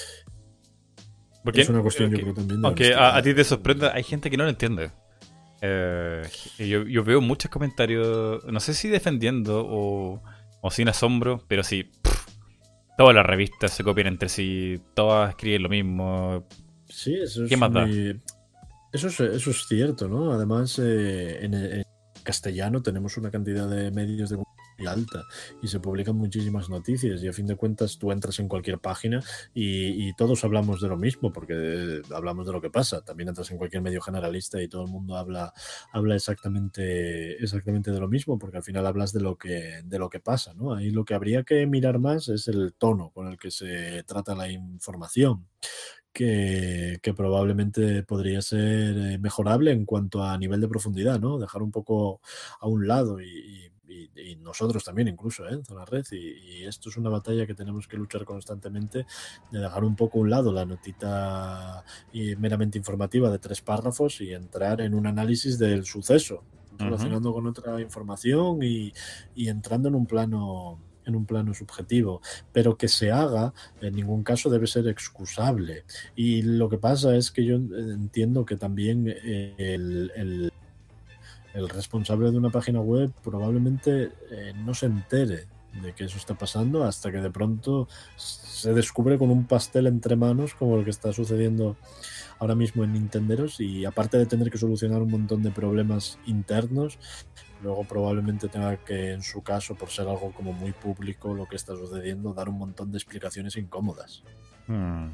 [SPEAKER 1] Porque,
[SPEAKER 2] es una cuestión
[SPEAKER 1] okay,
[SPEAKER 2] yo creo también de
[SPEAKER 1] aunque a, a ti te
[SPEAKER 2] honestidad.
[SPEAKER 1] sorprenda, hay gente que no lo entiende. Eh, yo, yo veo muchos comentarios, no sé si defendiendo o, o sin asombro, pero sí, pff, todas las revistas se copian entre sí, todas escriben lo mismo.
[SPEAKER 2] Sí, eso es
[SPEAKER 1] ¿Qué más da?
[SPEAKER 2] muy... Eso es, eso es cierto, ¿no? Además, eh, en, en castellano tenemos una cantidad de medios de muy alta y se publican muchísimas noticias y a fin de cuentas tú entras en cualquier página y, y todos hablamos de lo mismo porque hablamos de lo que pasa. También entras en cualquier medio generalista y todo el mundo habla, habla exactamente, exactamente de lo mismo porque al final hablas de lo que, de lo que pasa, ¿no? Ahí lo que habría que mirar más es el tono con el que se trata la información. Que, que probablemente podría ser mejorable en cuanto a nivel de profundidad, ¿no? Dejar un poco a un lado y, y, y nosotros también incluso, ¿eh? En Zona Red y, y esto es una batalla que tenemos que luchar constantemente de dejar un poco a un lado la notita meramente informativa de tres párrafos y entrar en un análisis del suceso relacionando uh-huh. con otra información y, y entrando en un plano en un plano subjetivo, pero que se haga en ningún caso debe ser excusable. Y lo que pasa es que yo entiendo que también el, el, el responsable de una página web probablemente eh, no se entere de que eso está pasando hasta que de pronto se descubre con un pastel entre manos como el que está sucediendo ahora mismo en Nintenderos y aparte de tener que solucionar un montón de problemas internos, luego probablemente tenga que, en su caso, por ser algo como muy público lo que está sucediendo, dar un montón de explicaciones incómodas.
[SPEAKER 1] Hmm.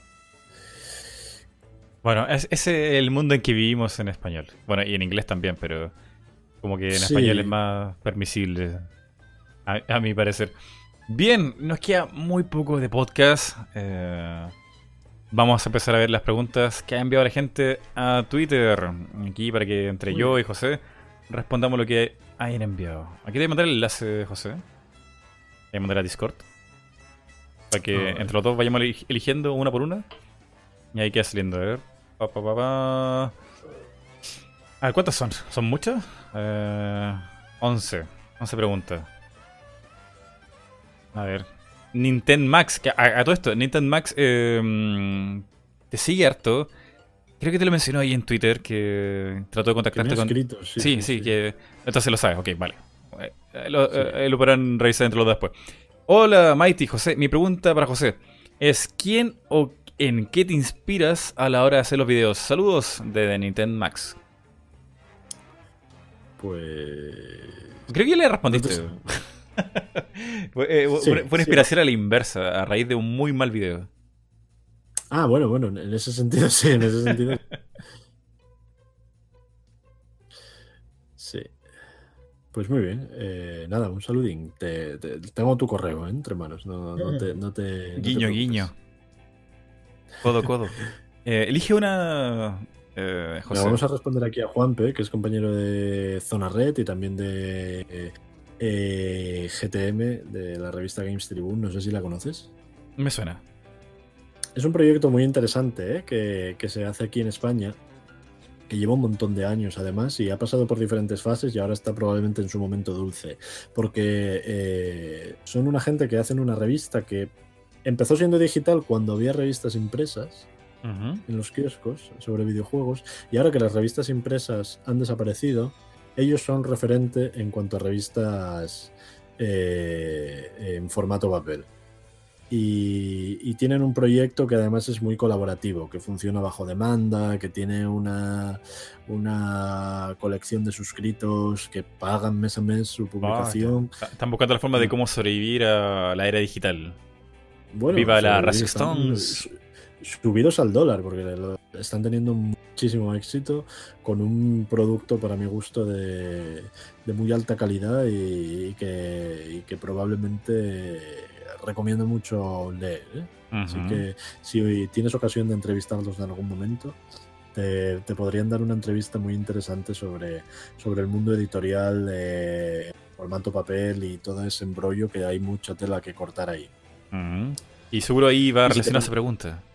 [SPEAKER 1] Bueno, es, ese es el mundo en que vivimos en español. Bueno, y en inglés también, pero como que en sí. español es más permisible, a, a mi parecer. Bien, nos queda muy poco de podcast. Eh, vamos a empezar a ver las preguntas que ha enviado la gente a Twitter. Aquí para que entre Muy yo bien. y José respondamos lo que hayan enviado. Aquí te voy a mandar el enlace, José. Te voy a mandar a Discord. Para que oh, entre los dos vayamos eligiendo una por una. Y ahí queda saliendo. A ver. Pa, pa, pa, pa. A ver, ¿cuántas son? ¿Son muchas? Eh, once. once preguntas. A ver. Nintendo Max. Que a, a todo esto, Nintendo Max eh, te sigue harto. Creo que te lo mencionó ahí en Twitter, que trató de contactarte
[SPEAKER 2] Que me ha
[SPEAKER 1] con...
[SPEAKER 2] escrito, sí,
[SPEAKER 1] sí,
[SPEAKER 2] sí,
[SPEAKER 1] sí,
[SPEAKER 2] sí.
[SPEAKER 1] que... Entonces lo sabes, ok, vale. Eh, lo,
[SPEAKER 2] Sí.
[SPEAKER 1] eh, lo podrán revisar entre los dos después. Hola, Mighty, José. Mi pregunta para José es: ¿quién o en qué te inspiras a la hora de hacer los videos? Saludos de Nintendo Max.
[SPEAKER 2] Pues...
[SPEAKER 1] Creo que ya le
[SPEAKER 2] no
[SPEAKER 1] respondiste.
[SPEAKER 2] te sé.
[SPEAKER 1] Fue, eh,
[SPEAKER 2] Sí,
[SPEAKER 1] fue- fue una
[SPEAKER 2] sí.
[SPEAKER 1] inspiración a la inversa, a raíz de un muy mal video.
[SPEAKER 2] Ah, bueno, bueno, en ese sentido sí, en ese sentido. Sí. Pues muy bien. Eh, nada, un saludín. Te, te- tengo tu correo, ¿eh? Entre manos. No, no te, no te, no te
[SPEAKER 1] Guiño,
[SPEAKER 2] preocupes.
[SPEAKER 1] guiño. Codo, codo. Eh, elige una, eh,
[SPEAKER 2] Mira,
[SPEAKER 1] José.
[SPEAKER 2] vamos a responder aquí a Juanpe, que es compañero de Zona Red y también de eh, G T M, de la revista Games Tribune. No sé si la conoces.
[SPEAKER 1] Me suena.
[SPEAKER 2] Es un proyecto muy interesante, ¿eh? que, que se hace aquí en España, que lleva un montón de años además y ha pasado por diferentes fases y ahora está probablemente en su momento dulce, porque eh, son una gente que hacen una revista que empezó siendo digital cuando había revistas impresas
[SPEAKER 1] Ujú.
[SPEAKER 2] en los kioscos sobre videojuegos, y ahora que las revistas impresas han desaparecido, ellos son referente en cuanto a revistas eh, en formato papel. Y, y tienen un proyecto que además es muy colaborativo, que funciona bajo demanda, que tiene una, una colección de suscritos que pagan mes a mes su
[SPEAKER 1] Ah,
[SPEAKER 2] publicación.
[SPEAKER 1] está- están buscando la forma de cómo sobrevivir a la era digital.
[SPEAKER 2] Bueno,
[SPEAKER 1] Viva la
[SPEAKER 2] sobrevivir, están
[SPEAKER 1] Resistance.
[SPEAKER 2] su- subidos al dólar, porque lo- están teniendo muchísimo éxito con un producto para mi gusto de, de muy alta calidad y, y que, y que probablemente recomiendo mucho leer, ¿eh? Así
[SPEAKER 1] Ujú.
[SPEAKER 2] que si tienes ocasión de entrevistarlos en algún momento, te, te podrían dar una entrevista muy interesante sobre, sobre el mundo editorial, eh, formato papel y todo ese embrollo, que hay mucha tela que cortar ahí.
[SPEAKER 1] Ujú. Y seguro ahí va
[SPEAKER 2] Y si te
[SPEAKER 1] relacionada
[SPEAKER 2] pon-
[SPEAKER 1] esa pregunta.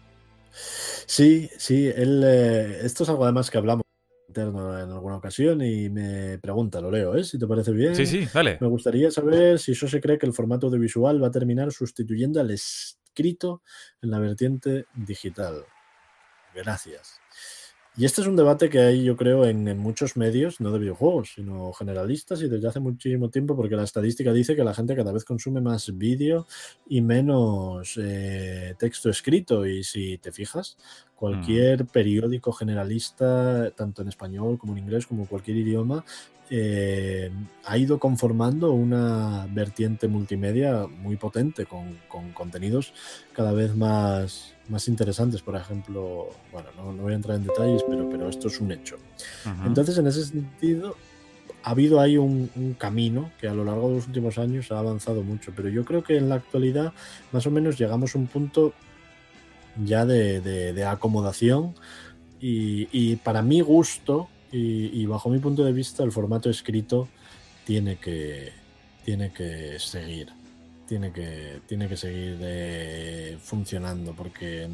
[SPEAKER 2] Sí, sí, él, eh, esto es algo además que hablamos interno en alguna ocasión y me pregunta, lo leo, ¿eh? Si te parece bien.
[SPEAKER 1] Sí, sí, dale.
[SPEAKER 2] Me gustaría saber si eso se cree que el formato audiovisual va a terminar sustituyendo al escrito en la vertiente digital. Gracias. Y este es un debate que hay, yo creo, en, en muchos medios, no de videojuegos, sino generalistas y desde hace muchísimo tiempo, porque la estadística dice que la gente cada vez consume más vídeo y menos eh, texto escrito. Y si te fijas, cualquier periódico generalista, tanto en español como en inglés, como cualquier idioma, eh, ha ido conformando una vertiente multimedia muy potente, con, con contenidos cada vez más, más interesantes. Por ejemplo, bueno, no, no voy a entrar en detalles, pero, pero esto es un hecho.
[SPEAKER 1] Ujú.
[SPEAKER 2] Entonces, en ese sentido, ha habido ahí un, un camino que a lo largo de los últimos años ha avanzado mucho, pero yo creo que en la actualidad más o menos llegamos a un punto ya de, de, de acomodación y, y para mi gusto y, y bajo mi punto de vista el formato escrito tiene que, tiene que seguir. Tiene que, tiene que seguir eh, funcionando, porque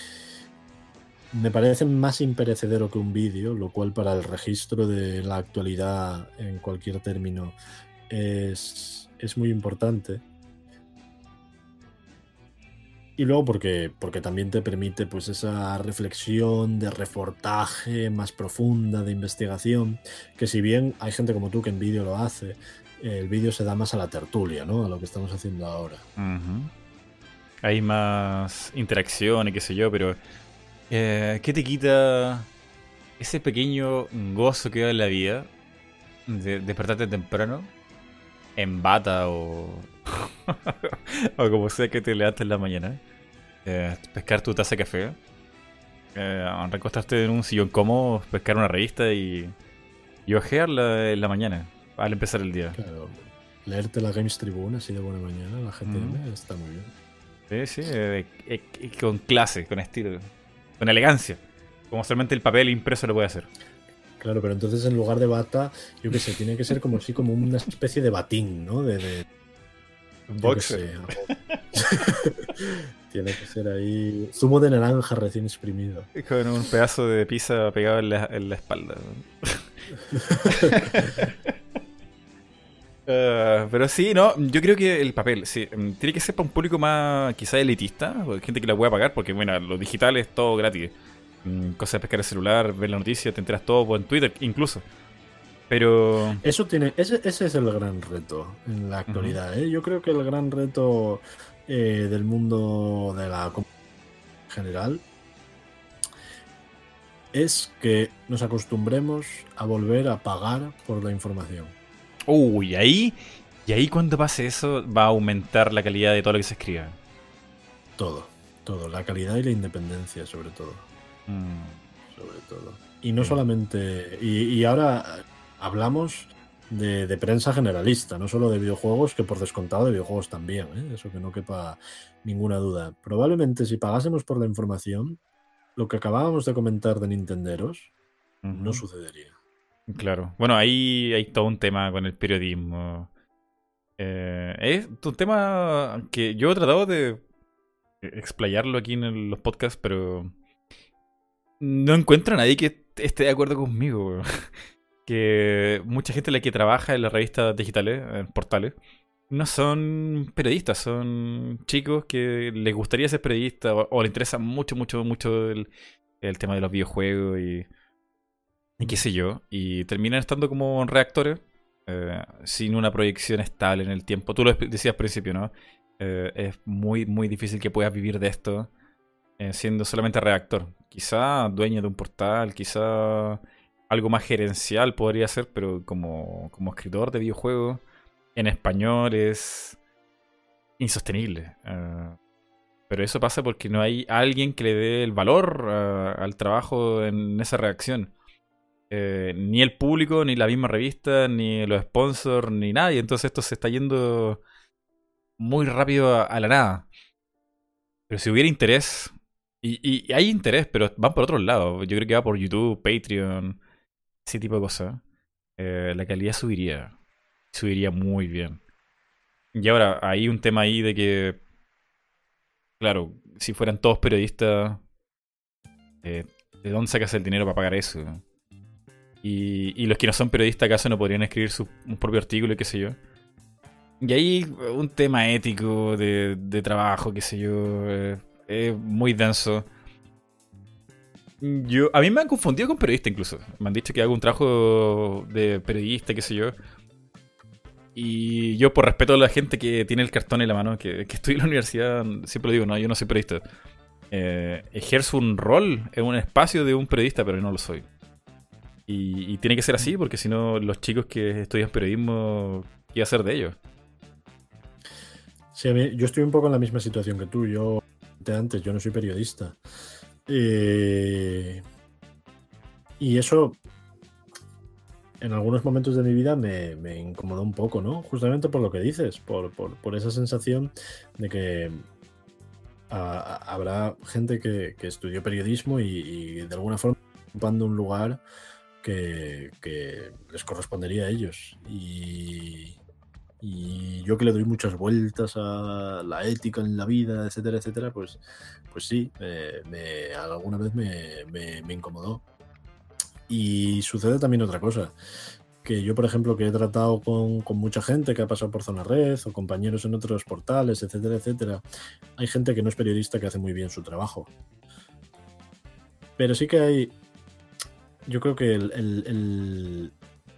[SPEAKER 2] me parece más imperecedero que un vídeo, lo cual para el registro de la actualidad en cualquier término es, es muy importante. Y luego porque, porque también te permite pues esa reflexión de reportaje más profunda, de investigación, que si bien hay gente como tú que en vídeo lo hace, el vídeo se da más a la tertulia, ¿no? A lo que estamos haciendo ahora.
[SPEAKER 1] Ujú. Hay más interacción y qué sé yo, pero eh, ¿qué te quita ese pequeño gozo que da en la vida de despertarte temprano en bata o, o como sea que te levantes en la mañana, eh, pescar tu taza de café, eh, recostarte en un sillón cómodo, pescar una revista y, y ojearla en la mañana al empezar el día?
[SPEAKER 2] Claro, leerte la Games Tribune así de buena mañana, la G T M,
[SPEAKER 1] Mm.
[SPEAKER 2] está muy bien.
[SPEAKER 1] Sí, sí, eh, eh, eh, con clase, con estilo, con elegancia, como solamente el papel impreso lo puede hacer.
[SPEAKER 2] Claro, pero entonces en lugar de bata, yo qué sé, tiene que ser como así, como una especie de batín, ¿no? De, de yo qué
[SPEAKER 1] Boxer.
[SPEAKER 2] sé, algo- Tiene que ser ahí zumo de naranja recién exprimido.
[SPEAKER 1] Con un pedazo de pizza pegado en la, en la espalda. Uh, pero sí, no, yo creo que el papel, sí, tiene que ser para un público más quizás elitista, o gente que la pueda pagar, porque bueno, lo digital es todo gratis. Cosas de pescar el celular, ver la noticia, te enteras todo en Twitter incluso. Pero...
[SPEAKER 2] Eso tiene, ese, ese es el gran reto en la actualidad. Uh-huh. ¿eh? Yo creo que el gran reto eh, del mundo de la comunicación en general es que nos acostumbremos a volver a pagar por la información.
[SPEAKER 1] Uy, uh, ahí, y ahí cuando pase eso va a aumentar la calidad de todo lo que se escriba.
[SPEAKER 2] Todo, todo, la calidad y la independencia sobre todo. Mm. Sobre todo. Y no sí. solamente... Y, y ahora hablamos de, de prensa generalista, no solo de videojuegos, que por descontado de videojuegos también, ¿eh? Eso que no quepa ninguna duda. Probablemente si pagásemos por la información, lo que acabábamos de comentar de Nintenderos uh-huh. no sucedería.
[SPEAKER 1] Claro. Bueno, ahí hay todo un tema con el periodismo. Eh, es un tema que yo he tratado de explayarlo aquí en los podcasts, pero no encuentro a nadie que esté de acuerdo conmigo. Que mucha gente la que trabaja en las revistas digitales, en portales, no son periodistas, son chicos que les gustaría ser periodistas o, o les interesa mucho, mucho, mucho el, el tema de los videojuegos y... y qué sé yo, y terminan estando como reactores eh, sin una proyección estable en el tiempo. Tú lo decías al principio, ¿no? Eh, es muy, muy difícil que puedas vivir de esto eh, siendo solamente redactor. Quizá dueño de un portal, quizá algo más gerencial podría ser, pero como, como escritor de videojuegos en español es insostenible. Eh, pero eso pasa porque no hay alguien que le dé el valor uh, al trabajo en esa redacción. Eh, ni el público, ni la misma revista, ni los sponsors, ni nadie. Entonces esto se está yendo muy rápido a, a la nada. Pero si hubiera interés, y, y, y hay interés, pero van por otros lados. Yo creo que va por YouTube, Patreon, ese tipo de cosas. Eh, la calidad subiría. Subiría muy bien. Y ahora, hay un tema ahí de que, claro, si fueran todos periodistas, eh, ¿de dónde sacas el dinero para pagar eso? Y, y los que no son periodistas, ¿acaso no podrían escribir su un propio artículo y qué sé yo? Y ahí un tema ético de, de trabajo, qué sé yo, eh, es muy denso. Yo, a mí me han confundido con periodista incluso. Me han dicho que hago un trabajo de periodista, qué sé yo. Y yo, por respeto a la gente que tiene el cartón en la mano, que, que estudia en la universidad, siempre lo digo, no, yo no soy periodista. Eh, ejerzo un rol en un espacio de un periodista, pero no lo soy. Y, y tiene que ser así, porque si no, los chicos que estudian periodismo, ¿qué va a ser de ellos?
[SPEAKER 2] Sí, a mí, yo estoy un poco en la misma situación que tú. Yo, antes, yo no soy periodista. Eh, y eso, en algunos momentos de mi vida, me, me incomodó un poco, ¿no? Justamente por lo que dices, por, por, por esa sensación de que a, a, habrá gente que, que estudió periodismo y, y de alguna forma ocupando un lugar Que, que les correspondería a ellos. Y, y yo que le doy muchas vueltas a la ética en la vida, etcétera, etcétera, pues, pues sí, me, me, alguna vez me, me, me incomodó. Y sucede también otra cosa, que yo, por ejemplo, que he tratado con, con mucha gente que ha pasado por Zona Red o compañeros en otros portales, etcétera, etcétera, hay gente que no es periodista que hace muy bien su trabajo. Pero sí que hay... Yo creo que el, el, el...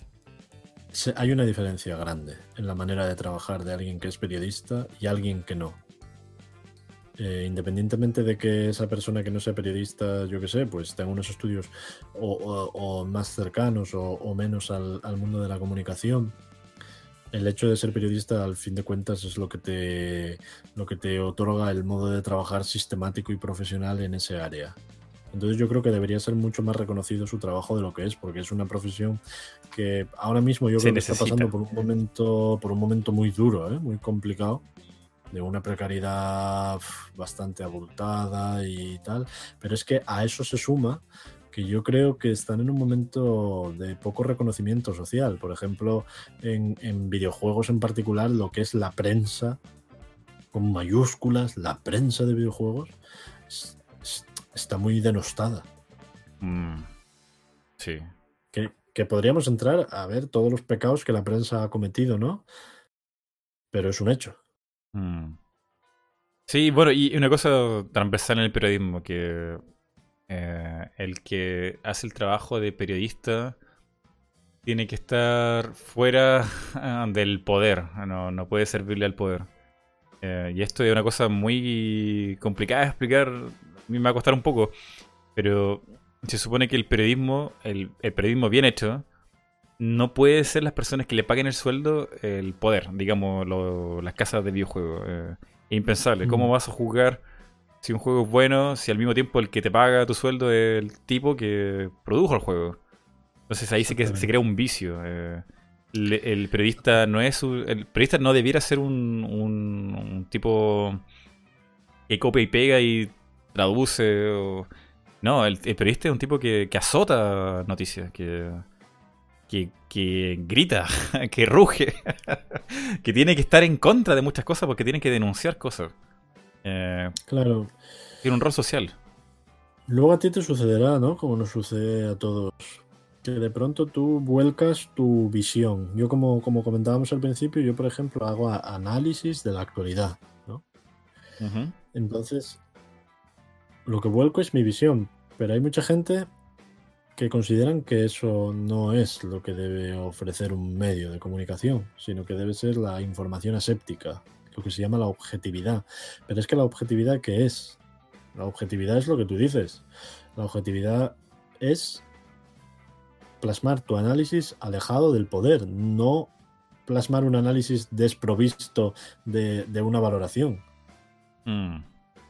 [SPEAKER 2] Se, hay una diferencia grande en la manera de trabajar de alguien que es periodista y alguien que no. Eh, independientemente de que esa persona que no sea periodista, yo qué sé, pues tenga unos estudios o, o, o más cercanos o, o menos al, al mundo de la comunicación, el hecho de ser periodista, al fin de cuentas, es lo que te, lo que te otorga el modo de trabajar sistemático y profesional en ese área. Entonces yo creo que debería ser mucho más reconocido su trabajo de lo que es, porque es una profesión que ahora mismo yo creo que está pasando por un momento, por un momento muy duro, ¿eh? Muy complicado, de una precariedad bastante abultada y tal, pero es que a eso se suma que yo creo que están en un momento de poco reconocimiento social. Por ejemplo, en, en videojuegos en particular, lo que es la prensa con mayúsculas, la prensa de videojuegos es, es, está muy denostada.
[SPEAKER 1] Mm, sí.
[SPEAKER 2] Que, que podríamos entrar a ver todos los pecados que la prensa ha cometido, ¿no? Pero es un hecho.
[SPEAKER 1] Mm. Sí, bueno, y una cosa transversal en el periodismo, que eh, el que hace el trabajo de periodista tiene que estar fuera del poder, no, no puede servirle al poder. Eh, y esto es una cosa muy complicada de explicar, a mí me va a costar un poco, pero se supone que el periodismo, el, el periodismo bien hecho, no puede ser las personas que le paguen el sueldo el poder, digamos, lo, las casas de videojuegos. Eh, es impensable.
[SPEAKER 2] Mm.
[SPEAKER 1] ¿Cómo vas a juzgar si un juego es bueno si al mismo tiempo el que te paga tu sueldo es el tipo que produjo el juego? Entonces ahí sí que se crea un vicio. Eh, el, el periodista no es un, el periodista no debiera ser un, un, un tipo que copia y pega y traduce. O... No, el, el periodista es un tipo que, que azota noticias, que, que, que grita, que ruge, que tiene que estar en contra de muchas cosas porque tiene que denunciar cosas. Eh,
[SPEAKER 2] Claro.
[SPEAKER 1] tiene un rol social.
[SPEAKER 2] Luego a ti te sucederá, ¿no? Como nos sucede a todos. Que de pronto tú vuelcas tu visión. Yo, como, como comentábamos al principio, yo, por ejemplo, hago a- análisis de la actualidad, ¿no?
[SPEAKER 1] Ujú.
[SPEAKER 2] Entonces, lo que vuelco es mi visión. Pero hay mucha gente que consideran que eso no es lo que debe ofrecer un medio de comunicación, sino que debe ser la información aséptica, lo que se llama la objetividad. Pero es que la objetividad, ¿qué es? La objetividad es lo que tú dices. La objetividad es plasmar tu análisis alejado del poder, no plasmar un análisis desprovisto de, de una valoración.
[SPEAKER 1] Mm.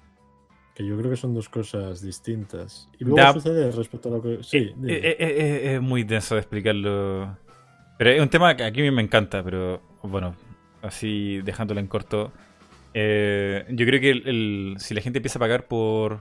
[SPEAKER 2] Que yo creo que son dos cosas distintas. Y luego
[SPEAKER 1] Da-
[SPEAKER 2] sucede respecto a lo que... Sí,
[SPEAKER 1] Eh,
[SPEAKER 2] dime.
[SPEAKER 1] eh, eh, eh, es muy denso de explicarlo. Pero es un tema que aquí a mí me encanta, pero bueno, así dejándolo en corto. eh, yo creo que el- el- si la gente empieza a pagar por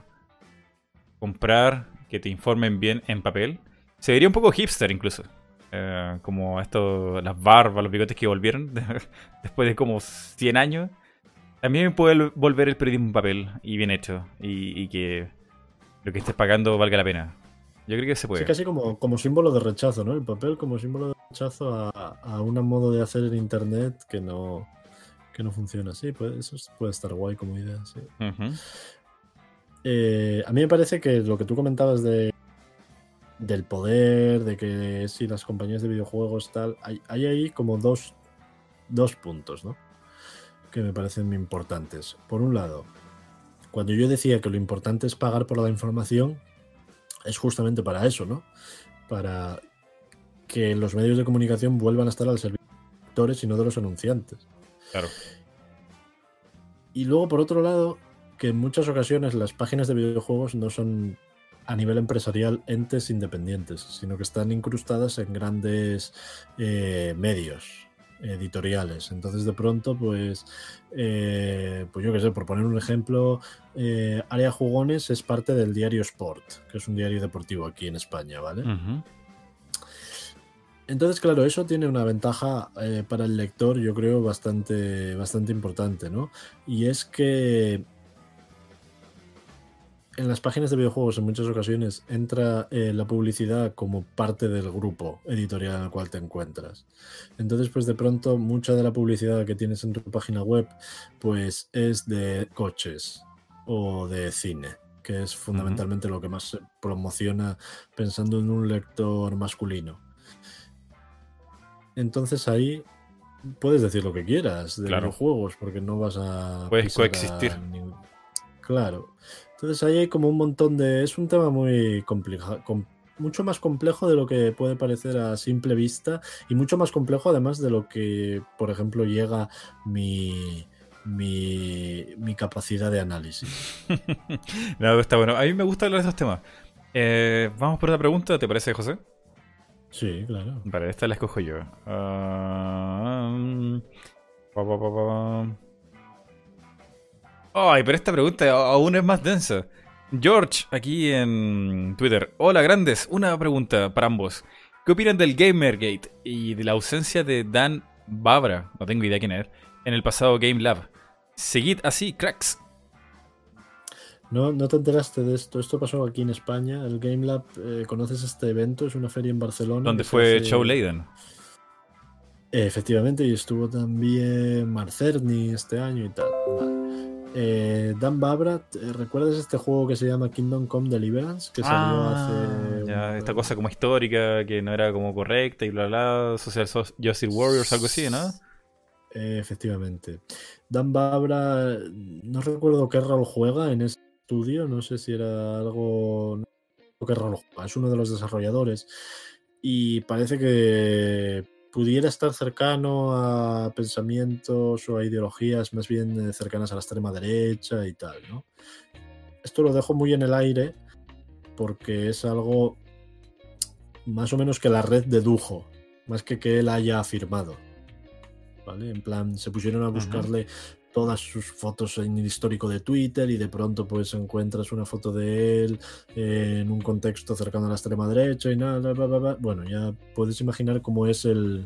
[SPEAKER 1] comprar, que te informen bien en papel, se vería un poco hipster incluso. Eh, como esto, las barbas, los bigotes que volvieron después de como cien años. También puede volver el periodismo en papel y bien hecho. Y, y que lo que estés pagando valga la pena. Yo creo que se
[SPEAKER 2] Sí,
[SPEAKER 1] puede.
[SPEAKER 2] casi como, como símbolo de rechazo, ¿no? El papel como símbolo de rechazo a, a un modo de hacer en internet que no, que no funciona así. Pues eso puede estar guay como idea, sí.
[SPEAKER 1] Ujú.
[SPEAKER 2] Eh, a mí me parece que lo que tú comentabas de, del poder, de que si las compañías de videojuegos tal, hay, hay ahí como dos, dos puntos, ¿no? Que me parecen muy importantes. Por un lado, cuando yo decía que lo importante es pagar por la información, es justamente para eso, ¿no? Para que los medios de comunicación vuelvan a estar al servicio de los lectores y no de los anunciantes.
[SPEAKER 1] Claro.
[SPEAKER 2] Y luego, por otro lado, que en muchas ocasiones las páginas de videojuegos no son a nivel empresarial entes independientes, sino que están incrustadas en grandes eh, medios editoriales. Entonces, de pronto, pues, eh, pues yo qué sé, por poner un ejemplo, eh, Área Jugones es parte del diario Sport, que es un diario deportivo aquí en España, ¿vale?
[SPEAKER 1] Ujú.
[SPEAKER 2] Entonces, claro, eso tiene una ventaja eh, para el lector, yo creo, bastante, bastante importante, ¿no? Y es que en las páginas de videojuegos en muchas ocasiones entra eh, la publicidad como parte del grupo editorial en el cual te encuentras. Entonces, pues de pronto mucha de la publicidad que tienes en tu página web pues es de coches o de cine, que es fundamentalmente lo que más se promociona pensando en un lector masculino. Entonces ahí puedes decir lo que quieras de
[SPEAKER 1] Claro.
[SPEAKER 2] videojuegos porque no vas a
[SPEAKER 1] Puedes
[SPEAKER 2] pisar a
[SPEAKER 1] coexistir.
[SPEAKER 2] ningún- Claro. Entonces ahí hay como un montón de... Es un tema muy complejo, com- mucho más complejo de lo que puede parecer a simple vista y mucho más complejo además de lo que, por ejemplo, llega mi, mi, mi capacidad de análisis.
[SPEAKER 1] No, está bueno. A mí me gusta hablar de estos temas. Eh, vamos por otra pregunta, ¿te parece, José?
[SPEAKER 2] Sí, claro.
[SPEAKER 1] Vale, esta la escojo yo. Ah, mm, pa, pa, pa, pa. Ay, pero esta pregunta aún es más densa. George, aquí en Twitter. Hola, grandes. Una pregunta para ambos. ¿Qué opinan del Gamergate y de la ausencia de Dan Babra, no tengo idea quién es, en el pasado Game Lab? Seguid así, cracks.
[SPEAKER 2] ¿No, ¿No te enteraste de esto? Esto pasó aquí en España. El Game Lab, eh, ¿conoces este evento? Es una feria en Barcelona.
[SPEAKER 1] Donde
[SPEAKER 2] que
[SPEAKER 1] fue
[SPEAKER 2] se hace...
[SPEAKER 1] Joe Layden.
[SPEAKER 2] Efectivamente, y estuvo también Mark Cerny este año y tal. Vale. Eh, Dan Babra, ¿recuerdas este juego que se llama Kingdom Come Deliverance? Que salió
[SPEAKER 1] Ah,
[SPEAKER 2] hace...
[SPEAKER 1] ya,
[SPEAKER 2] un-
[SPEAKER 1] esta cosa como histórica que no era como correcta y bla bla, Social Justice Warriors, algo así, ¿no?
[SPEAKER 2] Eh, efectivamente. Dan Babra, no recuerdo qué rol juega en ese estudio, no sé si era algo... No recuerdo qué rol juega, es uno de los desarrolladores. Y parece que pudiera estar cercano a pensamientos o a ideologías más bien eh, cercanas a la extrema derecha y tal, ¿no? Esto lo dejo muy en el aire porque es algo más o menos que la red dedujo, más que que él haya afirmado, ¿vale? En plan, se pusieron a buscarle uh-huh. todas sus fotos en el histórico de Twitter y de pronto pues encuentras una foto de él eh, en un contexto cercano a la extrema derecha y nada, bla, bla, bla. Bueno, ya puedes imaginar cómo es el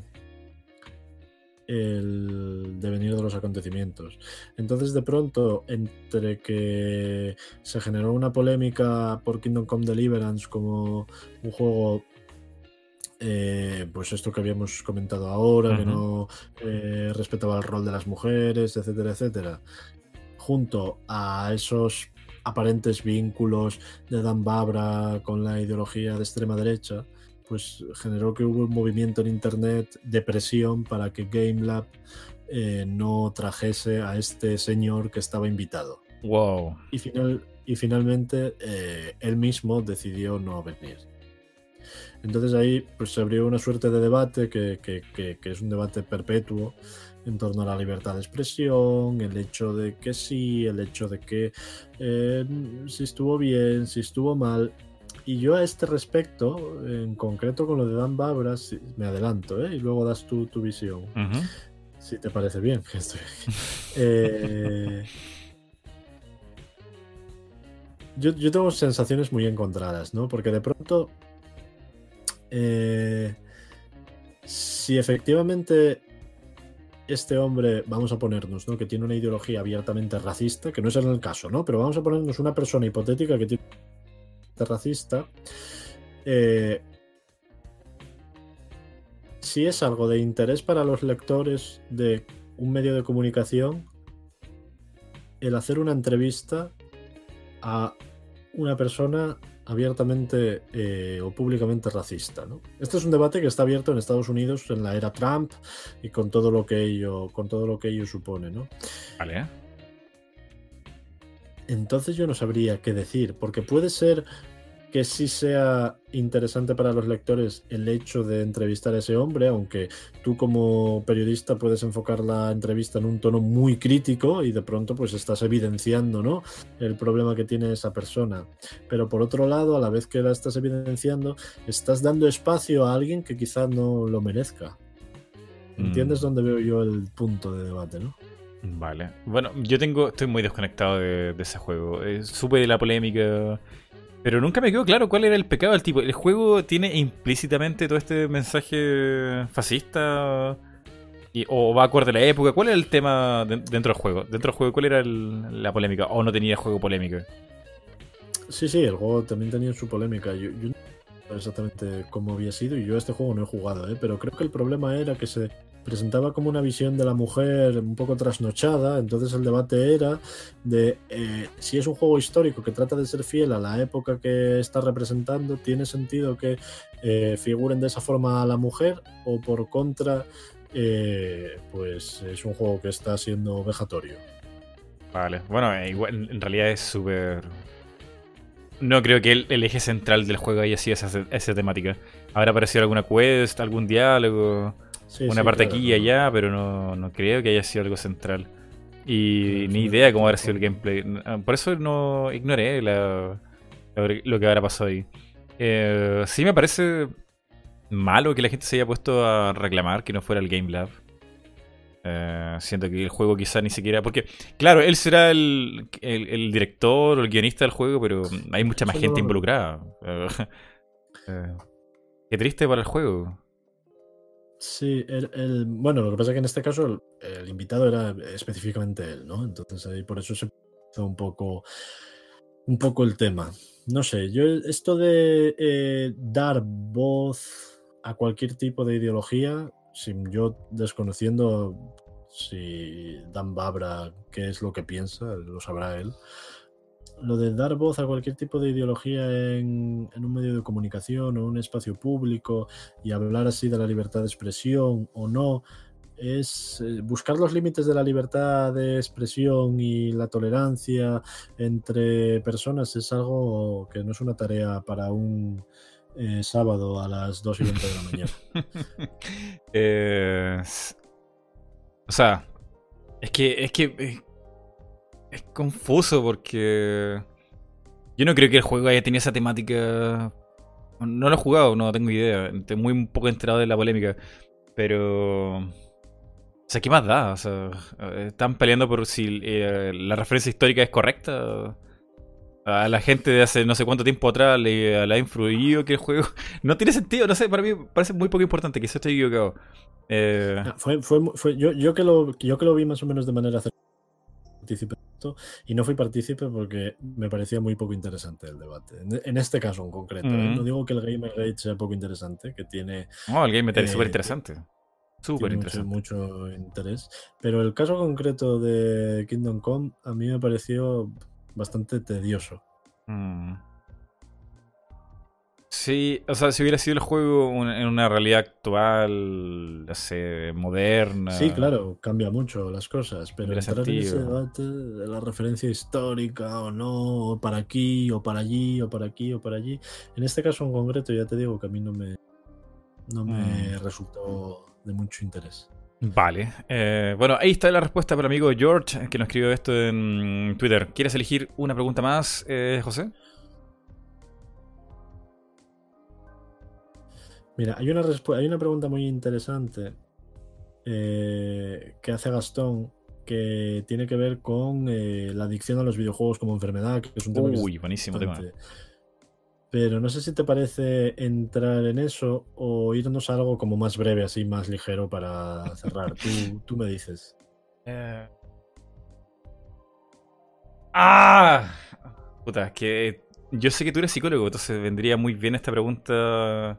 [SPEAKER 2] el devenir de los acontecimientos. Entonces de pronto, entre que se generó una polémica por Kingdom Come Deliverance como un juego Eh, pues esto que habíamos comentado ahora, uh-huh. que no eh, respetaba el rol de las mujeres, etcétera, etcétera, junto a esos aparentes vínculos de Dan Babra con la ideología de extrema derecha, pues generó que hubo un movimiento en internet de presión para que Game Lab eh, no trajese a este señor que estaba invitado.
[SPEAKER 1] Wow.
[SPEAKER 2] Y, final, y finalmente eh, él mismo decidió no venir. Entonces ahí pues se abrió una suerte de debate que, que, que, que es un debate perpetuo en torno a la libertad de expresión, el hecho de que sí, el hecho de que eh, si estuvo bien, si estuvo mal. Y yo a este respecto, en concreto con lo de Dan Babra, si, me adelanto, ¿eh? Y luego das tú tu visión.
[SPEAKER 1] Uh-huh.
[SPEAKER 2] Si te parece bien que estoy aquí. eh... yo, yo tengo sensaciones muy encontradas, ¿no? Porque de pronto... Eh, si efectivamente este hombre, vamos a ponernos, ¿no? que tiene una ideología abiertamente racista, que no es en el caso, ¿no? Pero vamos a ponernos una persona hipotética que tiene racista, eh, si es algo de interés para los lectores de un medio de comunicación, el hacer una entrevista a una persona abiertamente eh, o públicamente racista, ¿no? Este es un debate que está abierto en Estados Unidos en la era Trump y con todo lo que ello, con todo lo que ello supone, ¿no?
[SPEAKER 1] Vale.
[SPEAKER 2] Entonces yo no sabría qué decir, porque puede ser que sí sea interesante para los lectores el hecho de entrevistar a ese hombre, aunque tú como periodista puedes enfocar la entrevista en un tono muy crítico y de pronto pues estás evidenciando, ¿no?, el problema que tiene esa persona. Pero por otro lado, a la vez que la estás evidenciando, estás dando espacio a alguien que quizás no lo merezca. ¿Entiendes mm. dónde veo yo el punto de debate, no?
[SPEAKER 1] Vale. Bueno, yo tengo estoy muy desconectado de, de ese juego. Eh, supe de la polémica... Pero nunca me quedó claro cuál era el pecado del tipo. ¿El juego tiene implícitamente todo este mensaje fascista? Y, ¿O va acorde a la época? ¿Cuál era el tema de, dentro del juego? ¿Dentro del juego cuál era el, la polémica? ¿O no tenía el juego polémica?
[SPEAKER 2] Sí, sí, el juego también tenía su polémica. Yo, yo no sé exactamente cómo había sido y yo a este juego no he jugado, ¿eh? Pero creo que el problema era que se presentaba como una visión de la mujer un poco trasnochada. Entonces el debate era de eh, si es un juego histórico que trata de ser fiel a la época que está representando, ¿tiene sentido que eh, figuren de esa forma a la mujer? O por contra, eh, pues es un juego que está siendo vejatorio.
[SPEAKER 1] Vale, bueno, igual en realidad es súper... No creo que el, el eje central del juego haya sido esa, esa temática. Habrá aparecido alguna quest, algún diálogo... Sí, una sí, parte claro, aquí y allá, pero no, no creo que haya sido algo central. Y no, ni idea cómo habrá sido el gameplay. Por eso no ignoré la, lo que habrá pasado ahí. Eh, sí me parece malo que la gente se haya puesto a reclamar que no fuera el Game Lab. Eh, siento que el juego quizá ni siquiera... Porque, claro, él será el, el, el director o el guionista del juego, pero hay mucha más sí, gente no. involucrada. Eh, qué triste para el juego.
[SPEAKER 2] Sí, el, el- bueno, lo que pasa es que en este caso el, el invitado era específicamente él, ¿no? Entonces ahí por eso se hizo un poco, un poco el tema. No sé, yo esto de eh, dar voz a cualquier tipo de ideología, sin yo desconociendo si Dan Babra qué es lo que piensa, lo sabrá él. Lo de dar voz a cualquier tipo de ideología en, en un medio de comunicación o un espacio público y hablar así de la libertad de expresión o no, es eh, buscar los límites de la libertad de expresión y la tolerancia entre personas es algo que no es una tarea para un eh, sábado a las dos y veinte de la mañana.
[SPEAKER 1] Eh, s- o sea, es que, es que eh, es confuso porque yo no creo que el juego haya tenido esa temática. No lo he jugado, no tengo idea. Estoy muy un poco enterado de la polémica. Pero. O sea, ¿qué más da? O sea, eh, están peleando por si eh, la referencia histórica es correcta. A la gente de hace no sé cuánto tiempo atrás le, le ha influido que el juego. No tiene sentido, no sé, para mí parece muy poco importante. Quizás estoy equivocado. Eh,
[SPEAKER 2] Ah, Fue, fue, fue- yo, yo, que lo, yo que lo vi más o menos de manera partícipe de esto, y no fui partícipe porque me parecía muy poco interesante el debate. En, en este caso en concreto, ¿eh? No
[SPEAKER 1] mm.
[SPEAKER 2] digo que el Gamergate sea poco interesante, que tiene,
[SPEAKER 1] No, el game es súper
[SPEAKER 2] eh,
[SPEAKER 1] interesante. Súper
[SPEAKER 2] tiene mucho,
[SPEAKER 1] interesante.
[SPEAKER 2] mucho interés, pero el caso concreto de Kingdom Come a mí me pareció bastante tedioso.
[SPEAKER 1] Mm. Sí, o sea, si hubiera sido el juego un- en una realidad actual, no sé,
[SPEAKER 2] Sí,
[SPEAKER 1] moderna,
[SPEAKER 2] claro, cambia mucho las cosas, pero
[SPEAKER 1] tendría
[SPEAKER 2] entrar en ese
[SPEAKER 1] sentido.
[SPEAKER 2] debate de la referencia histórica o no, o para aquí, o para allí, o para aquí, o para allí, en este caso en concreto ya te digo que a mí no me, no
[SPEAKER 1] Mm.
[SPEAKER 2] me resultó de mucho interés.
[SPEAKER 1] Vale. Eh, bueno, ahí está la respuesta para el amigo George, que nos escribió esto en Twitter. ¿Quieres elegir una pregunta más, eh, José?
[SPEAKER 2] Mira, hay una, respu- hay una pregunta muy interesante eh, que hace Gastón que tiene que ver con eh, la adicción a los videojuegos como enfermedad, que es un tema que es
[SPEAKER 1] Uy, buenísimo tema.
[SPEAKER 2] bastante. Pero no sé si te parece entrar en eso o irnos a algo como más breve, así más ligero para cerrar. Tú, tú me dices.
[SPEAKER 1] Eh, ¡Ah! Puta, es que yo sé que tú eres psicólogo, entonces vendría muy bien esta pregunta.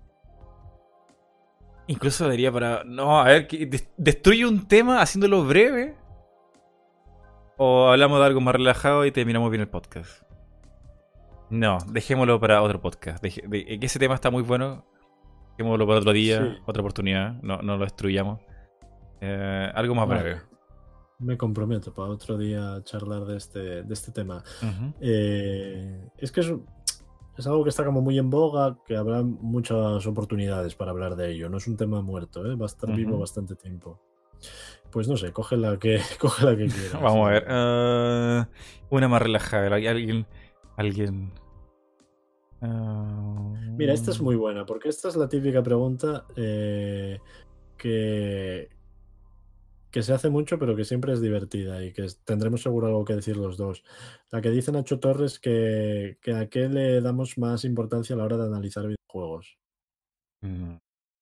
[SPEAKER 1] Incluso daría para. No, a ver, que des- ¿destruye un tema haciéndolo breve? ¿O hablamos de algo más relajado y terminamos bien el podcast? No, dejémoslo para otro podcast. Deje- de- que ese tema está muy bueno. Dejémoslo para otro día,
[SPEAKER 2] Sí,
[SPEAKER 1] otra oportunidad. No, no lo destruyamos. Eh, algo más breve.
[SPEAKER 2] vale. Me comprometo para otro día charlar de este, de este tema.
[SPEAKER 1] Ujú.
[SPEAKER 2] Eh, es que es, es algo que está como muy en boga, que habrá muchas oportunidades para hablar de ello. No es un tema muerto, ¿eh? Va a estar vivo
[SPEAKER 1] Ujú.
[SPEAKER 2] bastante tiempo. Pues no sé, coge la que, coge la que quieras.
[SPEAKER 1] Vamos a ver.
[SPEAKER 2] Eh,
[SPEAKER 1] eh, una más relajada. ¿Hay alguien. Alguien.
[SPEAKER 2] Mira, esta es
[SPEAKER 1] eh,
[SPEAKER 2] muy buena, porque esta es la típica pregunta eh, que, que se hace mucho, pero que siempre es divertida y que es- tendremos seguro algo que decir los dos. La que dice Nacho Torres que, que a qué le damos más importancia a la hora de analizar videojuegos.
[SPEAKER 1] mm.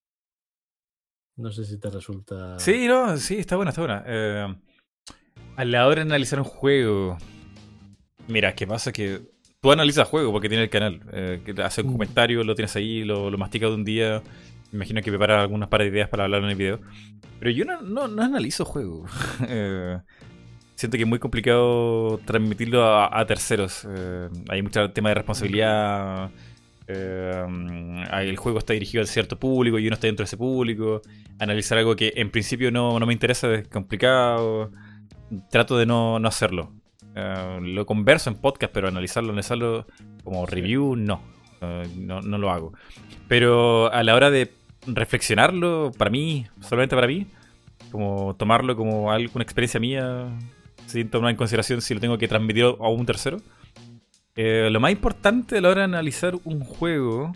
[SPEAKER 2] No sé si te resulta.
[SPEAKER 1] Sí, no, sí, está buena, está buena. Eh, a la hora de analizar un juego. Mira, ¿qué pasa? Que tú analizas juego porque tienes el canal. Eh, que hace un
[SPEAKER 2] Mm,
[SPEAKER 1] comentario, lo tienes ahí, lo, lo masticas de un día. Me imagino que preparas algunas par de ideas para hablar en el video. Pero yo no, no, no analizo juego. Eh, siento que es muy complicado transmitirlo a, a terceros. Eh, hay mucho tema de responsabilidad. Eh, el juego está dirigido a cierto público y uno está dentro de ese público. Analizar algo que en principio no, no me interesa es complicado. Trato de no, no hacerlo. Eh, lo converso en podcast, pero analizarlo, analizarlo como
[SPEAKER 2] sí.
[SPEAKER 1] review, no. Eh, no. No lo hago. Pero a la hora de reflexionarlo, para mí, solamente para mí, como tomarlo como algo, una experiencia mía, sin tomar en consideración si lo tengo que transmitir a un tercero. Eh, lo más importante a la hora de analizar un juego,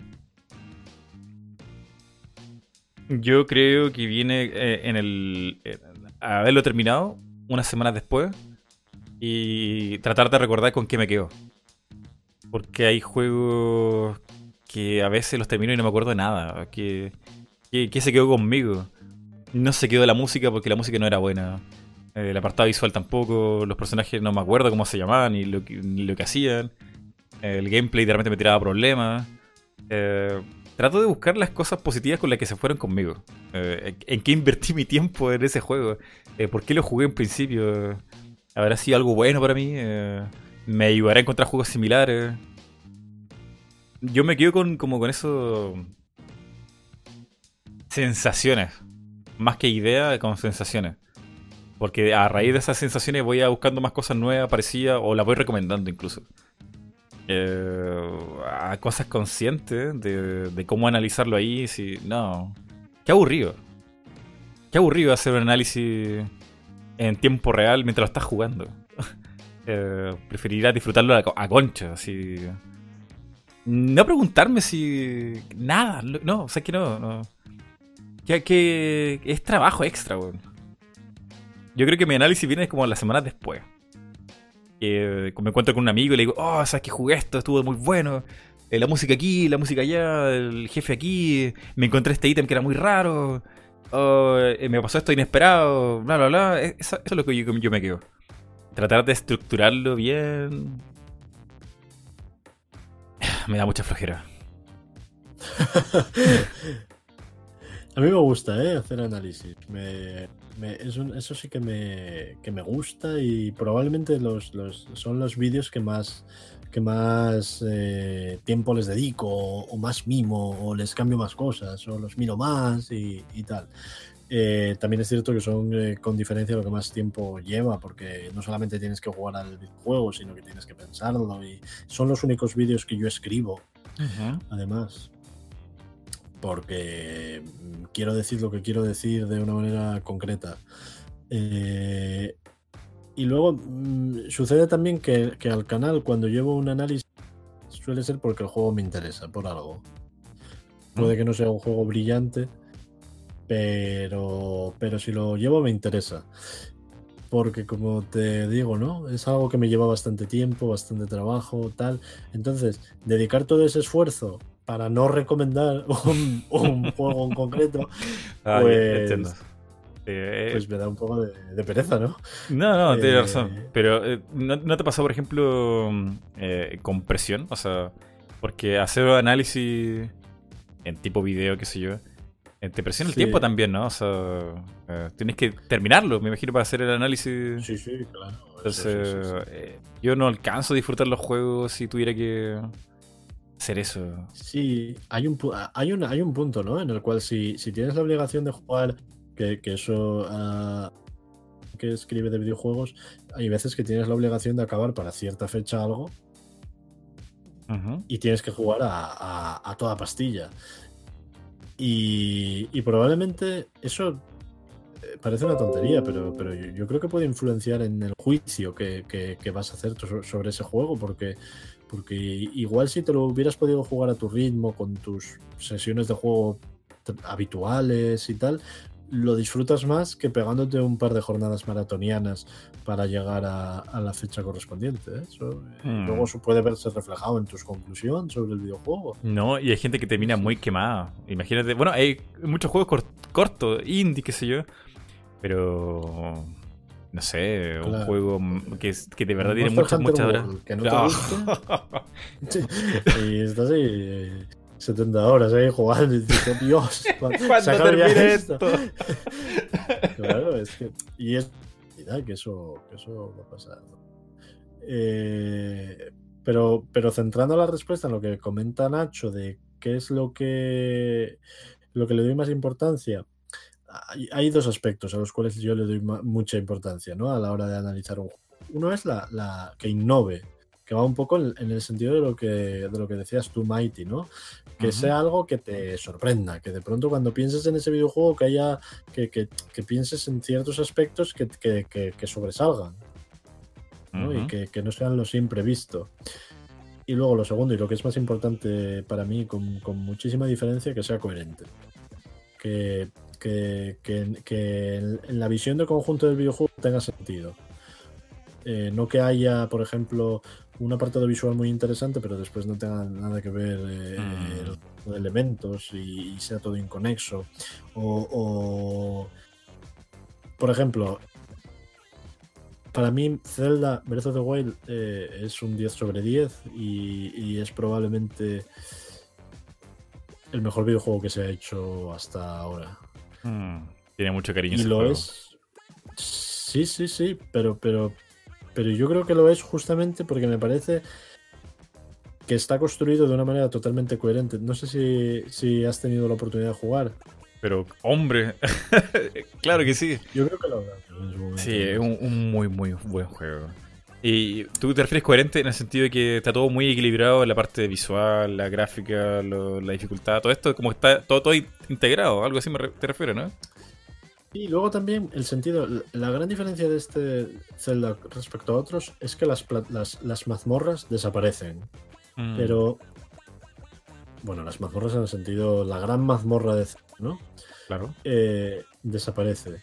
[SPEAKER 1] yo creo que viene eh, en el eh, haberlo terminado unas semanas después y tratar de recordar con qué me quedo. Porque hay juegos que a veces los termino y no me acuerdo de nada. Que ¿Qué, qué se quedó conmigo? No se quedó la música porque la música no era buena. Eh, el apartado visual tampoco. Los personajes no me acuerdo cómo se llamaban ni lo que, ni lo que hacían. Eh, el gameplay de repente me tiraba problemas. Eh, trato de buscar las cosas positivas con las que se fueron conmigo. Eh, ¿En qué invertí mi tiempo en ese juego? Eh, ¿Por qué lo jugué en principio? ¿Habrá sido algo bueno para mí? Eh, ¿Me ayudará a encontrar juegos similares? Yo me quedo con, como con eso... Sensaciones. Más que ideas, con sensaciones. Porque a raíz de esas sensaciones voy a buscando más cosas nuevas, parecidas, o las voy recomendando incluso. Eh, a cosas conscientes de, de cómo analizarlo ahí. Si, no. Qué aburrido. Qué aburrido hacer un análisis en tiempo real mientras lo estás jugando. eh, preferiría disfrutarlo a, a concha. Así. No preguntarme si... Nada. No, o sea que no. no. Que, que es trabajo extra, weón. Yo creo que mi análisis viene como las semanas después. Que me encuentro con un amigo y le digo, oh, sabes que jugué esto, estuvo muy bueno. Eh, la música aquí, la música allá, el jefe aquí. Me encontré este ítem que era muy raro. Oh, eh, me pasó esto inesperado, bla, bla, bla. Eso, eso es lo que yo, yo me quedo. Tratar de estructurarlo bien. Me da mucha flojera.
[SPEAKER 2] A mí me gusta, ¿eh? Hacer análisis. Me, me, es un, eso sí que me, que me gusta y probablemente los, los, son los vídeos que más, que más eh, tiempo les dedico o, o más mimo o les cambio más cosas o los miro más y, y tal. Eh, también es cierto que son eh, con diferencia lo que más tiempo lleva porque no solamente tienes que jugar al videojuego sino que tienes que pensarlo y son los únicos vídeos que yo escribo. Uh-huh. Además. Porque quiero decir lo que quiero decir de una manera concreta. Eh, y luego mmm, sucede también que, que al canal cuando llevo un análisis suele ser porque el juego me interesa, por algo. Puede que no sea un juego brillante, pero, pero si lo llevo me interesa. Porque como te digo, ¿no? Es algo que me lleva bastante tiempo, bastante trabajo, tal. Entonces, dedicar todo ese esfuerzo para no recomendar un, un juego en concreto, ah, pues, eh, pues me da un poco de, de pereza, ¿no?
[SPEAKER 1] No, no, tienes eh, razón. Pero eh, ¿no, ¿no te pasó, por ejemplo, eh, con presión? O sea, porque hacer análisis en tipo video, qué sé yo, te presiona el sí. tiempo también, ¿no? O sea, eh, tienes que terminarlo, me imagino, para hacer el análisis.
[SPEAKER 2] Sí, sí, claro.
[SPEAKER 1] Entonces,
[SPEAKER 2] sí, sí, sí.
[SPEAKER 1] Eh, yo no alcanzo a disfrutar los juegos si tuviera que... hacer eso.
[SPEAKER 2] Sí, hay un, hay un, hay un punto, ¿no? En el cual si, si tienes la obligación de jugar, que, que eso uh, que escribe de videojuegos, hay veces que tienes la obligación de acabar para cierta fecha algo uh-huh. y tienes que jugar a, a, a toda pastilla. Y, y probablemente eso parece una tontería, pero, pero yo, yo creo que puede influenciar en el juicio que, que, que vas a hacer sobre ese juego, porque... Porque igual si te lo hubieras podido jugar a tu ritmo, con tus sesiones de juego habituales y tal, lo disfrutas más que pegándote un par de jornadas maratonianas para llegar a, a la fecha correspondiente. ¿eh? Eso, hmm. Luego eso puede verse reflejado en tus conclusiones sobre el videojuego.
[SPEAKER 1] No, y hay gente que termina muy quemada. Imagínate, bueno, hay muchos juegos cort- cortos, indie, qué sé yo, pero... No sé, claro. Un juego que, que de verdad tiene muchas, muchas horas.
[SPEAKER 2] Que no te guste. Y estás ahí setenta horas ahí jugando y dices, Dios,
[SPEAKER 1] ¿cuándo termine esto?
[SPEAKER 2] Claro, es que... Y es que eso, que eso va a pasar. Eh, pero, pero centrando la respuesta en lo que comenta Nacho de qué es lo que, lo que le doy más importancia, hay dos aspectos a los cuales yo le doy mucha importancia, ¿no? A la hora de analizar un juego. Uno es la, la que innove, que va un poco en, en el sentido de lo que de lo que decías tú, Mighty, ¿no? Que uh-huh. sea algo que te sorprenda, que de pronto cuando pienses en ese videojuego que haya que, que, que pienses en ciertos aspectos que, que, que, que sobresalgan, ¿no? Uh-huh. Y que, que no sean lo siempre visto. Y luego lo segundo, y lo que es más importante para mí, con, con muchísima diferencia, que sea coherente. Que Que, que, que en la visión del conjunto del videojuego tenga sentido. Eh, no que haya, por ejemplo, un apartado visual muy interesante, pero después no tenga nada que ver eh,
[SPEAKER 1] Mm.
[SPEAKER 2] de elementos y, y sea todo inconexo. O, o, por ejemplo, para mí Zelda Breath of the Wild eh, es un diez sobre diez y, y es probablemente el mejor videojuego que se ha hecho hasta ahora.
[SPEAKER 1] Mm. Tiene mucho cariño
[SPEAKER 2] Y
[SPEAKER 1] ese
[SPEAKER 2] lo
[SPEAKER 1] juego.
[SPEAKER 2] es. Sí, sí, sí, pero, pero, pero yo creo que lo es justamente porque me parece que está construido de una manera totalmente coherente. No sé si, si has tenido la oportunidad de jugar.
[SPEAKER 1] Pero, hombre, claro que sí.
[SPEAKER 2] Yo creo que lo habrás en su momento,
[SPEAKER 1] Sí, es
[SPEAKER 2] además.
[SPEAKER 1] un, un muy, muy buen juego. ¿Y tú te refieres coherente en el sentido de que está todo muy equilibrado en la parte visual, la gráfica, lo- la dificultad, todo esto, como está todo, todo integrado? Algo así me re- te refieres, ¿no?
[SPEAKER 2] Y luego también el sentido, la gran diferencia de este Zelda respecto a otros es que las, pla- las, las mazmorras desaparecen.
[SPEAKER 1] Mm,
[SPEAKER 2] Pero, bueno, las mazmorras en el sentido, la gran mazmorra de Zelda, ¿no?
[SPEAKER 1] claro.
[SPEAKER 2] Eh, desaparece.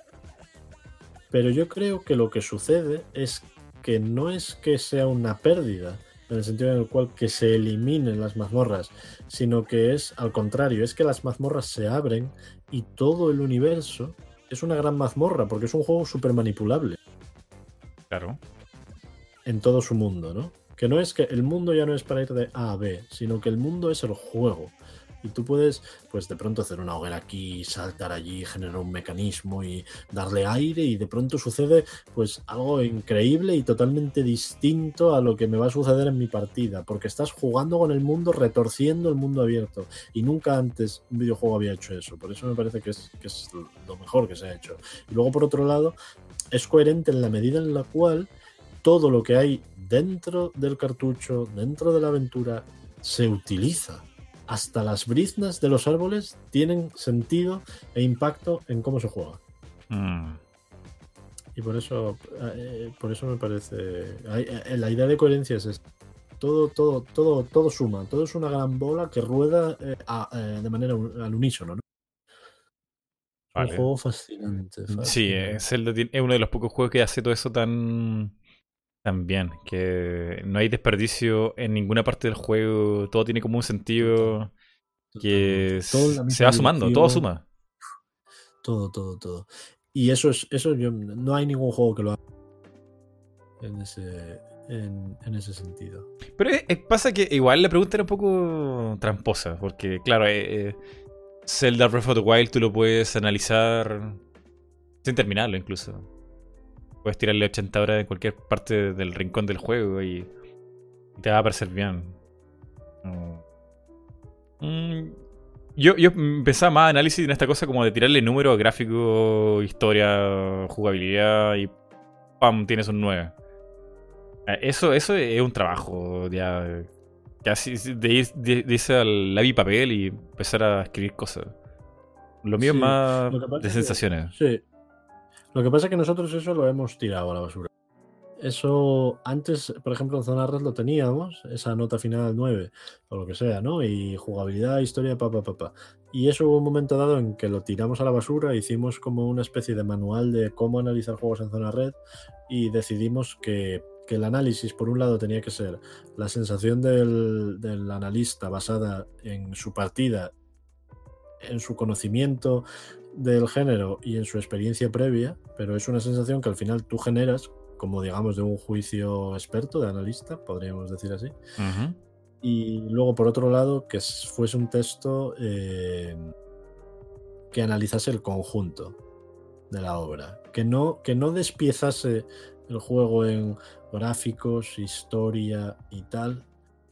[SPEAKER 2] Pero yo creo que lo que sucede es que no es que sea una pérdida, en el sentido en el cual que se eliminen las mazmorras, sino que es al contrario, es que las mazmorras se abren y todo el universo es una gran mazmorra, porque es un juego súper manipulable
[SPEAKER 1] Claro.
[SPEAKER 2] en todo su mundo, ¿no? Que no es que el mundo ya no es para ir de A a B, sino que el mundo es el juego. Y tú puedes, pues de pronto hacer una hoguera aquí, saltar allí, generar un mecanismo y darle aire y de pronto sucede pues algo increíble y totalmente distinto a lo que me va a suceder en mi partida, porque estás jugando con el mundo, retorciendo el mundo abierto. Y nunca antes un videojuego había hecho eso. Por eso me parece que es, que es lo mejor que se ha hecho. Y luego, por otro lado, es coherente en la medida en la cual todo lo que hay dentro del cartucho, dentro de la aventura, se utiliza. Hasta las briznas de los árboles tienen sentido e impacto en cómo se juega.
[SPEAKER 1] Mm,
[SPEAKER 2] Y por eso, eh, por eso me parece. hay- eh, la idea de coherencia es esta. Todo, todo, todo, todo suma. Todo es una gran bola que rueda eh, a- eh, de manera un- al unísono, ¿no? Es un
[SPEAKER 1] vale.
[SPEAKER 2] juego fascinante,
[SPEAKER 1] Sí, eh,
[SPEAKER 2] fascinante.
[SPEAKER 1] Zelda tiene- es uno de los pocos juegos que hace todo eso tan, tan bien, que no hay desperdicio en ninguna parte del juego, todo tiene como un
[SPEAKER 2] Total,
[SPEAKER 1] sentido que
[SPEAKER 2] totalmente. Todo en
[SPEAKER 1] s-
[SPEAKER 2] la
[SPEAKER 1] se
[SPEAKER 2] misma
[SPEAKER 1] va sumando, todo
[SPEAKER 2] dirección.
[SPEAKER 1] suma.
[SPEAKER 2] Todo, todo, todo. Y eso es, eso yo, no hay ningún juego que lo haga en ese, en, en ese sentido.
[SPEAKER 1] Pero eh, eh, pasa que igual la pregunta era un poco tramposa, porque claro, eh, eh, Zelda Breath of the Wild tú lo puedes analizar sin terminarlo incluso. Puedes tirarle ochenta horas en cualquier parte del rincón del juego y te va a parecer bien. Mm. Mm, Yo, yo pensaba más análisis en esta cosa como de tirarle números, gráfico, historia, jugabilidad y ¡pam! Tienes un nueve. Eh, Eso, eso es un trabajo ya casi de, ir- de, de irse al lápiz y papel y empezar a escribir cosas. Lo mío es
[SPEAKER 2] Sí,
[SPEAKER 1] más
[SPEAKER 2] lo que
[SPEAKER 1] de
[SPEAKER 2] pasa que,
[SPEAKER 1] sensaciones.
[SPEAKER 2] sí, lo que pasa es que nosotros eso lo hemos tirado a la basura. Eso antes, por ejemplo, en Zona Red lo teníamos, esa nota final nueve o lo que sea, ¿no? Y jugabilidad, historia, pa, pa, pa, pa. Y eso hubo un momento dado en que lo tiramos a la basura, hicimos como una especie de manual de cómo analizar juegos en Zona Red y decidimos que, que el análisis, por un lado, tenía que ser la sensación del, del analista basada en su partida, en su conocimiento del género y en su experiencia previa, pero es una sensación que al final tú generas como digamos de un juicio experto, de analista, podríamos decir así.
[SPEAKER 1] Ujú.
[SPEAKER 2] Y luego por otro lado que fuese un texto eh, que analizase el conjunto de la obra, que no, que no despiezase el juego en gráficos, historia y tal,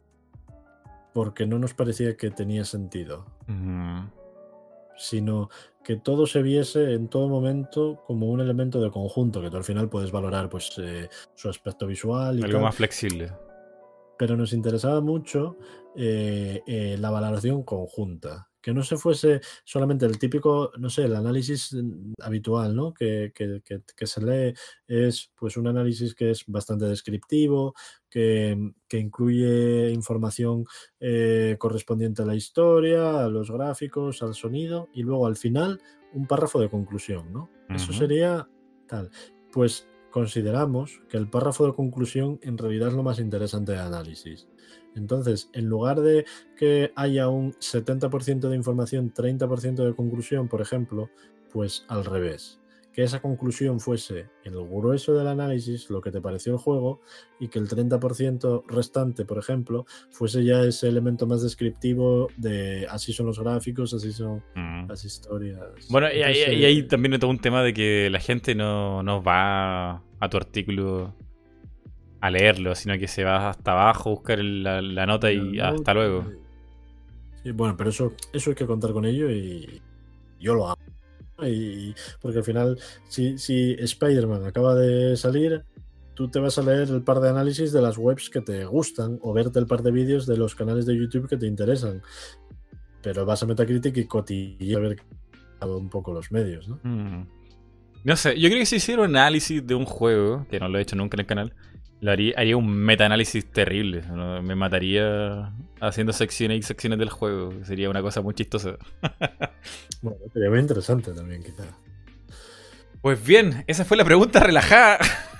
[SPEAKER 2] porque no nos parecía que tenía sentido,
[SPEAKER 1] Ujú.
[SPEAKER 2] sino que todo se viese en todo momento como un elemento de conjunto, que tú al final puedes valorar pues eh, su aspecto visual y
[SPEAKER 1] Algo
[SPEAKER 2] tal,
[SPEAKER 1] más flexible.
[SPEAKER 2] pero nos interesaba mucho eh, eh, la valoración conjunta. Que no se fuese solamente el típico, no sé, el análisis mm, habitual, ¿no? Que, que, que, que se lee es pues un análisis que es bastante descriptivo, que, que incluye información eh, correspondiente a la historia, a los gráficos, al sonido, y luego al final un párrafo de conclusión, ¿no? Eso
[SPEAKER 1] Ujú.
[SPEAKER 2] sería tal. Pues consideramos que el párrafo de conclusión en realidad es lo más interesante del análisis. Entonces, en lugar de que haya un setenta por ciento de información, treinta por ciento de conclusión, por ejemplo, pues al revés. Que esa conclusión fuese el grueso del análisis, lo que te pareció el juego, y que el treinta por ciento restante, por ejemplo, fuese ya ese elemento más descriptivo de así son los gráficos, así son mm. las historias.
[SPEAKER 1] Bueno, Entonces, y, y, y ahí también todo un tema de que la gente no, no va a tu artículo a leerlo, sino que se va hasta abajo a buscar la, la nota y no, hasta luego.
[SPEAKER 2] Sí, bueno, pero eso, eso hay que contar con ello y yo lo hago. Y porque al final, si, si Spider-Man acaba de salir, tú te vas a leer el par de análisis de las webs que te gustan o verte el par de vídeos de los canales de YouTube que te interesan, pero vas a Metacritic y cotillar a ver un poco los medios, ¿no?
[SPEAKER 1] Mm. No sé, yo creo que si hiciera un análisis de un juego, que no lo he hecho nunca en el canal, lo haría, haría un meta-análisis terrible, ¿no? Me mataría haciendo secciones y secciones del juego. Sería una cosa muy chistosa.
[SPEAKER 2] Bueno, sería muy interesante también, quizá.
[SPEAKER 1] Pues bien, esa fue la pregunta relajada.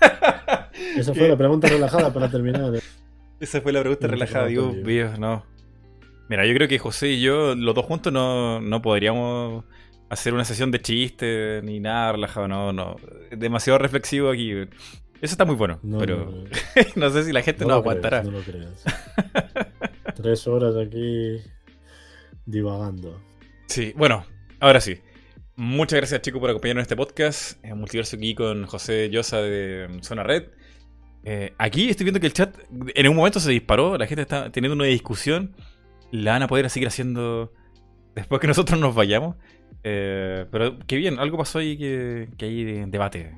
[SPEAKER 2] Esa fue la pregunta relajada para terminar.
[SPEAKER 1] Esa fue la pregunta relajada, Dios mío, no. Mira, yo creo que José y yo, los dos juntos, no, no podríamos hacer una sesión de chistes ni nada relajado, no, no. Demasiado reflexivo aquí. Eso está muy bueno, no, pero no, no. no sé si la gente no, no aguantará.
[SPEAKER 2] Crees, no lo creas. Tres horas aquí divagando.
[SPEAKER 1] Sí, bueno, ahora sí. Muchas gracias, chicos, por acompañarnos en este podcast. En Multiverso aquí con José Llosa de Zona Red. Eh, aquí estoy viendo que el chat en un momento se disparó. La gente está teniendo una discusión. La van a poder seguir haciendo después que nosotros nos vayamos. Eh, pero qué bien, algo pasó ahí que, que hay debate.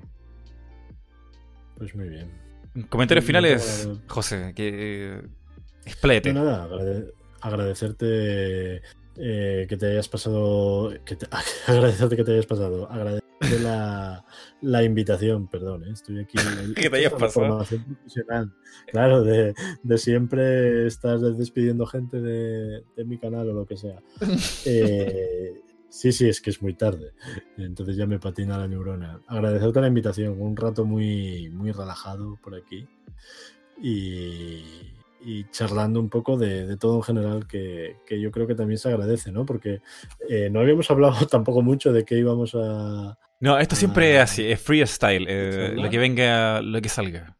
[SPEAKER 2] Pues muy bien.
[SPEAKER 1] Comentarios finales, José, que expléete.
[SPEAKER 2] No, nada, agrade- agradecerte eh, que te hayas pasado, que te, agradecerte que te hayas pasado, agradecerte la, la invitación, perdón, ¿eh? Estoy aquí en
[SPEAKER 1] que te hayas pasado.
[SPEAKER 2] Formación profesional, claro, de, de siempre estar despidiendo gente de, de mi canal o lo que sea. Eh, Sí, sí, es que es muy tarde. Entonces ya me patina la neurona. Agradecerte la invitación. Un rato muy, muy relajado por aquí. Y, y charlando un poco de, de todo en general, que, que yo creo que también se agradece, ¿no? Porque eh, no habíamos hablado tampoco mucho de qué íbamos a...
[SPEAKER 1] No, esto siempre a, es así, es freestyle. Eh, lo que venga, lo que salga.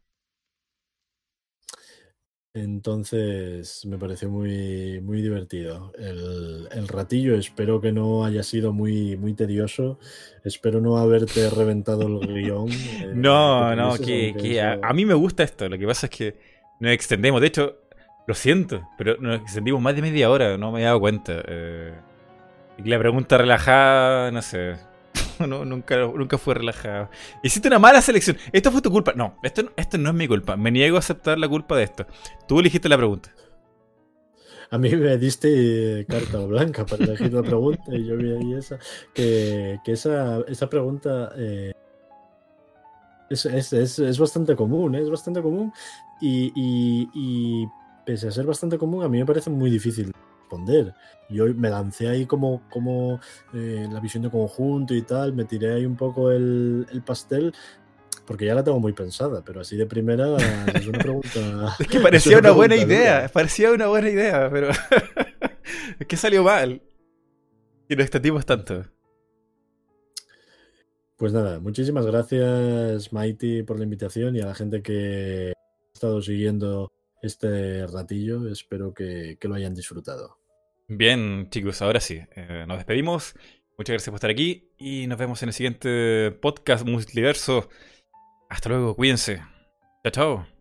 [SPEAKER 2] Entonces me pareció muy, muy divertido el, el ratillo. Espero que no haya sido muy, muy tedioso. Espero no haberte reventado el guión. Eh,
[SPEAKER 1] no, que no, que, que eso... a, a mí me gusta esto. Lo que pasa es que nos extendemos. De hecho, lo siento, pero nos extendimos más de media hora. No me he dado cuenta. Eh, y la pregunta relajada, no sé. No, nunca, nunca fue relajado. Hiciste una mala selección. Esto fue tu culpa. No, esto, esto no es mi culpa. Me niego a aceptar la culpa de esto. Tú elegiste la pregunta.
[SPEAKER 2] A mí me diste carta blanca para elegir la pregunta y yo vi ahí esa. Que, que esa, esa pregunta eh, es, es, es, es bastante común, ¿eh? Es bastante común. Y, y, y pese a ser bastante común, a mí me parece muy difícil responder. Yo me lancé ahí como, como eh, la visión de conjunto y tal, me tiré ahí un poco el, el pastel, porque ya la tengo muy pensada, pero así de primera es una pregunta...
[SPEAKER 1] Es que parecía una, una buena idea, dura. parecía una buena idea, pero es que salió mal. Y nos extendimos tanto.
[SPEAKER 2] Pues nada, muchísimas gracias, Mighty, por la invitación y a la gente que ha estado siguiendo este ratillo. Espero que, que lo hayan disfrutado.
[SPEAKER 1] Bien, chicos, ahora sí. Eh, nos despedimos. Muchas gracias por estar aquí y nos vemos en el siguiente podcast Multiverso. Hasta luego, cuídense. Chao, chao.